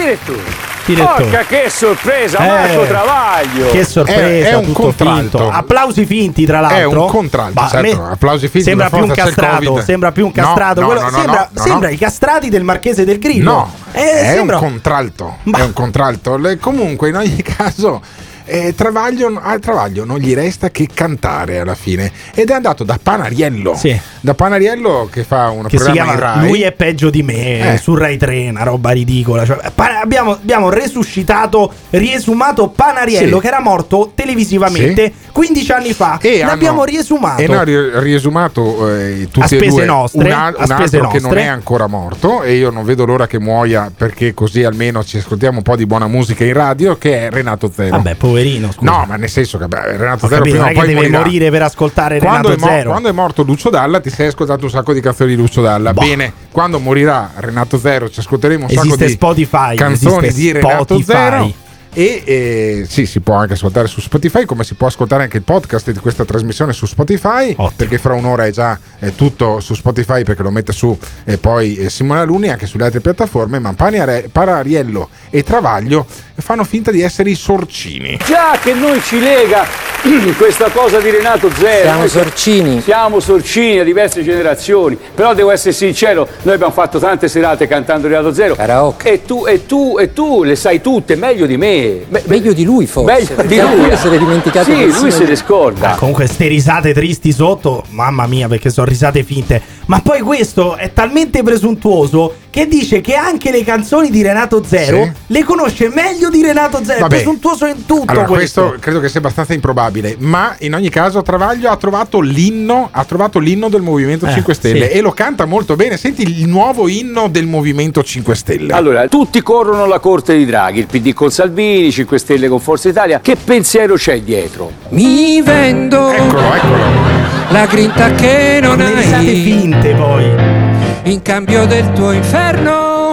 direttore. Direttore. Porca che sorpresa, Eh, Marco Travaglio. Che sorpresa, È- è un tutto contralto. finto. Applausi finti, tra l'altro. È un contralto, Ma a certo, me applausi finti, Sembra per più un forza c'è il castrato, Covid. sembra più un No, castrato. no, quello- no, no, sembra no, sembra no. i castrati del Marchese del Grillo. No, Eh, è sembra- un contralto. È un contralto. Le- comunque, in ogni caso, eh, Travaglio, a Travaglio non gli resta che cantare alla fine. Ed è andato da Panariello. Da Panariello che fa un che si programma in chiama Rai. Lui è peggio di me Eh. su Rai tre, una roba ridicola. Cioè, pa- abbiamo, abbiamo resuscitato, riesumato Panariello Sì. che era morto televisivamente Sì. quindici anni fa. E L'abbiamo hanno- riesumato. E no, ri- riesumato eh, tutti A spese e due nostre, un, al- a un spese altro che non nostre. è ancora morto, e io non vedo l'ora che muoia, perché così almeno ci ascoltiamo un po' di buona musica in radio, che è Renato Zero. Vabbè, poverino, scusa. No, ma nel senso che beh, Renato Ho Zero capito, prima non o è che poi deve morirà. morire per ascoltare Quando Renato è, mo- Zero. quando è morto Lucio Dalla ti sei ascoltato un sacco di canzoni di Lucio Dalla. Boh. Bene, quando morirà Renato Zero ci ascolteremo un sacco Esiste di Spotify, canzoni esiste di Renato Spotify. Zero. E eh, sì, si può anche ascoltare su Spotify, come si può ascoltare anche il podcast di questa trasmissione su Spotify. Perché fra un'ora è già eh, tutto su Spotify, perché lo mette su eh, poi eh, Simone Alunni anche sulle altre piattaforme. Ma Paniare- Panariello e Travaglio fanno finta di essere i sorcini. Già che noi ci lega questa cosa di Renato Zero. Siamo Noi sorcini. Siamo sorcini a diverse generazioni. Però devo essere sincero, noi abbiamo fatto tante serate cantando Renato Zero. Karaoke. E tu, e tu, e tu le sai tutte meglio di me. Be- Meglio di lui forse. Meglio perché di lui. alcune se le dimenticate Sì, persino lui se di- le scorda. Ah, comunque ste risate tristi sotto, mamma mia, perché sono risate finte. Ma poi questo è talmente presuntuoso che dice che anche le canzoni di Renato Zero Sì. le conosce meglio di Renato Zero. È Vabbè. presuntuoso in tutto Allora, questo. questo credo che sia abbastanza improbabile, ma in ogni caso Travaglio ha trovato l'inno, ha trovato l'inno del Movimento Eh, cinque Stelle sì. e lo canta molto bene. Senti il nuovo inno del Movimento cinque Stelle. Allora, tutti corrono alla corte di Draghi, il P D con Salvini, cinque Stelle con Forza Italia. Che pensiero c'è dietro? Mi vendo Eccolo, eccolo. la grinta che non Con le risate hai finte poi. in cambio del tuo inferno.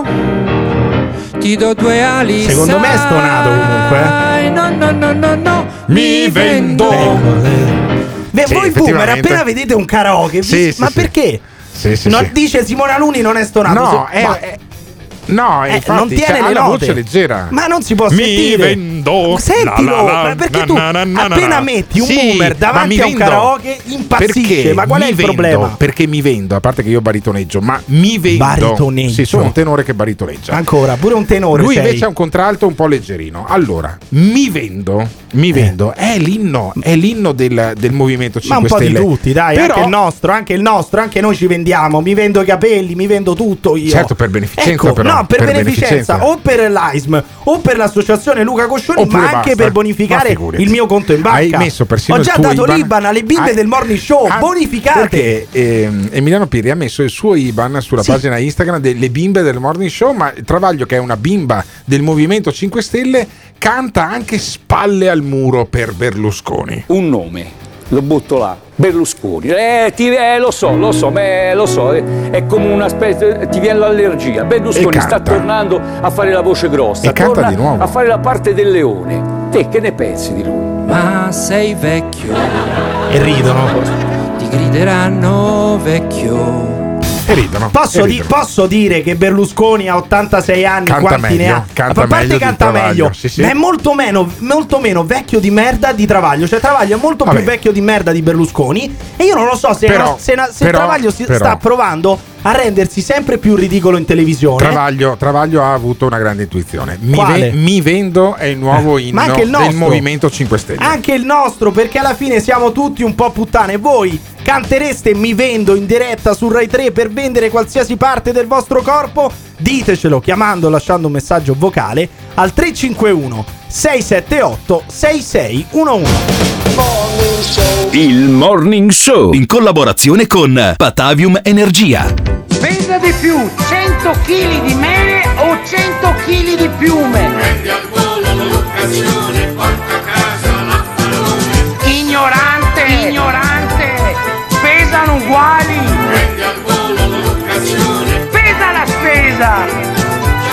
Ti do due ali. Secondo me è stonato comunque, sai. No, no, no, no, no. Mi vendo. Beh, Sì, voi boomer, effettivamente. appena vedete un karaoke, Sì, vi- sì, ma sì. perché? Sì, sì, Non sì. dice Simone Alunni non è stonato. No, se- è- ma- è- No, Eh, infatti, non tiene cioè, le ha la note. voce leggera. Ma non si può Mi sentire. vendo. Sentilo, La, la, la, ma perché na, tu na, na, na, appena na. metti un Sì, boomer ma davanti mi a un vendo. karaoke impazzisce. Perché Ma qual è mi il vendo? problema? Perché mi vendo, a parte che io baritoneggio, ma mi vendo. Baritoneggio. Sì, sono un tenore che baritoneggia. Ancora, pure un tenore Lui sei. invece ha un contralto un po' leggerino. Allora, mi vendo, mi vendo, è l'inno, è l'inno del, del Movimento Ma cinque un po' Stelle. di tutti, dai, Però, anche il nostro, anche il nostro, anche noi ci vendiamo. Mi vendo i capelli, mi vendo tutto io. Certo, per beneficenza, Ecco, però, no, per, per beneficenza, beneficenza. o per l'A I S M o per l'associazione Luca Coscioni, Oppure ma anche basta. per bonificare Ma figurati. il mio conto in banca. Hai messo persino Ho il già tuo dato IBAN. l'I B A N alle bimbe Hai- del morning show, Ah, bonificate. Perché ehm, Emiliano Pirri ha messo il suo I B A N sulla Sì. pagina Instagram delle bimbe del morning show, ma Travaglio, che è una bimba del Movimento cinque Stelle, canta anche spalle al muro per Berlusconi. Un nome, lo butto là. Berlusconi. Eh, ti, eh, lo so, lo so, beh, lo so, eh, è come una specie, ti viene l'allergia. Berlusconi E sta canta. tornando a fare la voce grossa, E canta torna di nuovo. a fare la parte del leone. Te che ne pensi di lui? Ma sei vecchio, E ridono. ti grideranno vecchio. E ridono. Posso, e di- ridono. posso dire che Berlusconi a ottantasei anni, Canta quanti ne meglio, ha? canta a parte meglio di canta Travaglio, meglio, sì, sì. ma è molto meno, molto meno vecchio di merda di Travaglio. Cioè Travaglio è molto Vabbè. più vecchio di merda di Berlusconi. E io non lo so se, Però- se, se però- Travaglio si però- sta provando a rendersi sempre più ridicolo in televisione. Travaglio, Travaglio ha avuto una grande intuizione. Mi, Quale? ve- mi vendo è il nuovo Eh, inno ma anche il del nostro. Movimento cinque Stelle. Anche il nostro, perché alla fine siamo tutti un po' puttane. Voi cantereste Mi vendo in diretta su Rai tre per vendere qualsiasi parte del vostro corpo? Ditecelo chiamando o lasciando un messaggio vocale al tre cinque uno sei sette otto sei sei uno uno. Il Morning Show in collaborazione con Patavium Energia. Venda di più cento chili di mele o cento chili di piume. Prendi al volo l'occasione, porta a casa l'affarone. Ignorante, ignorante, pesano uguali. Prendi al volo l'occasione. Pesa la spesa. This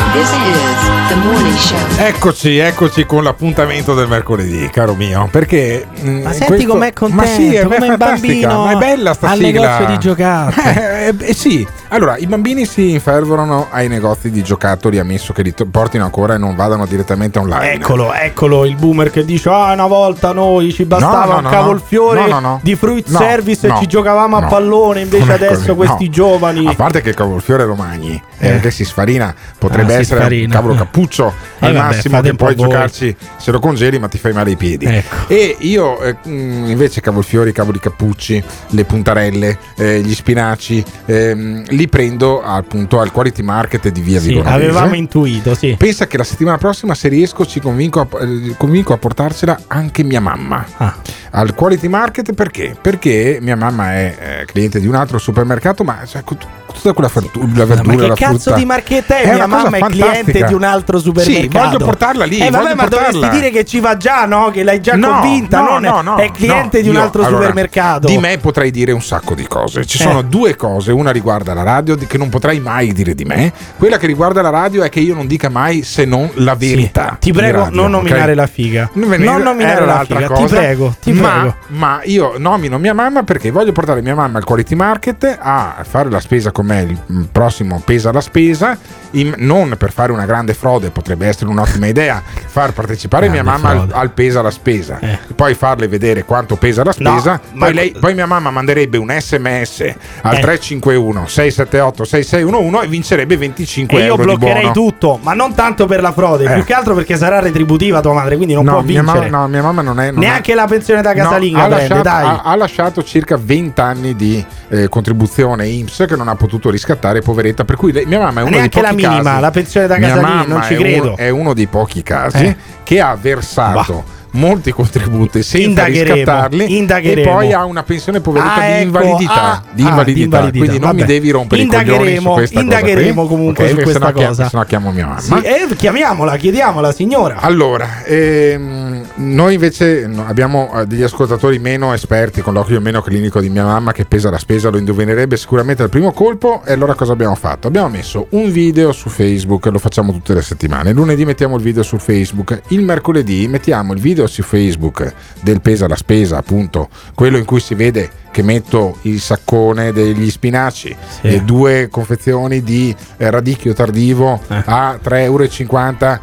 is the morning show. Eccoci, eccoci con l'appuntamento del mercoledì, caro mio. Perché mh, Ma senti questo... com'è contento, ma sì, è come un fantastica, bambino ma è bella sta al sigla. negozio di giocattoli. Eh, eh, sì, allora i bambini si infervorano ai negozi di giocattoli, ammesso che li to- portino ancora e non vadano direttamente online. Eccolo, eccolo il boomer che dice: ah, una volta noi ci bastava No, no, un no, cavolfiore no, no, no. di fruit No, service no, e ci giocavamo no. a pallone, invece Non è adesso così, questi no. giovani. A parte che il cavolfiore Romagni eh. che si sfarina, potrebbe Ah, si essere sfarina. un cavolo cappuccio Eh, al vabbè, massimo, fate che un po' puoi voi. giocarci se lo congeli, ma ti fai male i piedi. Ecco. E io eh, mh, invece cavolfiori, cavoli cappucci, le puntarelle, eh, gli spinaci, ehm, li prendo appunto al Quality Market di Via Sì, Vigonovese. avevamo intuito, sì. Pensa che la settimana prossima, se riesco, ci convinco a, eh, convinco a portarcela anche mia mamma Ah. al Quality Market. Perché? Perché mia mamma è eh, cliente di un altro supermercato, ma cioè, con tutta quella verdura, la verdura, Ma che la cazzo frutta. di marchetta è? È Mia una cosa mamma è fantastica. cliente di un altro supermercato. Sì, voglio portarla lì. Eh vabbè, voglio ma portarla. dovresti dire che ci va già, no? Che l'hai già No, convinta, no, non no, no, è cliente no, di un io- altro allora, supermercato. Di me potrei dire un sacco di cose. Ci sono Eh. due cose. Una riguarda la radio, di- che non potrei mai dire di me. Quella che riguarda la radio è che io non dica mai se non la verità. Ti di prego, radio, non nominare ok? la figa. Non, ve ne- Non nominare era la l'altra figa, cosa. ti prego, ti ma, prego. ma io nomino mia mamma perché voglio portare mia mamma al Quality Market a fare la spesa con me il prossimo Pesa la Spesa, in- non per fare una grande frode, potrebbe essere un'ottima idea far partecipare Grande mia mamma al, frode. al Pesa la Spesa, Eh. poi farle vedere quanto pesa la No, spesa, ma- poi, lei, poi mia mamma manderebbe un sms al Eh. tre cinque uno sei sette otto sei sei uno uno e vincerebbe venticinque E io euro di bloccherei buono. tutto, ma non tanto per la frode, Eh. più che altro perché sarà retributiva tua madre, quindi non No, può mia vincere. mamma, no, mia mamma non è non Neanche è- la pensione da casalinga No, ha, prende, lasciato, dai. ha, ha lasciato circa venti anni di eh, contribuzione I N P S che non ha potuto riscattare, poveretta. Per cui lei- mia mamma è uno dei Neanche pochi la minima, casi, la pensione da mia casalinga, mamma non ci è credo. uno- è uno dei pochi casi Eh. che ha versato molti contributi senza Indagheremo, riscattarli indagheremo. e poi ha una pensione poveretta Ah, di ecco, invalidità, ah, di ah, invalidità. di invalidità, Quindi non mi vabbè. devi rompere i coglioni su Indagheremo, questa indagheremo cosa qui. comunque Ok, su perché questa sennò chiam- cosa. sennò chiamo mia mamma. Sì, eh, chiamiamola, chiediamola, signora. Allora, ehm, noi invece no, abbiamo eh, degli ascoltatori meno esperti, con l'occhio meno clinico di mia mamma, che Pesa la Spesa lo indovinerebbe sicuramente al primo colpo. E allora cosa abbiamo fatto? Abbiamo messo un video su Facebook, lo facciamo tutte le settimane. Lunedì mettiamo il video su Facebook, il mercoledì mettiamo il video su Facebook del Pesa la Spesa, appunto quello in cui si vede che metto il saccone degli spinaci Sì. e due confezioni di eh, radicchio tardivo a tre euro e cinquanta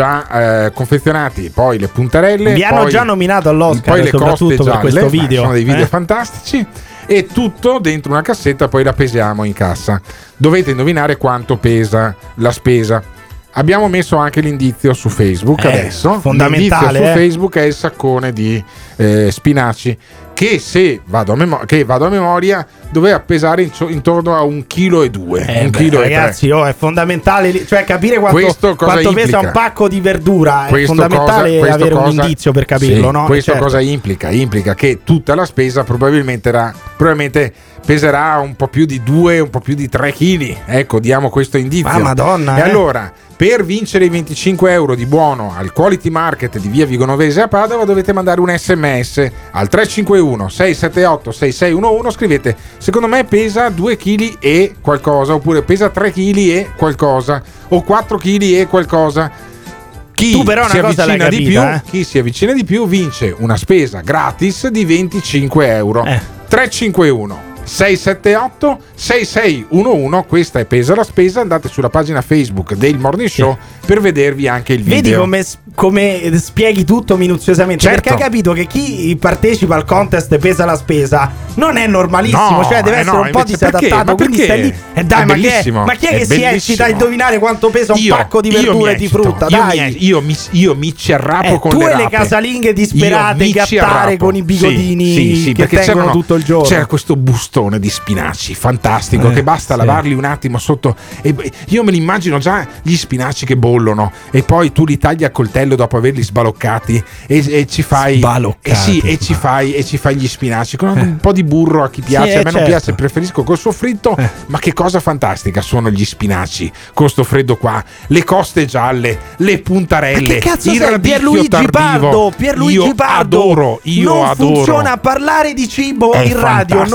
già eh, confezionati, poi le puntarelle, Vi hanno poi, già nominato all'Oscar, poi le coste soprattutto per gialle, questo ma video. sono dei video Eh? fantastici, e tutto dentro una cassetta, poi la pesiamo in cassa. Dovete indovinare quanto pesa la spesa. Abbiamo messo anche l'indizio su Facebook Eh, adesso. fondamentale, L'indizio su eh. Facebook è il saccone di eh, spinaci che, se vado a, memo- che vado a memoria, doveva pesare in- intorno a un chilo e due, Eh, un beh, chilo ragazzi, oh, è fondamentale li- cioè capire quanto, Questo cosa quanto pesa implica? un pacco di verdura. È Questo fondamentale cosa- questo avere un cosa- indizio per capirlo, sì, no? Questo Certo. cosa implica? Implica che tutta la spesa probabilmente, era, probabilmente peserà un po' più di due, un po' più di tre chili. Ecco, diamo questo indizio. Ah, Madonna, E eh. allora, per vincere i venticinque euro di buono al Quality Market di Via Vigonovese a Padova, dovete mandare un sms al tre cinque uno sei sette otto sei sei uno uno. Scrivete: secondo me pesa due chili e qualcosa, oppure pesa tre chili e qualcosa, o quattro chili e qualcosa. Chi Tu però una si cosa l'hai avvicina di più, capita, eh? chi si avvicina di più vince una spesa gratis di venticinque euro. Eh. tre cinque uno sei sette otto sei sei uno uno. Questa è Pesa la Spesa. Andate sulla pagina Facebook del Morning Show per vedervi anche il video. Vedi come, come spieghi tutto minuziosamente, Certo. perché hai capito che chi partecipa al contest Pesa la Spesa non è normalissimo, No, cioè deve eh essere no, un po' invece perché? disadattato, Ma quindi perché? stai lì e dai, È ma chi è, bellissimo, ma chi è è che si bellissimo. eccita a indovinare quanto pesa un Io- pacco di io mi verdure e di eccito, frutta? io Dai, mi- io, mi, io mi ci arrapo Eh, con tu le e le rape. casalinghe disperate, Io mi ci gattare arrapo. con i bigodini Sì, sì, sì, che perché tengono c'erano- tutto il giorno. C'era questo bustone di spinaci fantastico, Eh, che basta sì. lavarli un attimo sotto, e io me li immagino già gli spinaci che bollono, e poi tu li tagli a coltello dopo averli sbaloccati e, e ci fai Sbaloccati. e sì, e ci fai e ci fai gli spinaci con un po' di burro a chi piace. Sì, a me non certo. piace, preferisco col soffritto. Ma che cosa fantastica sono gli spinaci con sto freddo qua, le coste gialle, le puntarelle, Ma che cazzo il sei? radicchio Pierluigi tardivo. Pardo, Pierluigi io Pardo. adoro, io non adoro. funziona parlare di cibo È in radio, non fantastico. si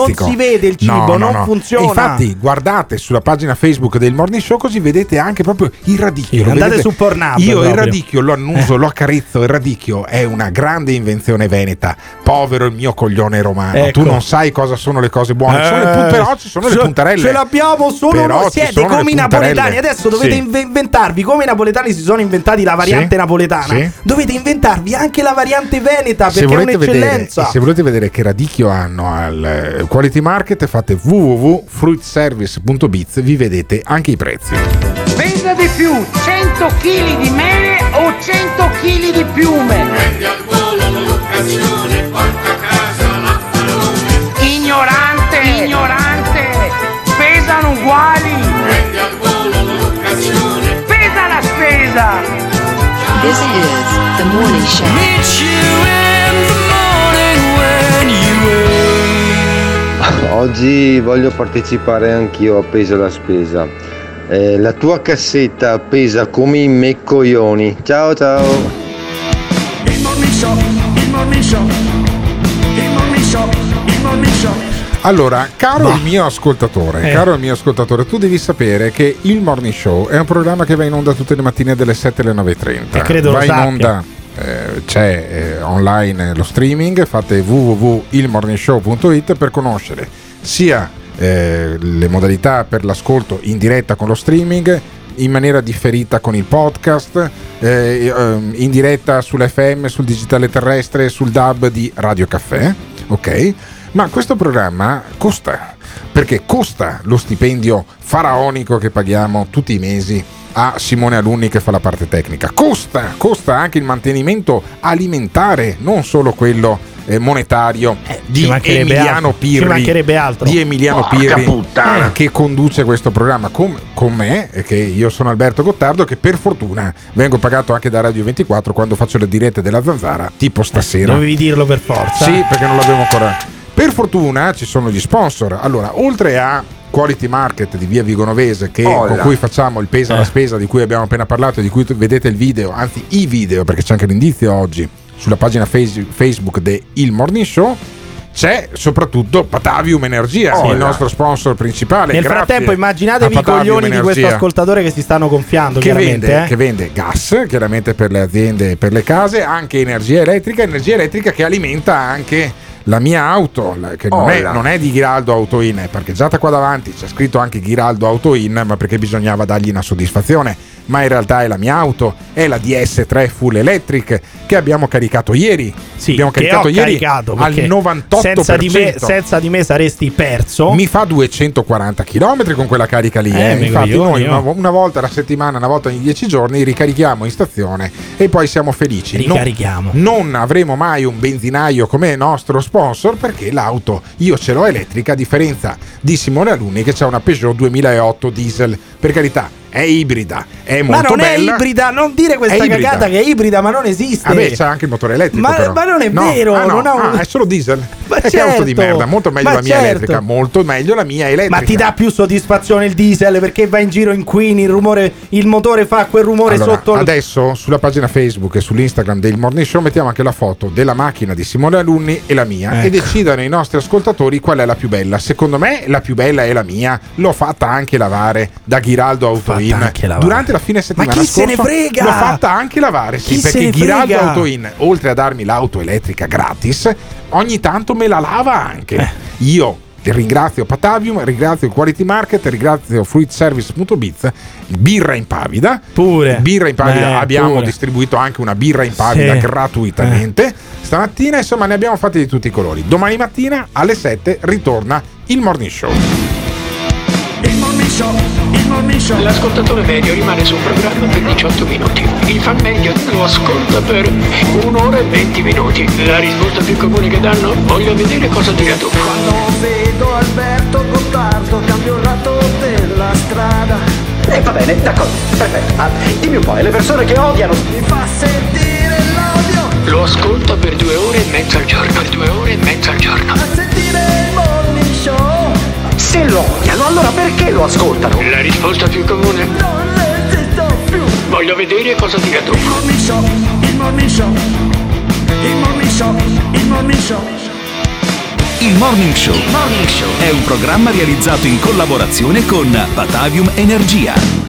vede il cibo, No, no, non no. funziona. E infatti guardate sulla pagina Facebook del Morning Show, così vedete anche proprio il radicchio. Sì, andate vedete? su Pornhub Io proprio. il radicchio lo annuso, Eh. lo accarezzo. Il radicchio è una grande invenzione veneta. Povero il mio coglione romano. Ecco. Tu non sai cosa sono le cose buone. Sono le Eh, pu- però ci sono ce- le puntarelle. Ce l'abbiamo solo Però noi. ci Siete sono le come i puntarelle. napoletani. Adesso dovete Sì. inve- inventarvi come i napoletani si sono inventati la variante Sì. napoletana. Sì. Dovete inventarvi anche la variante veneta, Se perché è volete, vedere, un'eccellenza. se volete vedere che radicchio hanno al eh, Quality Market, fate w w w punto fruit service punto biz, vi vedete anche i prezzi. Pesa di più cento chili di mele o cento chili di piume? Prendi al volo l'occasione, porta a casa l'affarone. Ignorante, ignorante, pesano uguali. Prendi al volo l'occasione. Pesa la spesa. This is the morning show. Oggi voglio partecipare anch'io a Pesa la Spesa. Eh, la tua cassetta pesa come i me coglioni. Ciao ciao. Il morning show, il morning show, il morning show, il morning show. Allora, caro il mio ascoltatore, Eh. caro il mio ascoltatore, tu devi sapere che il Morning Show è un programma che va in onda tutte le mattine dalle sette alle nove e trenta. E credo va lo in sappia. onda, eh, c'è eh, online lo streaming, fate w w w punto il morning show punto it per conoscere sia eh, le modalità per l'ascolto in diretta con lo streaming, in maniera differita con il podcast, eh, ehm, in diretta sull'F M, sul digitale terrestre, sul D A B di Radio Caffè, ok? Ma questo programma costa, perché costa lo stipendio faraonico che paghiamo tutti i mesi a Simone Alunni che fa la parte tecnica. Costa, costa anche il mantenimento alimentare, non solo quello eh, monetario di ci mancherebbe Emiliano altro, ci Pirri, mancherebbe altro. di Emiliano Porca Pirri puttana. eh, che conduce questo programma con, con me, e che io sono Alberto Gottardo, che per fortuna vengo pagato anche da Radio ventiquattro quando faccio le dirette della Zanzara, tipo stasera. Dovevi dirlo per forza. Sì, perché non l'avevo ancora. Per fortuna ci sono gli sponsor. Allora, oltre a Quality Market di via Vigonovese, che, Olla. con cui facciamo il pesa alla Eh. spesa, di cui abbiamo appena parlato e di cui tu vedete il video, anzi i video, perché c'è anche l'indizio oggi sulla pagina face- Facebook de Il Morning Show, c'è soprattutto Patavium Energia, Olla. il nostro sponsor principale. Nel Grazie frattempo immaginatevi a i Patavium coglioni di questo Energia, ascoltatore che si stanno gonfiando, che chiaramente. vende, eh. che vende gas, chiaramente per le aziende e per le case, anche energia elettrica, energia elettrica che alimenta anche la mia auto, la- che non è, Olla. non è di Ghiraldo Auto In, è parcheggiata qua davanti, c'è scritto anche Ghiraldo Auto In, ma perché bisognava dargli una soddisfazione, ma in realtà è la mia auto, è la D S tre Full Electric che abbiamo caricato ieri. Sì, abbiamo che caricato ho ieri caricato, al perché novantotto per cento. senza di, me, senza di me saresti perso. Mi fa duecentoquaranta chilometri con quella carica lì. Eh, eh. mi Infatti, coglioni, noi una, oh. una volta alla settimana, una volta ogni dieci giorni, ricarichiamo in stazione e poi siamo felici. Ricarichiamo. Non, non avremo mai un benzinaio come nostro sponsor, perché l'auto io ce l'ho elettrica, a differenza di Simone Alunni che c'ha una Peugeot duemilaotto diesel. Per carità, è ibrida, è Ma molto non bella. è ibrida, non dire questa È ibrida. cagata che è ibrida, ma non esiste. Vabbè, c'è anche il motore elettrico. Ma- però. ma non è No, vero, ah, no, non ha un- ah, è solo diesel. Ma è che certo, auto di merda, molto meglio ma la mia certo. elettrica, molto meglio la mia elettrica. Ma ti dà più soddisfazione il diesel perché va in giro inquini, il rumore, il motore fa quel rumore Allora, sotto il... adesso sulla pagina Facebook e sull'Instagram del Morning Show mettiamo anche la foto della macchina di Simone Alunni e la mia, Ecco. e decidano i nostri ascoltatori qual è la più bella. Secondo me la più bella è la mia, l'ho fatta anche lavare da Ghiraldo Auto In anche lavare. durante la fine settimana Ma chi se ne scorsa. frega? L'ho fatta anche lavare, sì, Chi se perché ne Ghiraldo frega? Auto In, oltre a darmi l'auto elettrica gratis, ogni tanto me la lava anche. Eh. Io ringrazio Patavium, ringrazio Quality Market, ringrazio fruit service punto biz, birra impavida. Pure. Birra impavida, Eh, abbiamo pure. distribuito anche una birra impavida Sì. gratuitamente. Stamattina, insomma, ne abbiamo fatti di tutti i colori. Domani mattina alle sette ritorna il Morning Show. Il morning show, il morning show. L'ascoltatore medio rimane sul programma per diciotto minuti. Il fan medio lo ascolta per un'ora e venti minuti. La risposta più comune che danno? Voglio vedere cosa dirà tu. Quando vedo Alberto Gottardo cambio il lato della strada. E va bene, d'accordo, perfetto. Ah, dimmi un po', e le persone che odiano? Mi fa sentire l'odio. Lo ascolta per due ore e mezza al giorno. Per due ore e mezza al giorno. A sentire il morning show. Se lo odiano, allora perché lo ascoltano? La risposta più comune? Non resisto più. Voglio vedere cosa dirà tu. Il morning show, il morning show. Il morning show, il morning show. Il Morning Show. Morning Show è un programma realizzato in collaborazione con Batavium Energia.